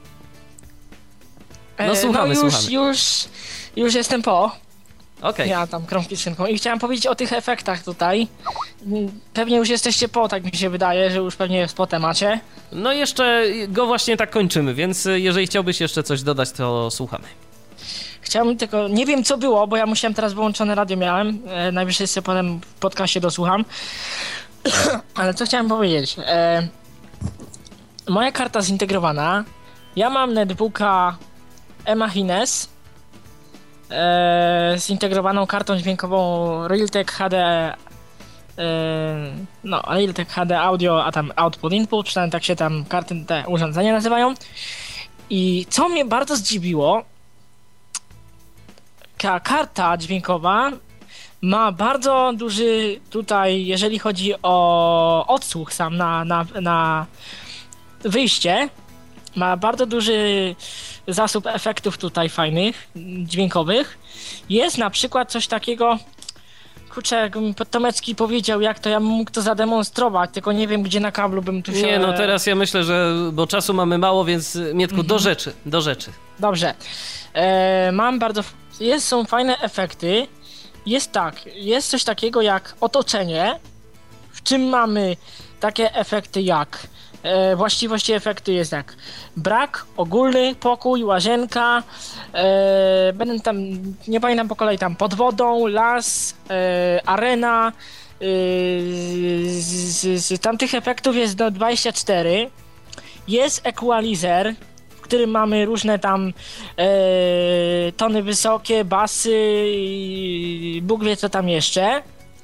No, słuchamy, no już, słuchamy. już, już jestem po. Okej. Ja tam krążki z szynką i chciałem powiedzieć o tych efektach tutaj. Pewnie już jesteście po, tak mi się wydaje, że już pewnie jest po temacie. No jeszcze go właśnie tak kończymy, więc jeżeli chciałbyś jeszcze coś dodać, to słuchamy. Chciałem tylko, nie wiem co było, bo ja musiałem teraz wyłączone radio miałem, e, najwyżej sobie potem w podcastie dosłucham. Ale co chciałem powiedzieć? E, moja karta zintegrowana, ja mam netbooka Emachines e, zintegrowaną kartą dźwiękową Realtek H D, e, no Realtek H D Audio, a tam Output Input, przynajmniej tak się tam karty, te urządzenia nazywają. I co mnie bardzo zdziwiło, ta karta dźwiękowa ma bardzo duży tutaj, jeżeli chodzi o odsłuch sam na, na, na wyjście, ma bardzo duży zasób efektów tutaj fajnych, dźwiękowych. Jest na przykład coś takiego, kurczę, jakby mi Tomecki powiedział, jak to ja bym mógł to zademonstrować, tylko nie wiem, gdzie na kablu bym tu się... Nie, no teraz ja myślę, że, bo czasu mamy mało, więc Mietku, Mhm. do rzeczy, do rzeczy. Dobrze. E, mam bardzo... Jest, są fajne efekty. Jest tak, jest coś takiego jak otoczenie, w czym mamy takie efekty jak... E, właściwości efektu jest jak brak, ogólny pokój, łazienka, e, będę tam, nie pamiętam po kolei, tam pod wodą, las, e, arena, e, z, z, z tamtych efektów jest do dwadzieścia cztery. Jest equalizer, w którym mamy różne tam e, tony wysokie, basy i Bóg wie co tam jeszcze.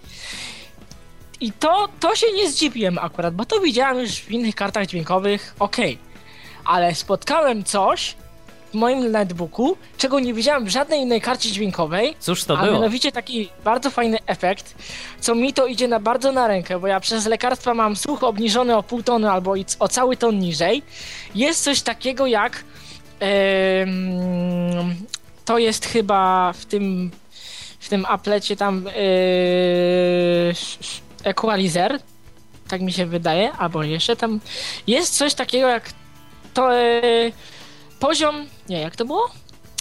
I to, to się nie zdziwiłem akurat, bo to widziałem już w innych kartach dźwiękowych, okej. Ale spotkałem coś w moim netbooku, czego nie widziałem w żadnej innej karcie dźwiękowej. Cóż to a było? mianowicie taki bardzo fajny efekt, co mi to idzie na bardzo na rękę, bo ja przez lekarstwa mam słuch obniżony o pół tonu albo i o cały ton niżej. Jest coś takiego jak... Em, to jest chyba w tym w tym aplecie tam yy, equalizer, tak mi się wydaje, albo jeszcze tam jest coś takiego jak to yy, poziom, nie, jak to było?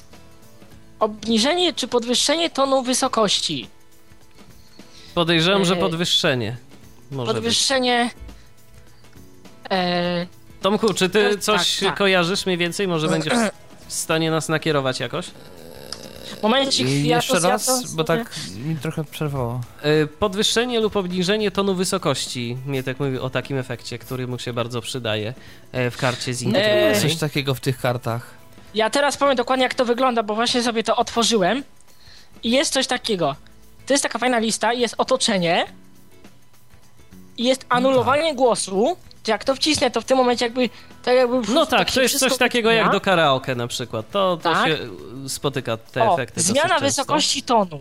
Obniżenie czy podwyższenie tonu wysokości. Podejrzewam, że Yy, podwyższenie. Może Podwyższenie yy, być. Tomku, czy ty tak, coś tak, tak. kojarzysz mniej więcej? Może będziesz w stanie nas nakierować jakoś? momencik, I ja jeszcze to, raz, ja to bo sobie- tak mi trochę przerwało. Yy, Podwyższenie lub obniżenie tonu wysokości. Mietek mówi o takim efekcie, który mu się bardzo przydaje e, w karcie zintegrowanej. Eee, Coś takiego w tych kartach. Ja teraz powiem dokładnie jak to wygląda, bo właśnie sobie to otworzyłem i jest coś takiego. To jest taka fajna lista i jest otoczenie i jest anulowanie głosu. Jak to wcisnę, to w tym momencie jakby... Tak jakby No tak, tak się to jest coś wszystko takiego jak wycina. do karaoke na przykład. To, to Tak. się spotyka, te O, efekty zmiana dosyć często. wysokości tonu.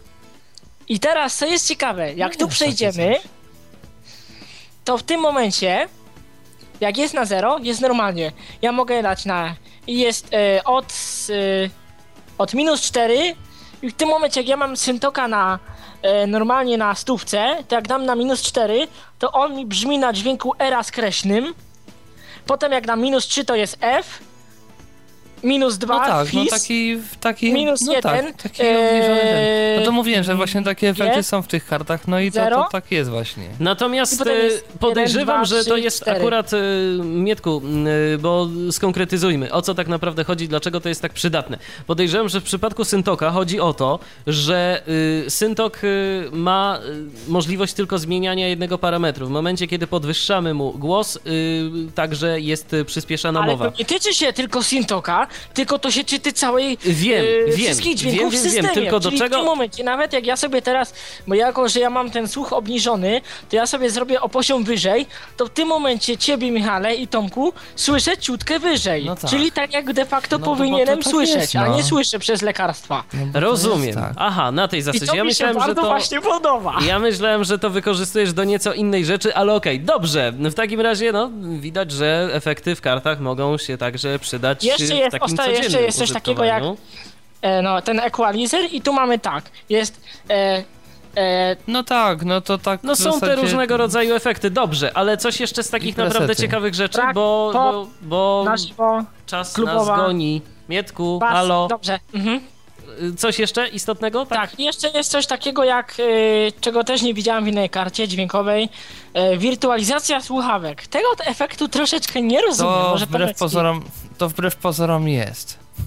I teraz, co jest ciekawe, jak No tu jest takie przejdziemy, coś. to w tym momencie, jak jest na zero, jest normalnie. Ja mogę dać na... i jest e, od, e, od minus cztery i w tym momencie, jak ja mam syntoka na e, normalnie na stówce, to jak dam na minus cztery, to on mi brzmi na dźwięku era skreśnym. Potem jak na minus trzy to jest F, minus dwa No tak, fizz, no taki, taki minus no jeden, tak, taki eee, obniżony ten. No to mówiłem, że właśnie takie efekty jest, są w tych kartach, no i to, zero. to tak jest właśnie. I Natomiast potem e, jest podejrzewam, jeden, dwa, że to trzy, jest cztery. akurat, e, Mietku, e, bo skonkretyzujmy, o co tak naprawdę chodzi, dlaczego to jest tak przydatne. Podejrzewam, że w przypadku syntoka chodzi o to, że e, syntok e, ma e, możliwość tylko zmieniania jednego parametru. W momencie, kiedy podwyższamy mu głos, e, także jest e, przyspieszana Ale mowa. to nie tyczy się tylko syntoka, tylko to się tyczy całej Wiem, e, wiem, wszystkich dźwięków wiem, wiem, w systemie. wiem, tylko do Czyli czego- w tym momencie, nawet jak ja sobie teraz, bo jako, że ja mam ten słuch obniżony, to ja sobie zrobię o poziom wyżej, to w tym momencie ciebie, Michale i Tomku, słyszę ciutkę wyżej. No tak. Czyli tak jak de facto No to bo powinienem to tak słyszeć, jest, a no. nie słyszę przez lekarstwa. No bo to Rozumiem. jest tak. Aha, na tej I zasadzie. to Ja mi się myślałem, że bardzo to... właśnie podoba. Ja myślałem, że to wykorzystujesz do nieco innej rzeczy, ale okej, dobrze. W takim razie, no, widać, że efekty w kartach mogą się także przydać Jeszcze w jest- takim osta- jeszcze codziennym jest coś takiego jak- użytkowaniu. E, no, ten equalizer i tu mamy tak, jest e, e, No tak, no to tak No w są te zasadzie- różnego rodzaju efekty, dobrze, ale coś jeszcze z takich presety. naprawdę ciekawych rzeczy, Track, bo, bo, pop, bo na żywo, czas klubowa, nas goni. Mietku, bas, halo, dobrze. Mhm. coś jeszcze istotnego? Tak, i jeszcze jest coś takiego jak, y, czego też nie widziałem w innej karcie dźwiękowej, y, wirtualizacja słuchawek. Tego efektu troszeczkę nie rozumiem. To Może wbrew Tomecki- pozorom, to wbrew pozorom jest.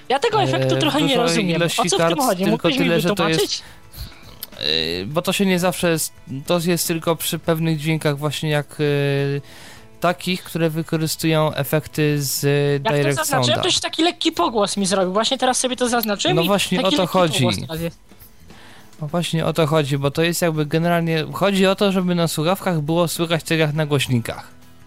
Ja tego efektu e, trochę nie dużej rozumiem. ilości O co w kart, tym chodzi? tylko Mógłbyś mi tyle, że to wytłumaczyć? jest- Yy, bo to się nie zawsze jest, to jest tylko przy pewnych dźwiękach właśnie jak yy, takich, które wykorzystują efekty z Jak to Direct zaznaczyłem, Sounda. to się taki lekki pogłos mi zrobił. Właśnie teraz sobie to zaznaczyłem No i właśnie taki o to lekki chodzi. pogłos teraz jest. No właśnie o to chodzi, bo to jest jakby generalnie, chodzi o to, żeby na słuchawkach było słychać tak jak na głośnikach.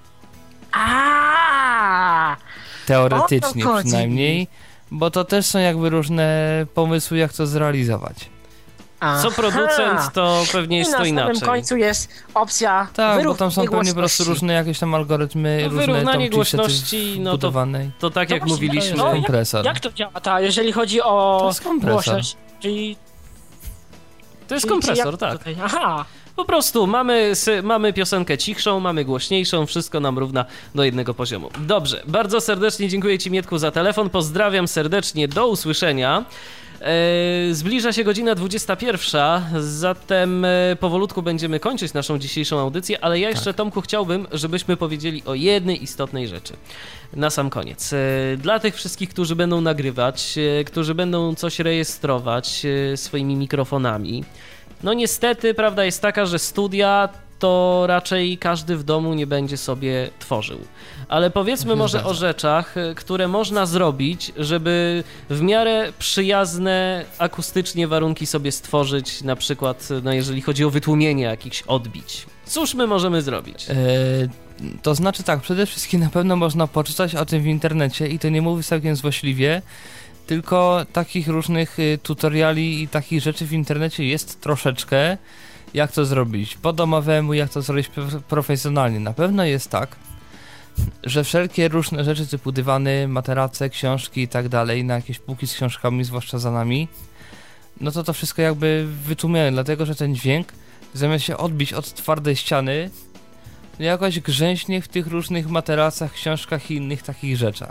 Aaaa! Teoretycznie O to chodzi. przynajmniej, bo to też są jakby różne pomysły, jak to zrealizować. Co producent, to pewnie jest I na to samym inaczej. końcu jest opcja Tak, bo wyrównanie tam są pewnie po prostu głośności. różne jakieś tam algorytmy, No, różne wyrównanie tam chipsety głośności, no to- wbudowane. To tak No jak właśnie, mówiliśmy. no, jak- kompresor. Jak to działa, ta, jeżeli chodzi o To jest kompresor. głośność? Czyli, To jest czyli, kompresor, czyli tak. jak tutaj? Aha, Po prostu mamy, sy- mamy piosenkę cichszą, mamy głośniejszą, wszystko nam równa do jednego poziomu. Dobrze, bardzo serdecznie dziękuję Ci, Mietku, za telefon. Pozdrawiam serdecznie, do usłyszenia. E, Zbliża się godzina dwudziesta pierwsza, zatem e, powolutku będziemy kończyć naszą dzisiejszą audycję, ale ja jeszcze, Tomku, chciałbym, żebyśmy powiedzieli o jednej istotnej rzeczy. Na sam koniec. E, Dla tych wszystkich, którzy będą nagrywać, e, którzy będą coś rejestrować e, swoimi mikrofonami, no niestety prawda jest taka, że studia to raczej każdy w domu nie będzie sobie tworzył. Ale powiedzmy się może zgadza. o rzeczach, y, które można zrobić, żeby w miarę przyjazne akustycznie warunki sobie stworzyć, na przykład no jeżeli chodzi o wytłumienie jakichś odbić. Cóż my możemy zrobić? E, to znaczy tak, przede wszystkim na pewno można poczytać o tym w internecie i to nie mówię całkiem złośliwie, tylko takich różnych y, tutoriali i takich rzeczy w internecie jest troszeczkę, jak to zrobić po domowemu, jak to zrobić pro- profesjonalnie. Na pewno jest tak, że wszelkie różne rzeczy typu dywany, materace, książki i tak dalej, na jakieś półki z książkami, zwłaszcza za nami, no to to wszystko jakby wytłumione, dlatego że ten dźwięk zamiast się odbić od twardej ściany, jakoś grzęśnie w tych różnych materacach, książkach i innych takich rzeczach.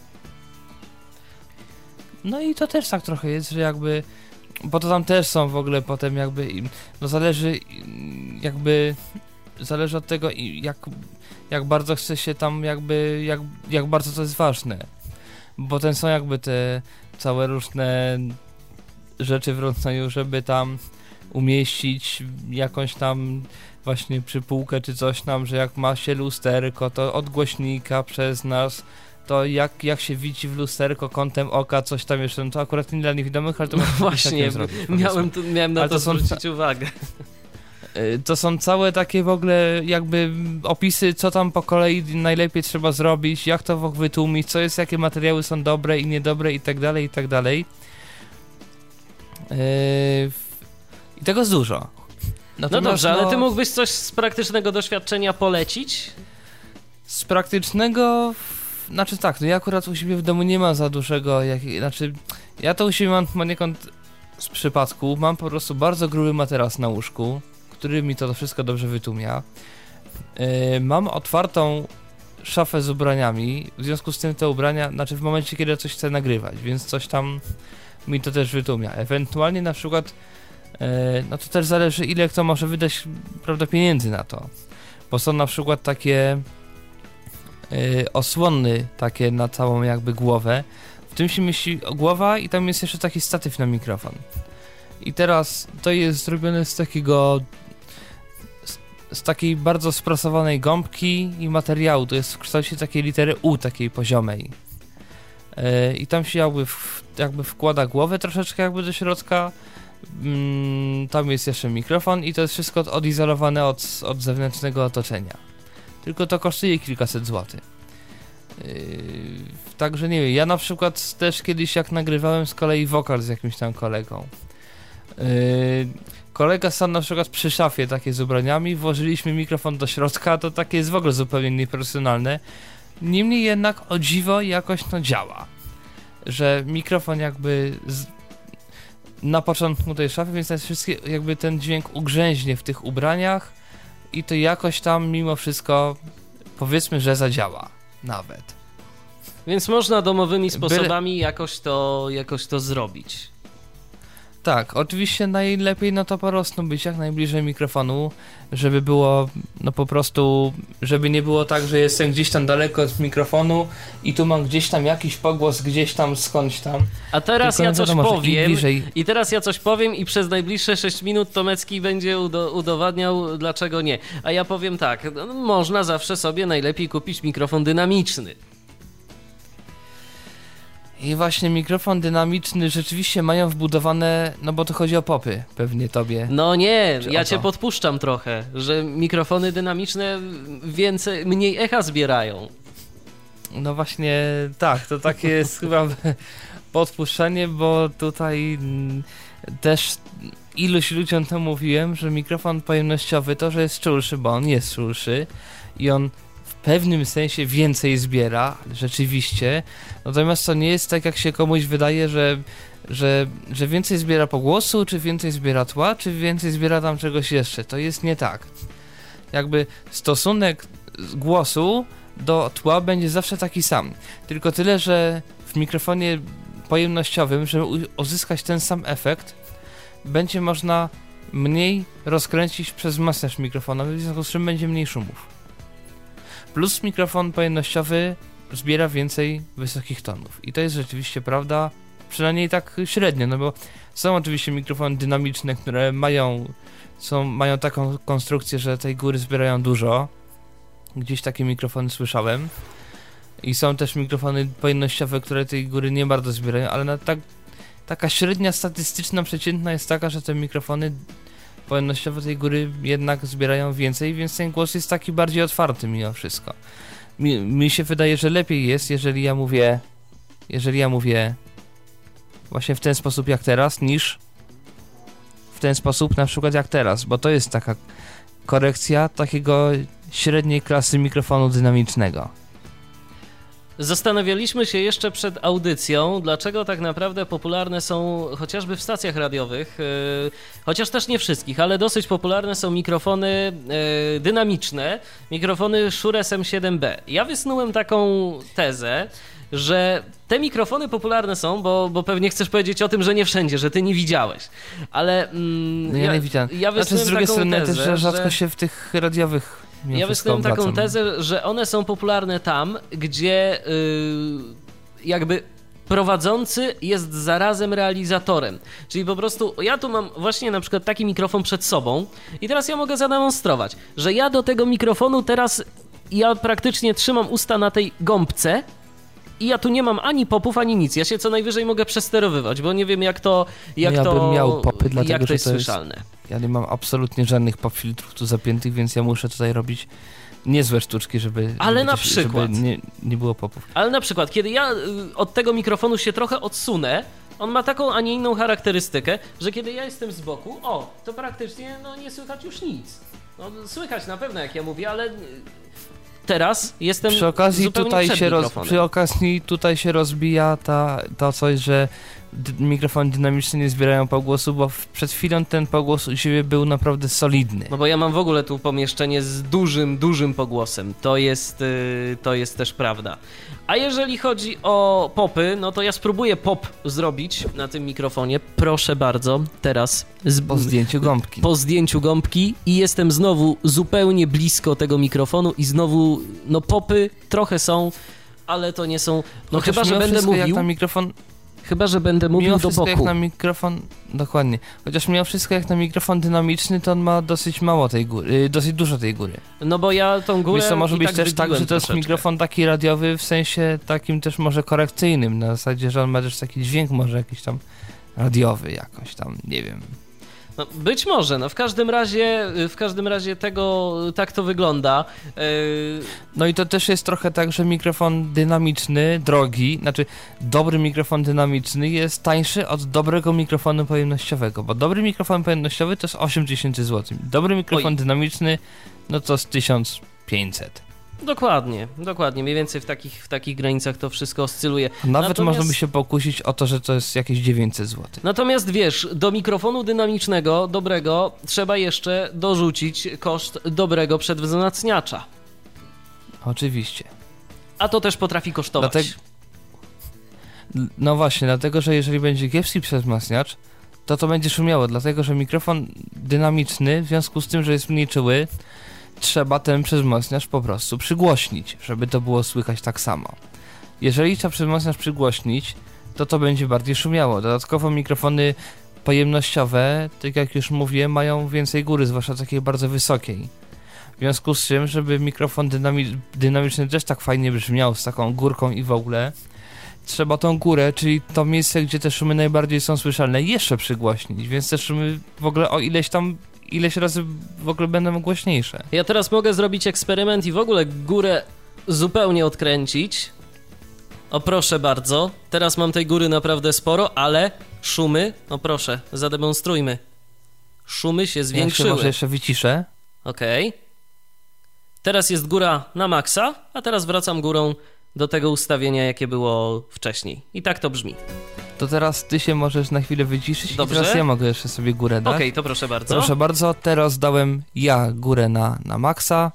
No i to też tak trochę jest, że jakby, bo to tam też są w ogóle potem jakby, im- no zależy im, jakby, zależy od tego i jak, jak bardzo chce się tam jakby, jak, jak bardzo to jest ważne. Bo ten są jakby te całe różne rzeczy w rodzaju, żeby tam umieścić jakąś tam właśnie przypółkę czy coś tam, że jak ma się lusterko, to od głośnika przez nas, to jak, jak się widzi w lusterko kątem oka, coś tam jeszcze, no to akurat nie dla niewidomych, ale to No można właśnie, takiego zrobić, miałem, tu, miałem na Ale to, to są- zwrócić uwagę. Y, To są całe takie w ogóle jakby opisy, co tam po kolei najlepiej trzeba zrobić, jak to w ogóle wytłumić, co jest, jakie materiały są dobre i niedobre i tak dalej, i tak dalej. Yy, I tego jest dużo. No Natomiast, dobrze, ale ty mógłbyś coś z praktycznego doświadczenia polecić? Z praktycznego, znaczy tak, no ja akurat u siebie w domu nie mam za dużego, jak, znaczy ja to u siebie mam poniekąd z przypadku, mam po prostu bardzo gruby materac na łóżku, który mi to wszystko dobrze wytłumia. Yy, mam otwartą szafę z ubraniami, w związku z tym te ubrania, znaczy w momencie kiedy coś chcę nagrywać, więc coś tam mi to też wytłumia. Ewentualnie na przykład, yy, no to też zależy ile kto może wydać, prawda, pieniędzy na to, bo są na przykład takie yy, osłony takie na całą jakby głowę, w tym się mieści głowa i tam jest jeszcze taki statyw na mikrofon. I teraz to jest zrobione z takiego z, z takiej bardzo sprasowanej gąbki i materiału, to jest w kształcie takiej litery U, takiej poziomej. Yy, I tam się jakby, w, jakby wkłada głowę troszeczkę jakby do środka, mm, tam jest jeszcze mikrofon i to jest wszystko odizolowane od, od zewnętrznego otoczenia. Tylko to kosztuje kilkaset złotych. Yy, także nie wiem, ja na przykład też kiedyś jak nagrywałem z kolei wokal z jakimś tam kolegą. Yy, kolega stał na przykład przy szafie takie z ubraniami, włożyliśmy mikrofon do środka, to takie jest w ogóle zupełnie nieprofesjonalne. Niemniej jednak o dziwo jakoś to działa, że mikrofon jakby z, na początku tej szafy, więc jest wszystkie, jakby ten dźwięk ugrzęźnie w tych ubraniach i to jakoś tam mimo wszystko powiedzmy, że zadziała nawet. Więc można domowymi sposobami Byle... jakoś, to, jakoś to zrobić. Tak, oczywiście najlepiej no to po prostu być jak najbliżej mikrofonu, żeby było no po prostu, żeby nie było tak, że jestem gdzieś tam daleko od mikrofonu i tu mam gdzieś tam jakiś pogłos gdzieś tam skądś tam. A teraz Tylko ja no coś wiadomo, że im powiem bliżej... i teraz ja coś powiem i przez najbliższe sześć minut Tomecki będzie udo- udowadniał, dlaczego nie. A ja powiem tak, no, można zawsze sobie najlepiej kupić mikrofon dynamiczny. I właśnie mikrofon dynamiczny rzeczywiście mają wbudowane, no bo to chodzi o popy, pewnie tobie. No nie, Czy ja o cię to? podpuszczam trochę, że mikrofony dynamiczne więcej, mniej echa zbierają. No właśnie tak, to takie jest chyba podpuszczenie, bo tutaj mm, też iluś ludziom to mówiłem, że mikrofon pojemnościowy to, że jest czulszy, bo on jest czulszy i on w pewnym sensie więcej zbiera, rzeczywiście, natomiast to nie jest tak, jak się komuś wydaje, że, że, że więcej zbiera pogłosu, czy więcej zbiera tła, czy więcej zbiera tam czegoś jeszcze. To jest nie tak. Jakby stosunek głosu do tła będzie zawsze taki sam. Tylko tyle, że w mikrofonie pojemnościowym, żeby uzyskać ten sam efekt, będzie można mniej rozkręcić przez wzmacniacz mikrofonowy, w związku z czym będzie mniej szumów. Plus mikrofon pojemnościowy zbiera więcej wysokich tonów. I to jest rzeczywiście prawda, przynajmniej tak średnio, no bo są oczywiście mikrofony dynamiczne, które mają, są, mają taką konstrukcję, że tej góry zbierają dużo. Gdzieś takie mikrofony słyszałem. I są też mikrofony pojemnościowe, które tej góry nie bardzo zbierają, ale na tak, taka średnia statystyczna, przeciętna jest taka, że te mikrofony pojemnościowe tej góry jednak zbierają więcej, więc ten głos jest taki bardziej otwarty mimo wszystko. Mi, mi się wydaje, że lepiej jest, jeżeli ja mówię, jeżeli ja mówię właśnie w ten sposób jak teraz, niż w ten sposób na przykład jak teraz, bo to jest taka korekcja takiego średniej klasy mikrofonu dynamicznego. Zastanawialiśmy się jeszcze przed audycją, dlaczego tak naprawdę popularne są chociażby w stacjach radiowych, yy, chociaż też nie wszystkich, ale dosyć popularne są mikrofony yy, dynamiczne, mikrofony Shure S M siedem B. Ja wysnułem taką tezę, że te mikrofony popularne są, bo, bo pewnie chcesz powiedzieć o tym, że nie wszędzie, że ty nie widziałeś, ale mm, No ja, ja nie widziałem. Ja znaczy z drugiej strony tezę, też, że rzadko że... się w tych radiowych Ja wysnułem taką tezę, że one są popularne tam, gdzie yy, jakby prowadzący jest zarazem realizatorem. Czyli po prostu ja tu mam właśnie na przykład taki mikrofon przed sobą i teraz ja mogę zademonstrować, że ja do tego mikrofonu teraz ja praktycznie trzymam usta na tej gąbce i ja tu nie mam ani popów, ani nic. Ja się co najwyżej mogę przesterowywać, bo nie wiem jak to jak no ja to, bym miał popy, dlatego, jak to że jest to jest, słyszalne. Ja nie mam absolutnie żadnych pop filtrów tu zapiętych, więc ja muszę tutaj robić niezłe sztuczki, żeby, Ale żeby, na też, przykład. żeby nie, nie było popów. Ale na przykład, kiedy ja y, od tego mikrofonu się trochę odsunę, on ma taką, a nie inną charakterystykę, że kiedy ja jestem z boku, o, to praktycznie no, nie słychać już nic. No, słychać na pewno, jak ja mówię, ale y, teraz jestem Przy okazji zupełnie tutaj przed się roz, mikrofonem. przy okazji tutaj się rozbija ta, to coś, że d- mikrofony dynamiczne nie zbierają pogłosu, bo w, przed chwilą ten pogłos u siebie był naprawdę solidny. No bo ja mam w ogóle tu pomieszczenie z dużym, dużym pogłosem. To jest, yy, to jest też prawda. A jeżeli chodzi o popy, no to ja spróbuję pop zrobić na tym mikrofonie. Proszę bardzo, teraz z... Po zdjęciu gąbki. po zdjęciu gąbki i jestem znowu zupełnie blisko tego mikrofonu i znowu, no popy trochę są, ale to nie są, no Chociaż chyba, że mimo będę wszystko, jak mówił, na mikrofon, chyba, że będę mówił mimo do wszystko boku. jak na mikrofon, dokładnie, chociaż mimo wszystko jak na mikrofon dynamiczny, to on ma dosyć mało tej góry, yy, dosyć dużo tej góry. No bo ja tą górę Wiesz, to może i być tak też tak, wybiłem że to jest troszeczkę. mikrofon taki radiowy, w sensie takim też może korekcyjnym, na zasadzie, że on ma też taki dźwięk może jakiś tam radiowy jakoś tam, nie wiem. No, być może, no w każdym razie, w każdym razie tego, tak to wygląda. Yy, No i to też jest trochę tak, że mikrofon dynamiczny, drogi, znaczy dobry mikrofon dynamiczny jest tańszy od dobrego mikrofonu pojemnościowego, bo dobry mikrofon pojemnościowy to jest osiem tysięcy złotych. Dobry mikrofon Oj. dynamiczny, no to z tysiąc pięćset. dokładnie, dokładnie, mniej więcej w takich, w takich granicach to wszystko oscyluje. Nawet Natomiast- można by się pokusić o to, że to jest jakieś dziewięćset złotych. Natomiast wiesz, do mikrofonu dynamicznego, dobrego, trzeba jeszcze dorzucić koszt dobrego przedwzmacniacza. Oczywiście. A to też potrafi kosztować. Dlatego- No właśnie, dlatego, że jeżeli będzie kiepski przedwzmacniacz, to to będzie szumiało, dlatego że mikrofon dynamiczny, w związku z tym, że jest mniej czuły, trzeba ten przezmocniacz po prostu przygłośnić, żeby to było słychać tak samo. Jeżeli trzeba przezmocniacz przygłośnić, to to będzie bardziej szumiało. Dodatkowo mikrofony pojemnościowe, tak jak już mówię, mają więcej góry, zwłaszcza takiej bardzo wysokiej. W związku z tym, żeby mikrofon dynami- dynamiczny też tak fajnie brzmiał, z taką górką i w ogóle, trzeba tą górę, czyli to miejsce, gdzie te szumy najbardziej są słyszalne, jeszcze przygłośnić, więc te szumy w ogóle o ileś tam, ileś razy w ogóle będą głośniejsze. Ja teraz mogę zrobić eksperyment i w ogóle górę zupełnie odkręcić. O proszę bardzo, teraz mam tej góry naprawdę sporo, ale szumy, no proszę, zademonstrujmy. Szumy się zwiększyły. Ja się może jeszcze wyciszę. Okej. Okay. Teraz jest góra na maksa, a teraz wracam górą do tego ustawienia, jakie było wcześniej. I tak to brzmi. To teraz ty się możesz na chwilę wyciszyć. Dobrze. I teraz ja mogę jeszcze sobie górę dać. Okej, okay, to proszę bardzo. Proszę bardzo, teraz dałem ja górę na, na maksa.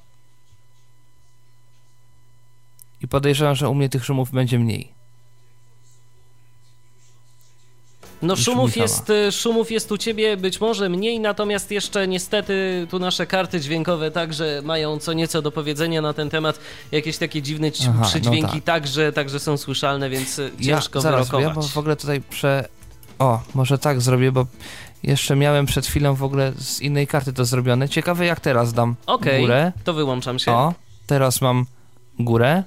I podejrzewam, że u mnie tych szumów będzie mniej. No szumów jest, szumów jest u ciebie być może mniej, natomiast jeszcze niestety tu nasze karty dźwiękowe także mają co nieco do powiedzenia na ten temat. Jakieś takie dziwne ci- Aha, przydźwięki no tak. także, także są słyszalne, więc ciężko ja, zaraz, wyrokować. Ja bo w ogóle tutaj prze... O, może tak zrobię, bo jeszcze miałem przed chwilą w ogóle z innej karty to zrobione. Ciekawe jak teraz dam Okej, górę. to wyłączam się. O, teraz mam górę.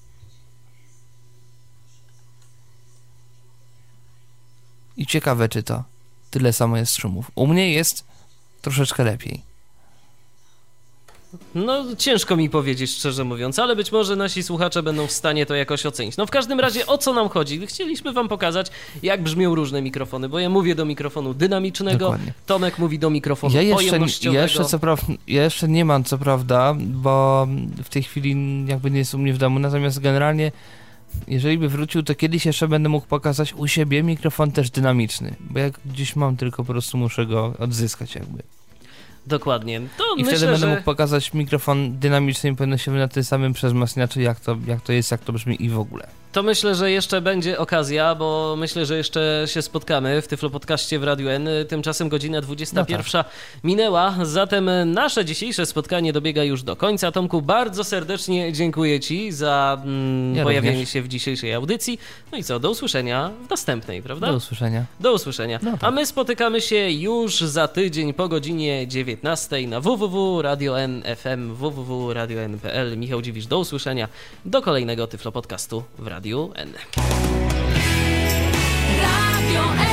I ciekawe, czy to tyle samo jest szumów. U mnie jest troszeczkę lepiej. No ciężko mi powiedzieć, szczerze mówiąc, ale być może nasi słuchacze będą w stanie to jakoś ocenić. No w każdym razie o co nam chodzi? Chcieliśmy wam pokazać, jak brzmią różne mikrofony, bo ja mówię do mikrofonu dynamicznego, Dokładnie. Tomek mówi do mikrofonu Ja jeszcze, pojemnościowego. ja, jeszcze co prawda, ja jeszcze nie mam, co prawda, bo w tej chwili jakby nie jest u mnie w domu, natomiast generalnie jeżeli by wrócił, to kiedyś jeszcze będę mógł pokazać u siebie mikrofon też dynamiczny, bo jak gdzieś mam, tylko po prostu muszę go odzyskać jakby. Dokładnie. To I myślę, wtedy będę że... mógł pokazać mikrofon dynamiczny i pojemnościowy na tym samym przezmacniaczu, jak to, jak to jest, jak to brzmi i w ogóle. To myślę, że jeszcze będzie okazja, bo myślę, że jeszcze się spotkamy w Tyflo Podcaście w Radiu N. Tymczasem godzina dwudziesta pierwsza no tak. minęła, zatem nasze dzisiejsze spotkanie dobiega już do końca. Tomku, bardzo serdecznie dziękuję Ci za mm, ja pojawienie również. się w dzisiejszej audycji. No i co, do usłyszenia w następnej, prawda? Do usłyszenia. Do usłyszenia. No tak. A my spotykamy się już za tydzień po godzinie dziewiętnastej na w w w Radio N F M, w w w radio n kropka p l. Michał Dziwisz, do usłyszenia do kolejnego Tyflo Podcastu w Radiu N. Radio N.